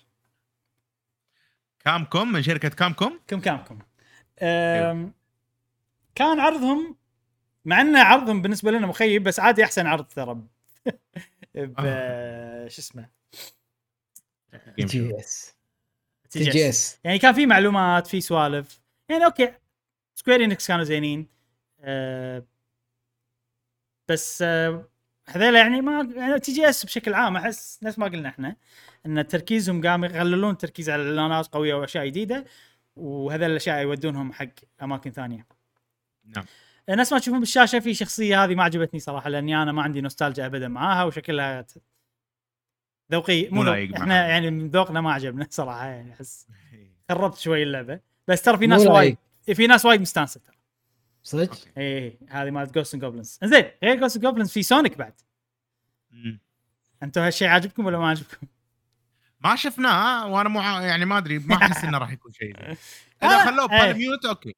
كامكوم من شركه كامكوم كم كامكوم أم... كان عرضهم مع ان عرضهم بالنسبه لنا مخيب بس عادي احسن عرض ترى ب شو اسمه تي جي اس تي جي اس يعني كان في معلومات في سوالف يعني اوكي سكوير انكس كانوا زينين أه بس أه هذول يعني ما يعني تي جي اس بشكل عام احس نفس ما قلنا احنا ان تركيزهم قام يقللون تركيز على الاعلانات قويه واشياء جديده وهذا الاشياء يودونهم حق اماكن ثانيه. نعم الناس ما تشوفون بالشاشه في شخصيه هذه ما عجبتني صراحه لاني انا ما عندي نوستالجيا ابدا معاها وشكلها ذوقي مو ذوق. احنا يعني من ذوقنا ما عجبنا صراحه يعني احس خربت شوي اللعبه بس ترى في ناس وايد في ناس وايد مستانسه ترى صدق. ايه هذه مالت جوست اند جوبلنز. زين غير جوست اند جوبلنز في سونيك بعد. امم انتوا هالشيء عاجبكم ولا ما عاجبكم؟ ما شفناه وانا مو يعني ما ادري ما احس انه راح يكون شيء اذا خلوه بالميوت اوكي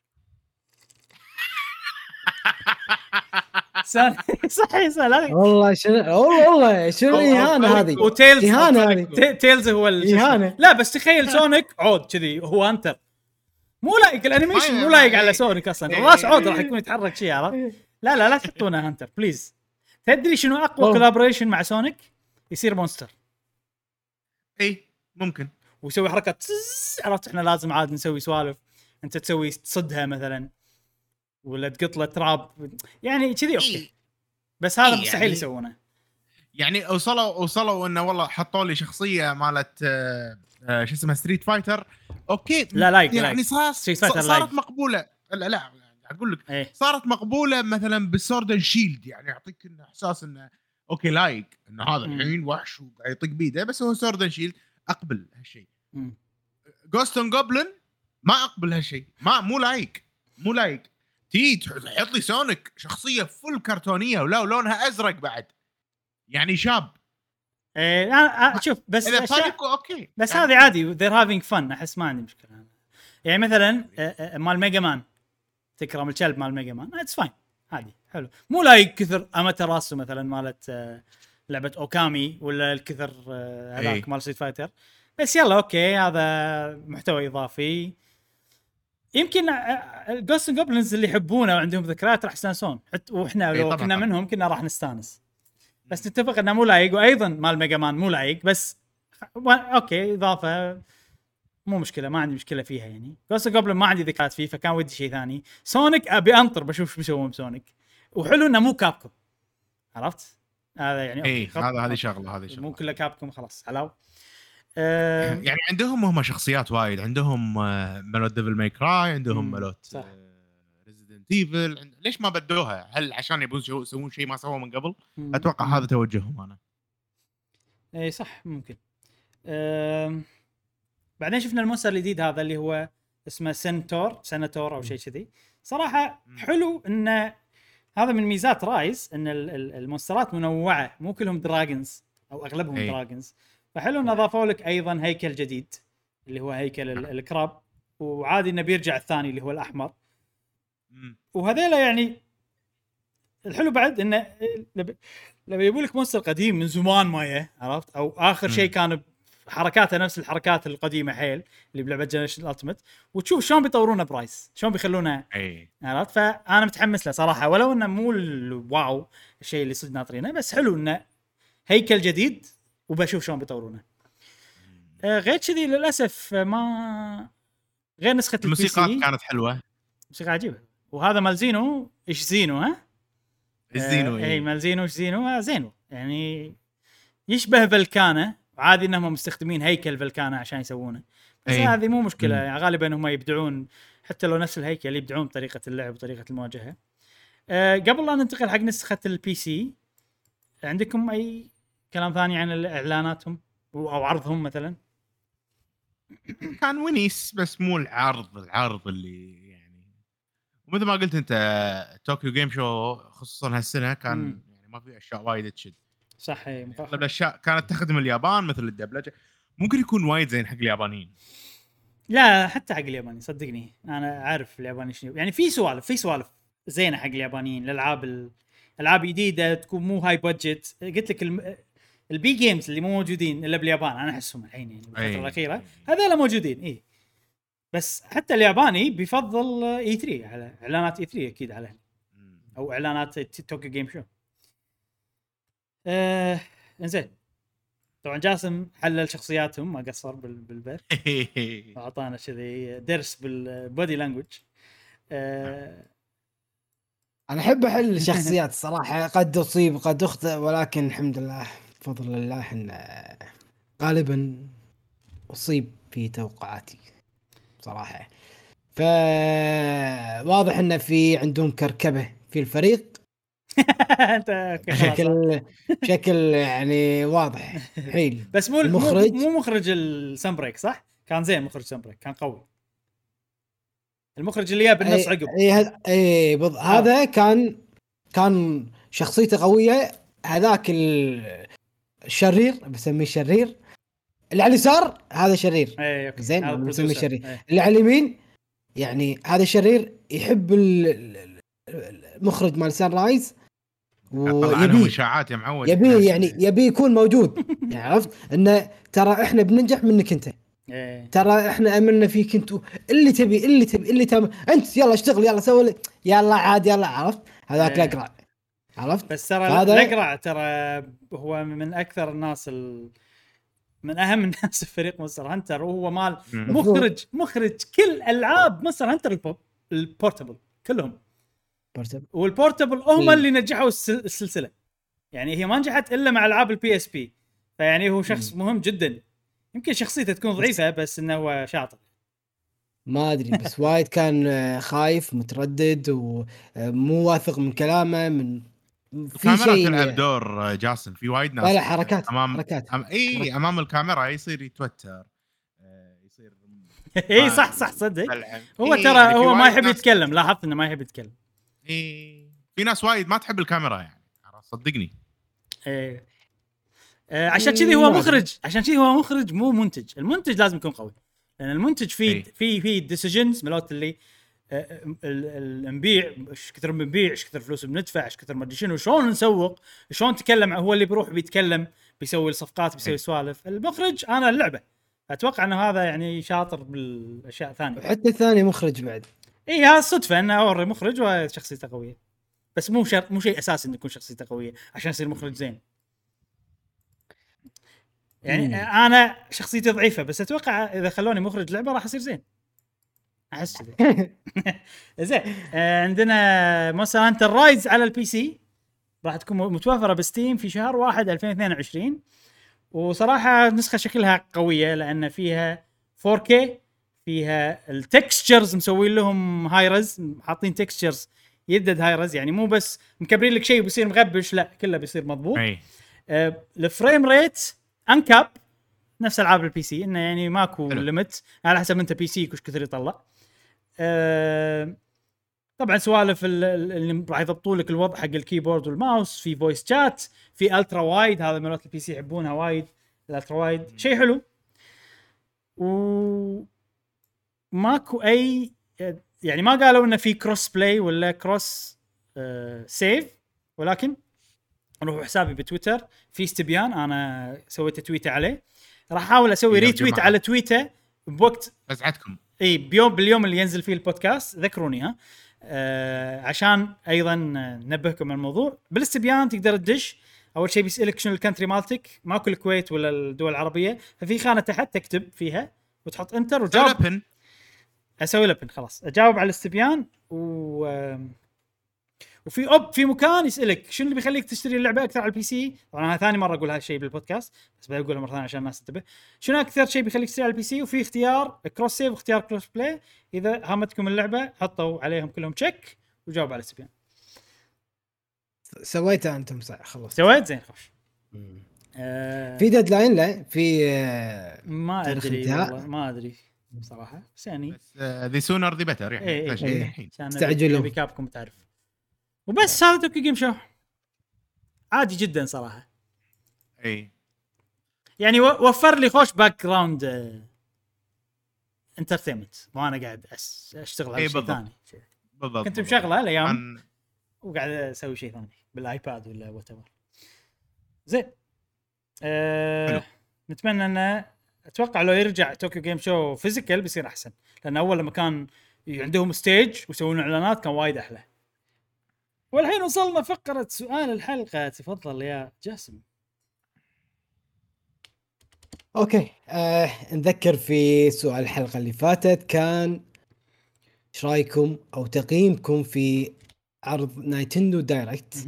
صحيح صحيح والله شنو والله شنو الاهانه هذه وتيلز اهانه هذه تيلز هو الاهانه. لا بس تخيل سونيك عود كذي هو هانتر مو لايق الانيميشن مو لايق على سونيك اصلا الراس عود راح يكون يتحرك شيء عرفت. لا لا لا تحطونه هانتر بليز. تدري شنو اقوى كولابوريشن مع سونيك؟ يصير مونستر اي ممكن ويسوي حركه عرفت. احنا لازم عاد نسوي سوالف انت تسوي تصدها مثلا ولا تقط له تراب يعني كذي اوكي بس هذا مستحيل يعني يسوونه. يعني اوصلوا اوصلوا انه والله حطوا لي شخصيه مالت آه آه شو اسمها ستريت فايتر اوكي لا لايك يعني صار صارت لايك. مقبوله لا لا اقول لك ايه. صارت مقبوله مثلا بالسورد اند شيلد يعني يعطيك احساس انه اوكي لايك انه هذا الحين وحش وقاعد يطق بيده بس هو سورد اند شيلد اقبل هالشيء. جوست اند جوبلن ما اقبل هالشيء ما مو لايك مو لايك تي تحط لي سونيك شخصيه فل كرتونيه ولا لونها ازرق بعد يعني شاب ايه انا شوف بس اوكي بس يعني هذه عادي they're having fun احس ما عندي مشكله. يعني مثلا مال ميجا مان تكرم الكلب مال ميجا مان اتس فاين عادي حلو مو لايك كثر اماتراسو مثلا مالت لعبه اوكامي ولا الكثر هذاك مال ستريت فايتر بس يلا اوكي هذا محتوى اضافي. يمكن جوست اند جوبلنز اللي يحبونه وعندهم ذكريات راح يستانسون واحنا لو كنا منهم كنا راح نستانس بس نتفق انه مو لايق. وايضا مال ميجا مان مو لايق بس اوكي اضافه مو مشكله ما عندي مشكله فيها. يعني جوست اند جوبلن ما عندي ذكريات فيه فكان ودي شيء ثاني. سونيك ابي انطر بشوف شو بيسوون بسونيك وحلو انه مو كابكم عرفت هذا يعني اي هذا هذه شغله هذه شغله مو كله كابكم خلاص حلاو. أه يعني عندهم هم شخصيات وايد عندهم مالوت ديفل ماي كراي عندهم مالوت ريزيدنت ايفل ليش ما بدوها؟ هل عشان يبون يسوون شيء ما سووه من قبل؟ مم. اتوقع مم. هذا توجههم انا. اي صح ممكن. أه بعدين شفنا المونستر الجديد هذا اللي هو اسمه سنتور سنتور او شيء كذي صراحه مم. حلو انه هذا من ميزات رايز ان المونسترات منوعه مو كلهم دراجونز او اغلبهم أي. دراجونز فحلو ان اضافوا لك ايضا هيكل جديد اللي هو هيكل الكراب وعادي انه بيرجع الثاني اللي هو الاحمر وهذيلا يعني الحلو بعد انه لما يجيبوا لك مونستر قديم من زمان ما عرفت او اخر شيء كان حركاته نفس الحركات القديمه حيل اللي بلعبه جنريشن التيمت وتشوف شلون بيطورونه برايس شلون بيخلونه اي عرفت. فانا متحمس له صراحه ولو انه مو الواو الشيء اللي صدق ناطرينه بس حلو انه هيكل جديد وبشوف شلون بيطورونه. آه غير كذي للاسف ما غير نسخه الموسيقى كانت حلوه موسيقى عجيبه وهذا مال زينو ايش زينو ها زينو اي مال زينو ايش زينو زينو يعني يشبه فلكانه عادي انهم مستخدمين هيكل فلكانه عشان يسوونه بس هذه مو مشكله يعني غالبا هم يبدعون حتى لو نفس الهيكل يبدعون بطريقه اللعب وطريقه المواجهه. أه قبل لا ننتقل حق نسخه البي سي عندكم اي كلام ثاني عن اعلاناتهم او عرضهم مثلا؟ كان ونيس بس مو العرض العرض اللي يعني ومثل ما قلت انت طوكيو جيم شو خصوصا هالسنه كان م. يعني ما في اشياء وايد تشد صح. اغلب الاشياء كانت تخدم اليابان مثل الدبلجه ممكن يكون وايد زين حق اليابانيين. لا حتى حق الياباني صدقني انا عارف الياباني شنو يعني في سوالف في سوالف زينه حق اليابانيين الالعاب الالعاب جديده تكون مو هاي بادجت. قلت لك الم... البي جيمز اللي مو موجودين الا باليابان انا احسهم الحين يعني بالفتره الاخيره هذول موجودين اي بس حتى الياباني بيفضل اي ثري على اعلانات اي ثري اكيد عليه او اعلانات طوكيو جيم شو. آه انزين طبعا جاسم حلل شخصياتهم ما قصر بالبث واعطانا كذي درس بالبودي لانجوج. آه انا احب احل الشخصيات الصراحه، قد اصيب قد اخطئ، ولكن الحمد لله بفضل الله ان غالبا اصيب في توقعاتي صراحه. فواضح ان في عندهم كركبه في الفريق انت بشكل بشكل يعني واضح حيل. بس مو المخرج مو مخرج السامبريك صح؟ كان زين مخرج سامبريك كان قوي. المخرج اللي جاب بالنص عقب اي اي بض... آه. هذا كان كان شخصيته قويه. هذاك الشرير بسميه شرير اللي على اليسار هذا شرير ايه زين انا بسميه شرير. ايه. اللي على اليمين يعني هذا شرير يحب المخرج مال سان رايز ويبي اشاعات يا معود يبي يعني يبي يكون موجود يعني عرفت انه ترى احنا بننجح منك انت. ايه. ترى احنا املنا فيك انت اللي تبي اللي تبي اللي تم انت يلا اشتغل يلا سوي يلا عاد يلا عرفت هذاك ايه. الاقرع عرفت. بس ترى الاقرع ترى هو من اكثر الناس ال... من اهم الناس في فريق مونستر هانتر، وهو مال مخرج مخرج كل العاب مونستر هانتر البوب البورتبل كلهم بورتبل. والبورتبل هم اللي نجحوا السلسله يعني. هي ما نجحت الا مع العاب البي اس بي، فيعني هو شخص م. مهم جدا. يمكن شخصيته تكون ضعيفه بس انه هو شاطر ما ادري بس وايد كان خايف متردد ومو واثق من كلامه. من في شيء تلعب دور جاسم في وايد ناس لا حركات امام حركات أم... اي حركات. امام الكاميرا يصير يتوتر يصير اي صح صح صدق هو ترى يعني هو ما يحب يتكلم. لاحظت انه ما يحب يتكلم. اي في ناس وايد ما تحب الكاميرا يعني صدقني. ايه آه عشان كذي هو مخرج عشان كذي هو مخرج مو منتج. المنتج لازم يكون قوي لان المنتج فيه في في ديسيجنز ملوت اللي نبيع ايش كثر بنبيع ايش كثر فلوس بندفع ايش كثر ما ادري شنو شلون نسوق شلون نتكلم. هو اللي بيروح بيتكلم بيسوي الصفقات بيسوي سوالف. المخرج انا اللعبه اتوقع انه هذا يعني شاطر بالاشياء الثانيه. حتى الثاني مخرج بعد اي هذا صدفه انه اوري مخرج وشخصيته قويه بس مو شرط مو شيء اساسي انه يكون شخصيته قويه عشان يصير مخرج زين يعني. مم. انا شخصيتي ضعيفه بس اتوقع اذا خلوني مخرج لعبه راح يصير زين احس كذا. زين آه عندنا مونستر هانتر رايز على البي سي راح تكون متوفره بستيم في شهر واحد ألفين واثنين وعشرين. وصراحه نسخه شكلها قويه لان فيها فور كي فيها التكستشرز مسوين لهم هاي رز حاطين تكستشرز يدد هاي رز يعني مو بس مكبرين لك شيء بيصير مغبش لا كله بيصير مضبوط. آه الفريم ريت انكاب نفس العاب البي سي انه يعني ماكو ليميت على حسب انت بي سي وش كثر يطلع. أه طبعا سوالف اللي راح يضبطوا لك الوضع حق الكيبورد والماوس. في فويس شات في الترا وايد هذا مالات البي سي يحبونها وايد الالترا وايد شيء حلو. و ماكو اي يعني ما قالوا انه في كروس بلاي ولا كروس أه سيف ولكن روحوا حسابي بتويتر في استبيان انا سويت تويته عليه راح احاول اسوي ريتويت على تويته بوقت ازعتكم اي بيوم باليوم اللي ينزل فيه البودكاست ذكروني ها آه عشان ايضا ننبهكم على الموضوع. بالاستبيان تقدر تدش اول شيء بيسالك شنو الكانتري مالتك ماكو الكويت ولا الدول العربيه ففي خانه تحت تكتب فيها وتحط انتر وجاوب. اسوي لبن خلاص اجاوب على الاستبيان و وفي اوب في مكان يسالك شنو اللي بيخليك تشتري اللعبه اكثر على البي سي. طبعا انا ثاني مره اقول هالشيء بالبودكاست بس بقولها مره ثانيه عشان الناس تنتبه شنو اكثر شيء بيخليك تشتري على البي سي. وفي اختيار كروس سيف واختيار كروس بلاي اذا هامتكم اللعبه حطوا عليهم كلهم تشيك وجاوب على الاستبيان. سويتها انتم صح خلص سويت زين خوش. آه في ديدلاين لا في آه ما ادري والله ما ادري بصراحه بس يعني ذي سونر ذي بتر يعني الحين استعجلوا بكابكم تعرف. وبس هذا توكي جيم شو عادي جدا صراحه. اي يعني وفر لي خوش باك جراوند انترتينمنت وانا قاعد اشتغل على شيء ثاني بالضبط. كنت مشغله الايام عن... وقاعد اسوي شيء ثاني بالايباد ولا وات ايفر. زين أه... نتمنى ان اتوقع لو يرجع توكيو جيم شو فيزيكال بيصير احسن لان اول لما كان عندهم ستيج ويسوون اعلانات كان وايد احلى والحين وصلنا فقرة سؤال الحلقة، تفضل يا جاسم. اوكي آه، نذكر في سؤال الحلقة اللي فاتت كان ايش رايكم او تقييمكم في عرض نايتندو دايركت.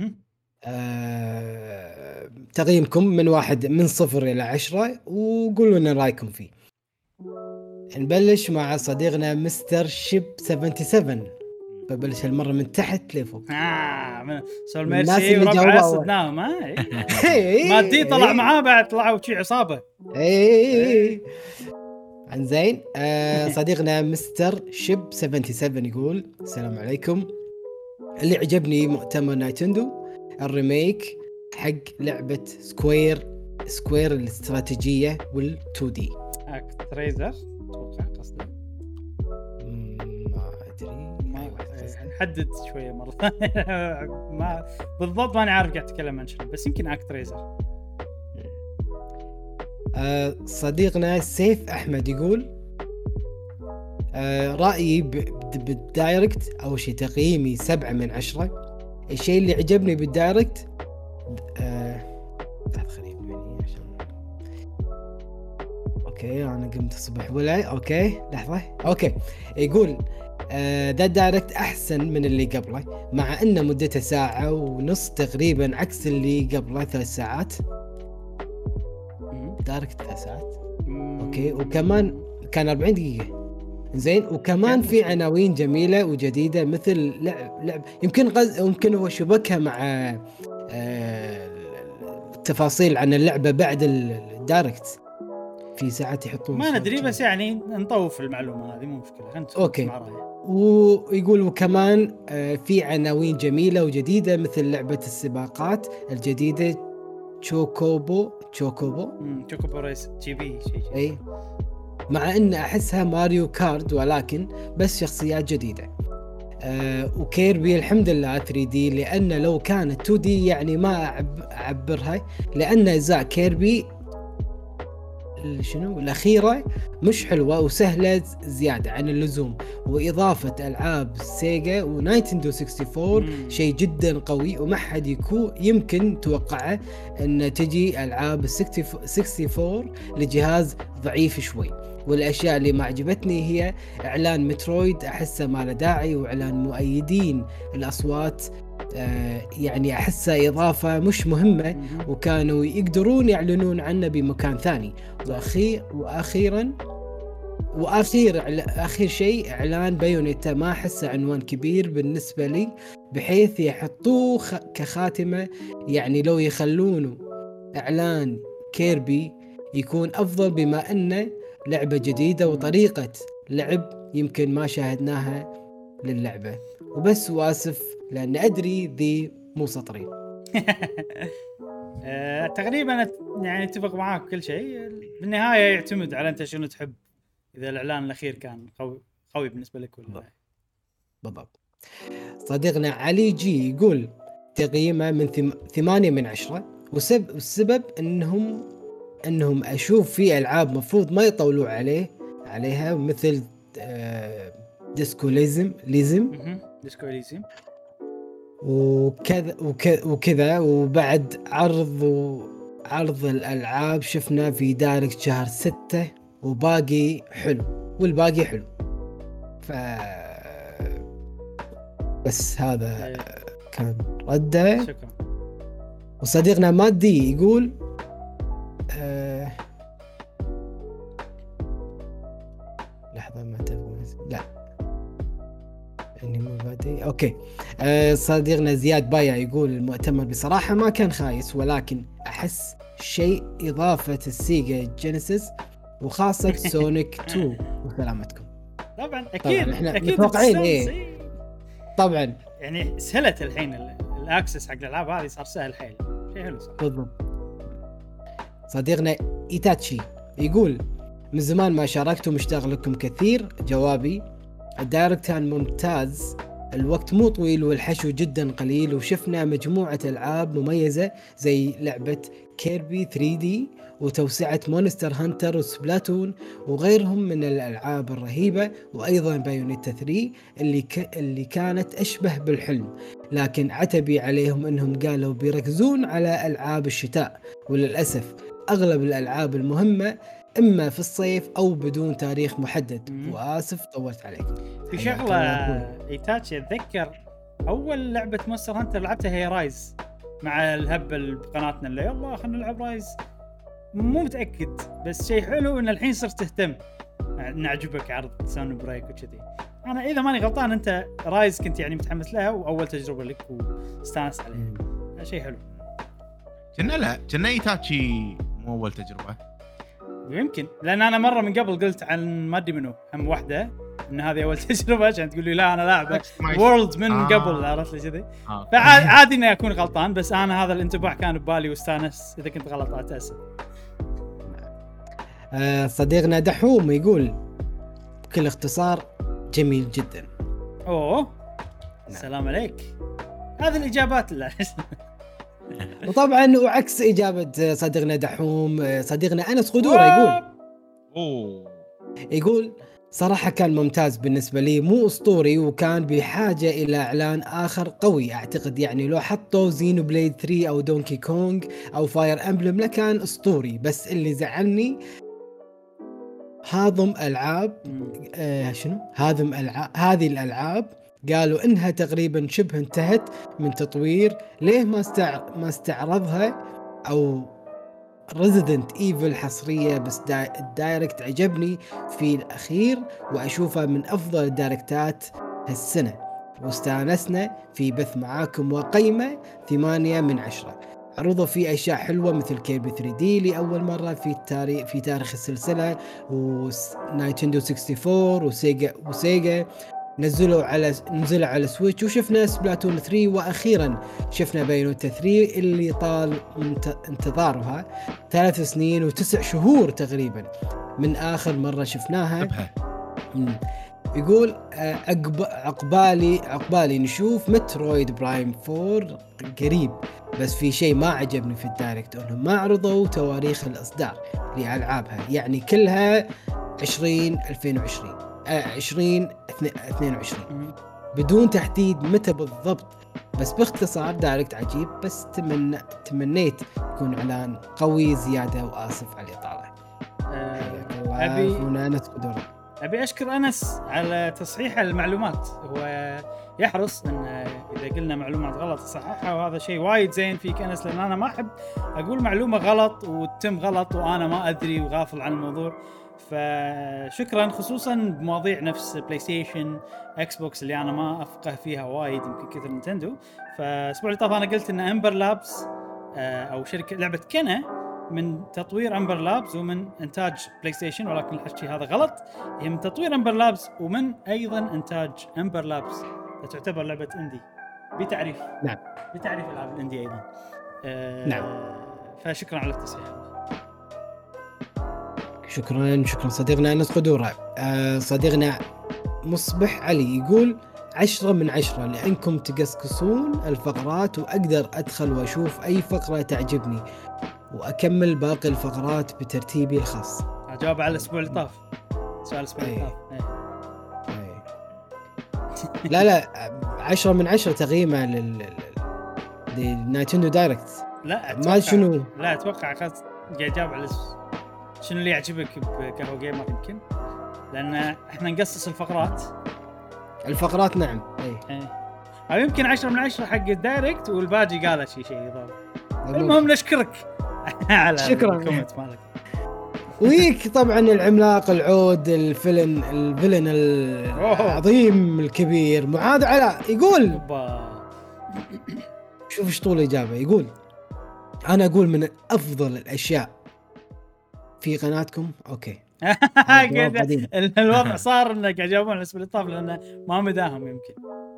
آه، تقييمكم من واحد من صفر الى عشرة، وقولوا لنا رايكم فيه. نبلش مع صديقنا مستر شيب سبعة وسبعين، ببلش هالمرة من تحت لفوق. اه من سول الناس ميرسي اللي وربع جاوبوا صدناهم. ها إيه. مادي طلع معاه بعد طلعوا شي عصابة. ايه انزين. آه صديقنا مستر شيب سبعة وسبعين يقول السلام عليكم. اللي عجبني مؤتمر نايتندو الريميك حق لعبة سكوير سكوير الاستراتيجية والتو دي. اكتريزر اتوقع قصدي، ما ادري. نحدد شويه مره ما بالضبط ماني عارف قاعد اتكلم عن شنو، بس يمكن اكتريزر. آه صديقنا سيف احمد يقول آه رأيي بالدايركت أول شيء تقييمي سبعة من عشرة. الشيء اللي عجبني بالدايركت آه خليني يعني عشان أوكي أنا قمت الصبح ولا أوكي لحظة أوكي يقول آه ده الدايركت أحسن من اللي قبله، مع أنه مدته ساعة ونص تقريبا عكس اللي قبله ثلاث ساعات. دايركت ثلاث ساعات أوكي، وكمان كان أربعين دقيقة زين، وكمان في عناوين جميلة وجديدة مثل لعب لعب يمكن غز... يمكن هو شبكها مع آه... التفاصيل عن اللعبة بعد الدايركت في ساعات يحطون ما ندري، بس يعني نطوف المعلومة هذه مو مشكلة. خلينا اوكي. ويقول وكمان آه في عناوين جميلة وجديدة مثل لعبة السباقات الجديدة تشوكوبو تشوكوبو امم تشوكوبو ريس جي بي شيء شيء اي، مع ان احسها ماريو كارد ولكن بس شخصيات جديدة. آه وكيربي الحمد لله ثري دي، لان لو كانت تو دي يعني ما أعب اعبرها، لان اجزاء كيربي شنو الأخيرة مش حلوة وسهلة زيادة عن اللزوم، وإضافة ألعاب سيجا ونايتندو أربعة وستين شيء جدا قوي وما حد يكون يمكن توقعه أن تجي ألعاب أربعة وستين لجهاز ضعيف شوي. والأشياء اللي ما عجبتني هي إعلان مترويد، أحسه ما له داعي، وإعلان مؤيدين الأصوات آه يعني أحسها إضافة مش مهمة وكانوا يقدرون يعلنون عنه بمكان ثاني. وأخير وأخيرا وأخير أخير شيء إعلان بايونيتا، ما أحسه عنوان كبير بالنسبة لي بحيث يحطوه خ... كخاتمة. يعني لو يخلونه إعلان كيربي يكون أفضل، بما أنه لعبة جديدة وطريقة لعب يمكن ما شاهدناها للعبة. وبس، واسف لأن أدري ذي مو سطرين. أه، تقريبا يعني اتفق معاك كل شيء. بالنهاية يعتمد على أنت شنو تحب، إذا الإعلان الأخير كان قوي قوي بالنسبة لك ولا لا. بالضبط. صديقنا علي جي يقول تقييمه من ثم... ثمانية من عشرة، وسبب والسبب أنهم أنهم أشوف في ألعاب مفروض ما يطولوا عليه عليها مثل آه ديسكوليزم ليزم ديسكوليزم وكذا وكذا وكذا وبعد عرض وعرض الألعاب شفنا في دايركت شهر ستة وباقي حلو والباقي حلو. ف بس هذا أيه. كان رده. شكرا. وصديقنا مادي يقول أه... لحظة ما تبغى لا اني مو بادي اوكي. أه صديقنا زياد بايا يقول المؤتمر بصراحة ما كان خايس، ولكن احس شيء اضافة السيجا جينيسيس وخاصة سونيك تو وسلامتكم. طبعا اكيد طبعاً احنا اكيد متوقعين ايه طبعا. يعني سهلت الحين الاكسس حق الالعاب هذه، صار سهل حيل، شيء حلو صار. بالضبط. صديقنا ايتاتشي يقول من زمان ما شاركت ومشتاق لكم كثير. جوابي الدايركت كان ممتاز، الوقت مو طويل والحشو جدا قليل، وشفنا مجموعة ألعاب مميزة زي لعبة كيربي ثري دي وتوسعة مونستر هانتر وسبلاتون وغيرهم من الألعاب الرهيبة، وأيضا بايونيتا ثري اللي, ك... اللي كانت أشبه بالحلم. لكن عتبي عليهم انهم قالوا بيركزون على العاب الشتاء، وللاسف اغلب الالعاب المهمه اما في الصيف او بدون تاريخ محدد. مم. واسف طولت عليك. في حياك شغله الله. ايتاتشي اتذكر اول لعبه مونستر هانتر لعبتها هي رايز، مع الهبل بقناتنا اللي يلا خلينا نلعب رايز. مو متاكد بس شيء حلو ان الحين صرت تهتم ان عجبك عرض ساوند بريك وكذي. انا اذا ماني غلطان انت رايز كنت يعني متحمس لها واول تجربه لك واستانست عليها، هذا شيء حلو. كنا لا كنا ايتاتشي مو اول تجربه، يمكن لان انا مره من قبل قلت عن ما ادري منو هم واحده ان هذه اول تجربه عشان تقول لي لا انا لاعبه وورلد من آه. قبل، عرفت لي كذي. آه. فعادي اني اكون غلطان، بس انا هذا الانطباع كان ببالي واستانس. اذا كنت غلط اتاسف. آه صديقنا دحوم يقول بكل اختصار جميل جدا. اوه السلام عليك. هذه الاجابات لا. وطبعا وعكس اجابه صديقنا دحوم، صديقنا انس قدوره يقول اوه يقول صراحة كان ممتاز بالنسبة لي، مو أسطوري، وكان بحاجة إلى إعلان آخر قوي. أعتقد يعني لو حطوا زينو بليد ثري أو دونكي كونغ أو فاير أمبلم لكان أسطوري. بس اللي زعلني هاضم ألعاب آه شنو هاضم ألعاب هذه الألعاب قالوا إنها تقريبا شبه انتهت من تطوير. ليه ما استع... ما استعرضها؟ أو Resident Evil حصرية بس دا... الدايركت عجبني في الأخير وأشوفها من أفضل الدايركتات هالسنة، واستانسنا في بث معاكم وقيمة ثمانية من عشرة. عرضوا فيه أشياء حلوة مثل كيربي ثري دي لأول مرة في التاريخ في تاريخ السلسلة، ونايتندو أربعة وستين وسيجا وسيجا نزلوا على نزلوا على سويتش، وشفنا سبلاتون ثري، واخيرا شفنا بايونيتا ثري اللي طال انتظارها ثلاث سنين وتسع شهور تقريبا من اخر مره شفناها. يقول عقب عقبالي عقبالي نشوف مترويد برايم فور قريب، بس في شيء ما عجبني في الدايركت انهم ما عرضوا تواريخ الاصدار لالعابها، يعني كلها عشرين ألفين وعشرين عشرين اثنين وعشرين بدون تحديد متى بالضبط. بس باختصار دايركت عجيب، بس تمنى تمنيت يكون اعلان قوي زياده، واسف على الاطاله. ابي هنا انس قدوره ابي اشكر انس على تصحيح المعلومات. هو يحرص ان اذا قلنا معلومات غلط يصححها، وهذا شيء وايد زين فيك انس، لان انا ما احب اقول معلومه غلط وتتم غلط وانا ما ادري وغافل عن الموضوع. فشكرا، خصوصا بمواضيع نفس بلاي ستيشن اكس بوكس اللي انا ما افقه فيها وايد يمكن كثر نينتندو. فالاسبوع اللي طاف انا قلت ان امبر لابس او شركه لعبه كنا من تطوير امبر لابس ومن انتاج بلاي ستيشن، ولكن الحكي هذا غلط. هي من تطوير امبر لابس ومن ايضا انتاج امبر لابس، فتعتبر لعبه اندي بتعريف. نعم بتعريف العاب الاندي ايضا. آه نعم. فشكرا على التصحيح. شكرا شكرا صديقنا أنس قدورة. أه صديقنا مصبح علي يقول عشرة من عشرة لأنكم تقصقصون الفقرات، وأقدر أدخل وأشوف أي فقرة تعجبني وأكمل باقي الفقرات بترتيبي الخاص. أجاوب على الأسبوع اللي طاف. سؤال الأسبوع اللي طاف. لا لا عشرة من عشرة تقييمه لل للنايتندو دايركت. لا ما شنو لا أتوقع خلاص قاعد أجاوب على شنو اللي يعجبك بقهوة جيمر يمكن، لأن إحنا نقصص الفقرات. الفقرات نعم. أي. إيه. أو يمكن عشرة من عشرة حق الدايركت والباقي قال شيء شيء يضاف. المهم نشكرك على شكرا الكومنت مالك. ويك طبعا العملاق العود الفيلن الفيلن العظيم الكبير معاذ علاء يقول شوف ايش طول اجابه. يقول انا اقول من افضل الاشياء في قناتكم. اوكي الوضع صار انه قاعد يجاوبون على اسم الطاف لانه ما مداهم يمكن.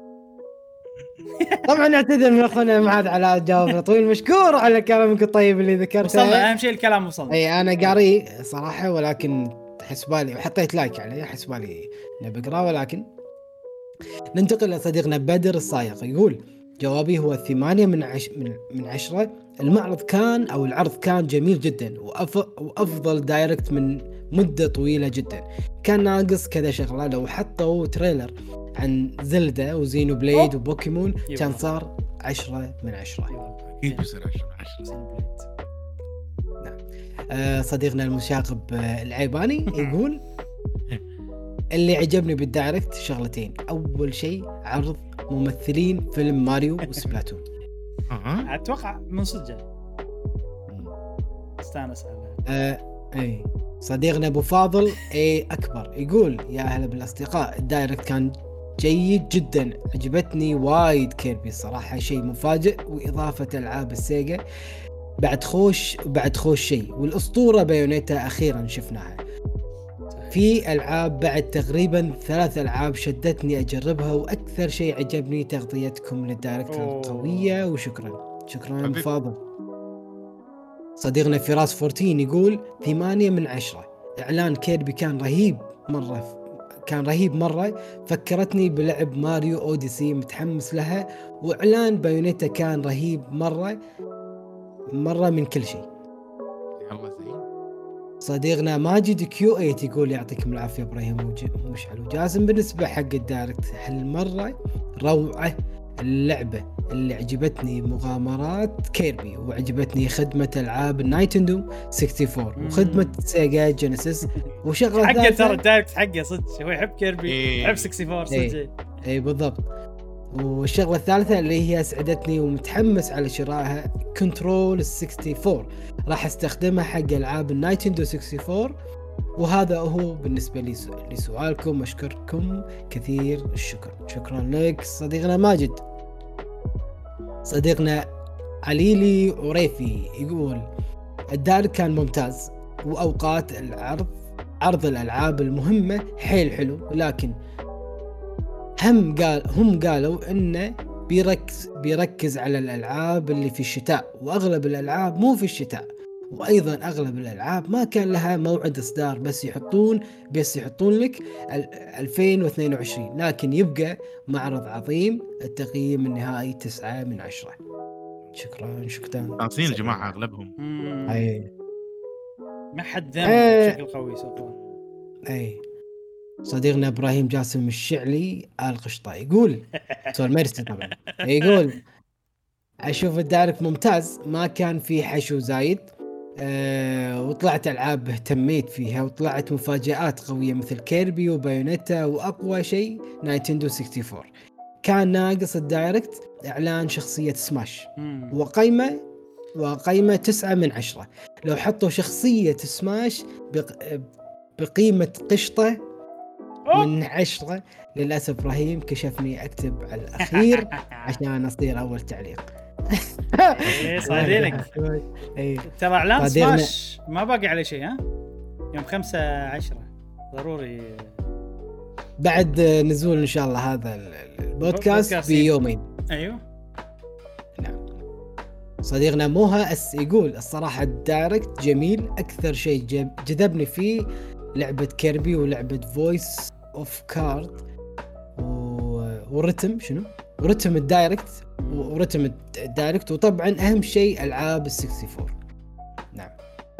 طبعا نعتذر من اخونا معاذ علاء جواب طويل، مشكور على كلامك الطيب اللي ذكرته. وصلنا اهم شيء الكلام وصل. اي انا قاري صراحه، ولكن احس بالي وحطيت لايك عليه، احس بالي اني بقراه. ولكن ننتقل لصديقنا بدر الصايغ يقول جوابي هو ثمانية من عش من, من عشرة. المعرض كان أو العرض كان جميل جدا وأف وأفضل دايركت من مدة طويلة جدا. كان ناقص كذا شغلة، لو حطوا تريلر عن زلدة وزينو بليد وبوكيمون كان صار عشرة من عشرة. أكيد بيصير عشرة من عشرة. نعم. آه صديقنا المشاغب آه العيباني يقول اللي عجبني بالدايركت شغلتين. أول شيء عرض ممثلين فيلم ماريو وسبلاتون. أه. أتوقع من صدق استانس على آه أي صديقنا أبو فاضل أي أكبر يقول يا أهلا بالأصدقاء، الدايركت كان جيد جدا، عجبتني وايد كيربي الصراحة، شيء مفاجئ، وإضافة ألعاب السيجا بعد خوش بعد خوش شيء، والأسطورة بايونيتا أخيرا شفناها. في ألعاب بعد تقريبا ثلاث ألعاب شدتني أجربها، وأكثر شيء عجبني تغطيتكم للدايركت قوية، وشكرا شكرا أبو فاضل. صديقنا فراس فورتين يقول ثمانية من عشرة. إعلان كيربي كان رهيب مرة كان رهيب مرة فكرتني بلعب ماريو أوديسي، متحمس لها. وإعلان بايونيتا كان رهيب مرة مرة من كل شيء. الله زين. صديقنا ماجد كيو ثمانية يقول يعطيكم العافية إبراهيم ومشعل وجاسم. بالنسبة حق الدايركت هالمرة روعة، اللعبة اللي عجبتني مغامرات كيربي، وعجبتني خدمة ألعاب النايتندو أربعة وستين وخدمة سيجا جينيسيس. وشغلة حقه ترى الدايركت حقه صدق، هو يحب كيربي إيه. يحب أربعة وستين صدق. اي بالضبط. والشغلة الثالثة اللي هي اسعدتني ومتحمس على شرائها كنترول أربعة وستين، راح استخدمها حق ألعاب النايتندو أربعة وستين. وهذا هو بالنسبة لي لسؤالكم. أشكركم كثير الشكر. شكرا لك صديقنا ماجد. صديقنا عليلي عريفي يقول الدايركت كان ممتاز، وأوقات العرض عرض الألعاب المهمة حيل حلو، لكن هم قال هم قالوا إنه بيركز بيركز على الألعاب اللي في الشتاء، وأغلب الألعاب مو في الشتاء، وأيضا أغلب الألعاب ما كان لها موعد إصدار، بس يحطون بس يحطون لك ألفين واثنين وعشرين، لكن يبقى معرض عظيم. التقييم النهائي تسعة من عشرة. شكرا شكرا. ناقصين الجماعة أغلبهم. أي ما حد ذم أه بشكل قوي سوى. أي صديقنا إبراهيم جاسم الشعلي آل قشطة يقول سؤال ميرسي طبعا. يقول أشوف الدايركت ممتاز، ما كان في حشو زايد، أه وطلعت ألعاب اهتميت فيها، وطلعت مفاجآت قوية مثل كيربي وبايونيتا، وأقوى شيء نايتندو أربعة وستين. كان ناقص الدايركت إعلان شخصية سماش، وقيمة وقيمة تسعة من عشرة. لو حطوا شخصية سماش بق... بقيمة قشطة من عشرة. للأسف إبراهيم كشفني أكتب على الأخير عشان أصير أول تعليق. إيه صادينك. ترى إعلان سماش ما باقي عليه شيء، ها يوم خمسة عشرة ضروري بعد نزول إن شاء الله هذا البودكاست بيومين. أيوه نعم. صديقنا موها أس يقول الصراحة الدايركت جميل، أكثر شيء جذبني فيه لعبة كيربي ولعبة فويس اوف كارد ورتم شنو ورتم الدايركت ورتم الدايركت وطبعا أهم شيء ألعاب الستة وستين. نعم.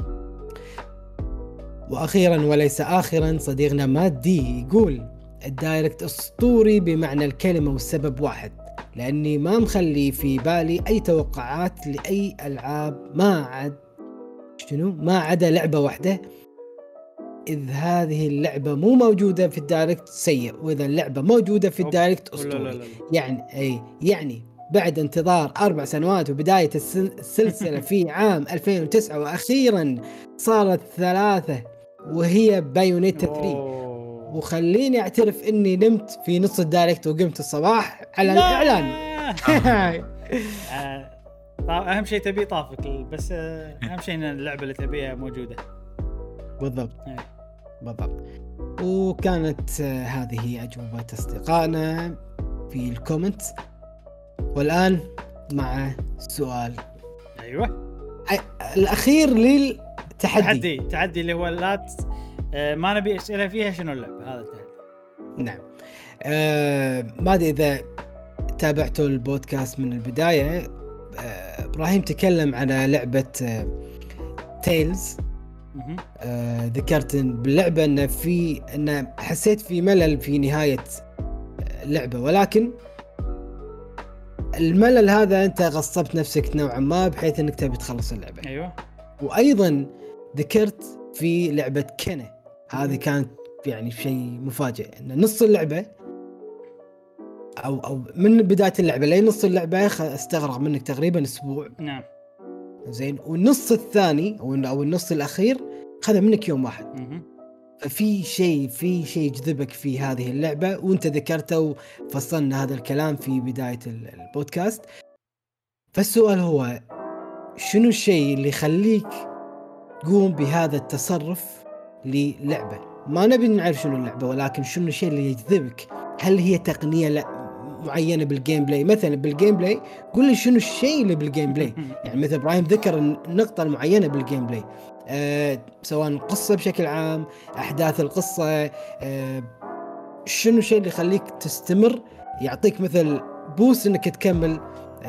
وأخيرا وليس آخرا صديقنا مادي يقول الدايركت أسطوري بمعنى الكلمة، والسبب واحد، لأني ما مخلي في بالي أي توقعات لأي ألعاب ما عد شنو ما عدا لعبة واحدة. إذ هذه اللعبة مو موجودة في الدايركت سيء، وإذا اللعبة موجودة في الدايركت أسطوري. يعني أي يعني بعد انتظار أربع سنوات وبداية السلسلة في عام ألفين وتسعة، وأخيرا صارت ثلاثة وهي بايونيتا ثلاثة. وخليني أعترف إني نمت في نص الدايركت وقمت الصباح على الإعلان. أهم شيء تبي طافك، بس أهم شيء إن اللعبة اللي تبيها موجودة. بالضبط بالضبط. وكانت هذه أجوبة أصدقائنا في الكومنت. والآن مع السؤال أيوة الأخير للتحدي. تحدي تحدي اللي هو لا ما نبي أسئلة فيها شنو اللعبة، هذا التحدي. نعم. آه ما أدري إذا تابعتوا البودكاست من البداية إبراهيم تكلم عن لعبة تيلز. آه، ذكرت باللعبة أن في أن حسيت في ملل في نهاية اللعبة، ولكن الملل هذا أنت غصبت نفسك نوعا ما بحيث أنك تبي تخلص اللعبة. أيوة. وأيضا ذكرت في لعبة كنة، هذه كانت يعني شيء مفاجئ أن نص اللعبة أو أو من بداية اللعبة لين نص اللعبة استغرق منك تقريبا أسبوع. نعم. زين، والنص الثاني أو أو النص الأخير خذ منك يوم واحد. مم. ففي شيء في شيء جذبك في هذه اللعبة، وأنت ذكرته وفصلنا هذا الكلام في بداية البودكاست. فالسؤال هو شنو الشيء اللي يخليك تقوم بهذا التصرف للعبة؟ ما نبي نعرف شنو اللعبة، ولكن شنو الشيء اللي يجذبك؟ هل هي تقنية لا معينة بالجيم بلاي؟ مثلا بالجيم بلاي قول لي شنو الشيء اللي بالجيم بلاي. يعني مثل إبراهيم ذكر النقطة المعينة بالجيم بلاي، أه سواء القصة بشكل عام، أحداث القصة، أه شنو الشيء اللي يخليك تستمر، يعطيك مثل بوست إنك تكمل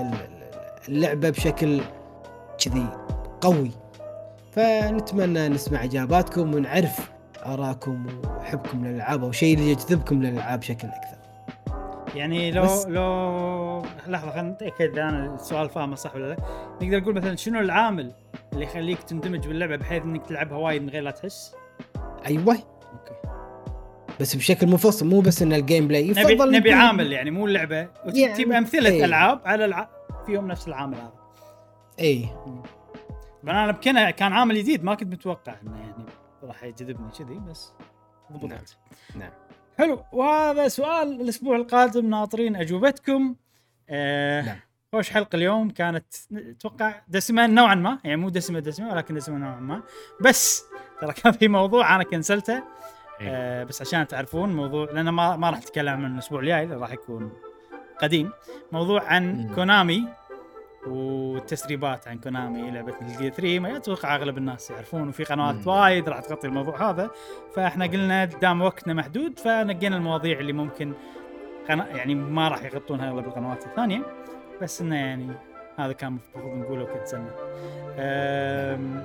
اللعبة بشكل كذي قوي. فنتمنى نسمع إجاباتكم ونعرف آراءكم وحبكم للألعاب أو شيء اللي يجذبكم للألعاب بشكل أكثر. يعني لو بس... لو لحظة خلينا نتأكد أنا السؤال فاهمه صح ولا لا. نقدر نقول مثلا شنو العامل اللي يخليك تندمج باللعبة بحيث إنك تلعبها وايد من غير لا تحس؟ أيوة. أوكي. بس بشكل مفصل، مو بس إن الجيم بلاي يفضل نبي, نبي عامل يعني مو اللعبة وتجيب يعني... أمثلة ايه. ألعاب على الع... فيهم نفس العامل هذا. إيه. أنا بكنا كان عامل جديد ما كنت متوقع إنه يعني راح يجذبني كذي، بس ضبطت. نعم. نعم. حلو. وهذا سؤال الأسبوع القادم ناطرين أجوبتكم. آه نعم. خوش حلقة اليوم كانت أتوقع دسمة نوعا ما، يعني مو دسمة دسمة ولكن دسمة نوعا ما، بس ترى كان في موضوع أنا كنسلته. آه بس عشان تعرفون موضوع، لأن ما ما راح أتكلم عن الأسبوع الجاي، راح يكون قديم. موضوع عن م. كونامي والتسريبات عن كونامي لعبة الجي ثري، ما يتوقع أغلب الناس يعرفون، وفي قنوات وايد راح تغطي الموضوع هذا. فإحنا قلنا دام وقتنا محدود فنقينا المواضيع اللي ممكن قنا... يعني ما راح يغطونها أغلب القنوات الثانية، بس إنه يعني هذا كان مفروض نقوله وكنسلنا. أم...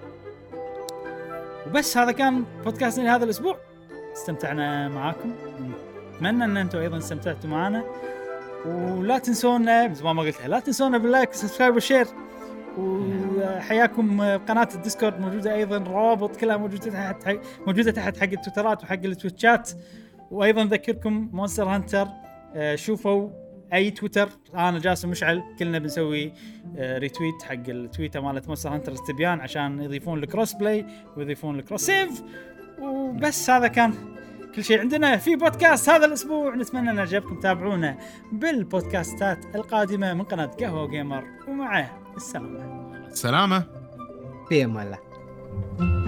وبس هذا كان بودكاستنا لهذا الأسبوع. استمتعنا معاكم، أتمنى أن أنتم أيضا استمتعتوا معنا. ولا تنسونا مثل ما قلتها، لا تنسونا باللايك والسبسكرايب والشير. وحياكم قناة الديسكورد موجودة أيضا، روابط كلها موجودة تحت موجودة تحت حق التويترات وحق التويتشات. وأيضا ذكركم مونستر هانتر، شوفوا أي تويتر أنا جاسم مشعل كلنا بنسوي ريتويت حق التويتر مالت مونستر هانتر استبيان عشان يضيفون الكروس بلاي ويضيفون الكروس سيف. وبس هذا كان كل شيء عندنا في بودكاست هذا الأسبوع. نتمنى أن عجبكم. تابعونا بالبودكاستات القادمة من قناة قهوة جيمر، ومعه السلامة. السلامة. في أمان الله.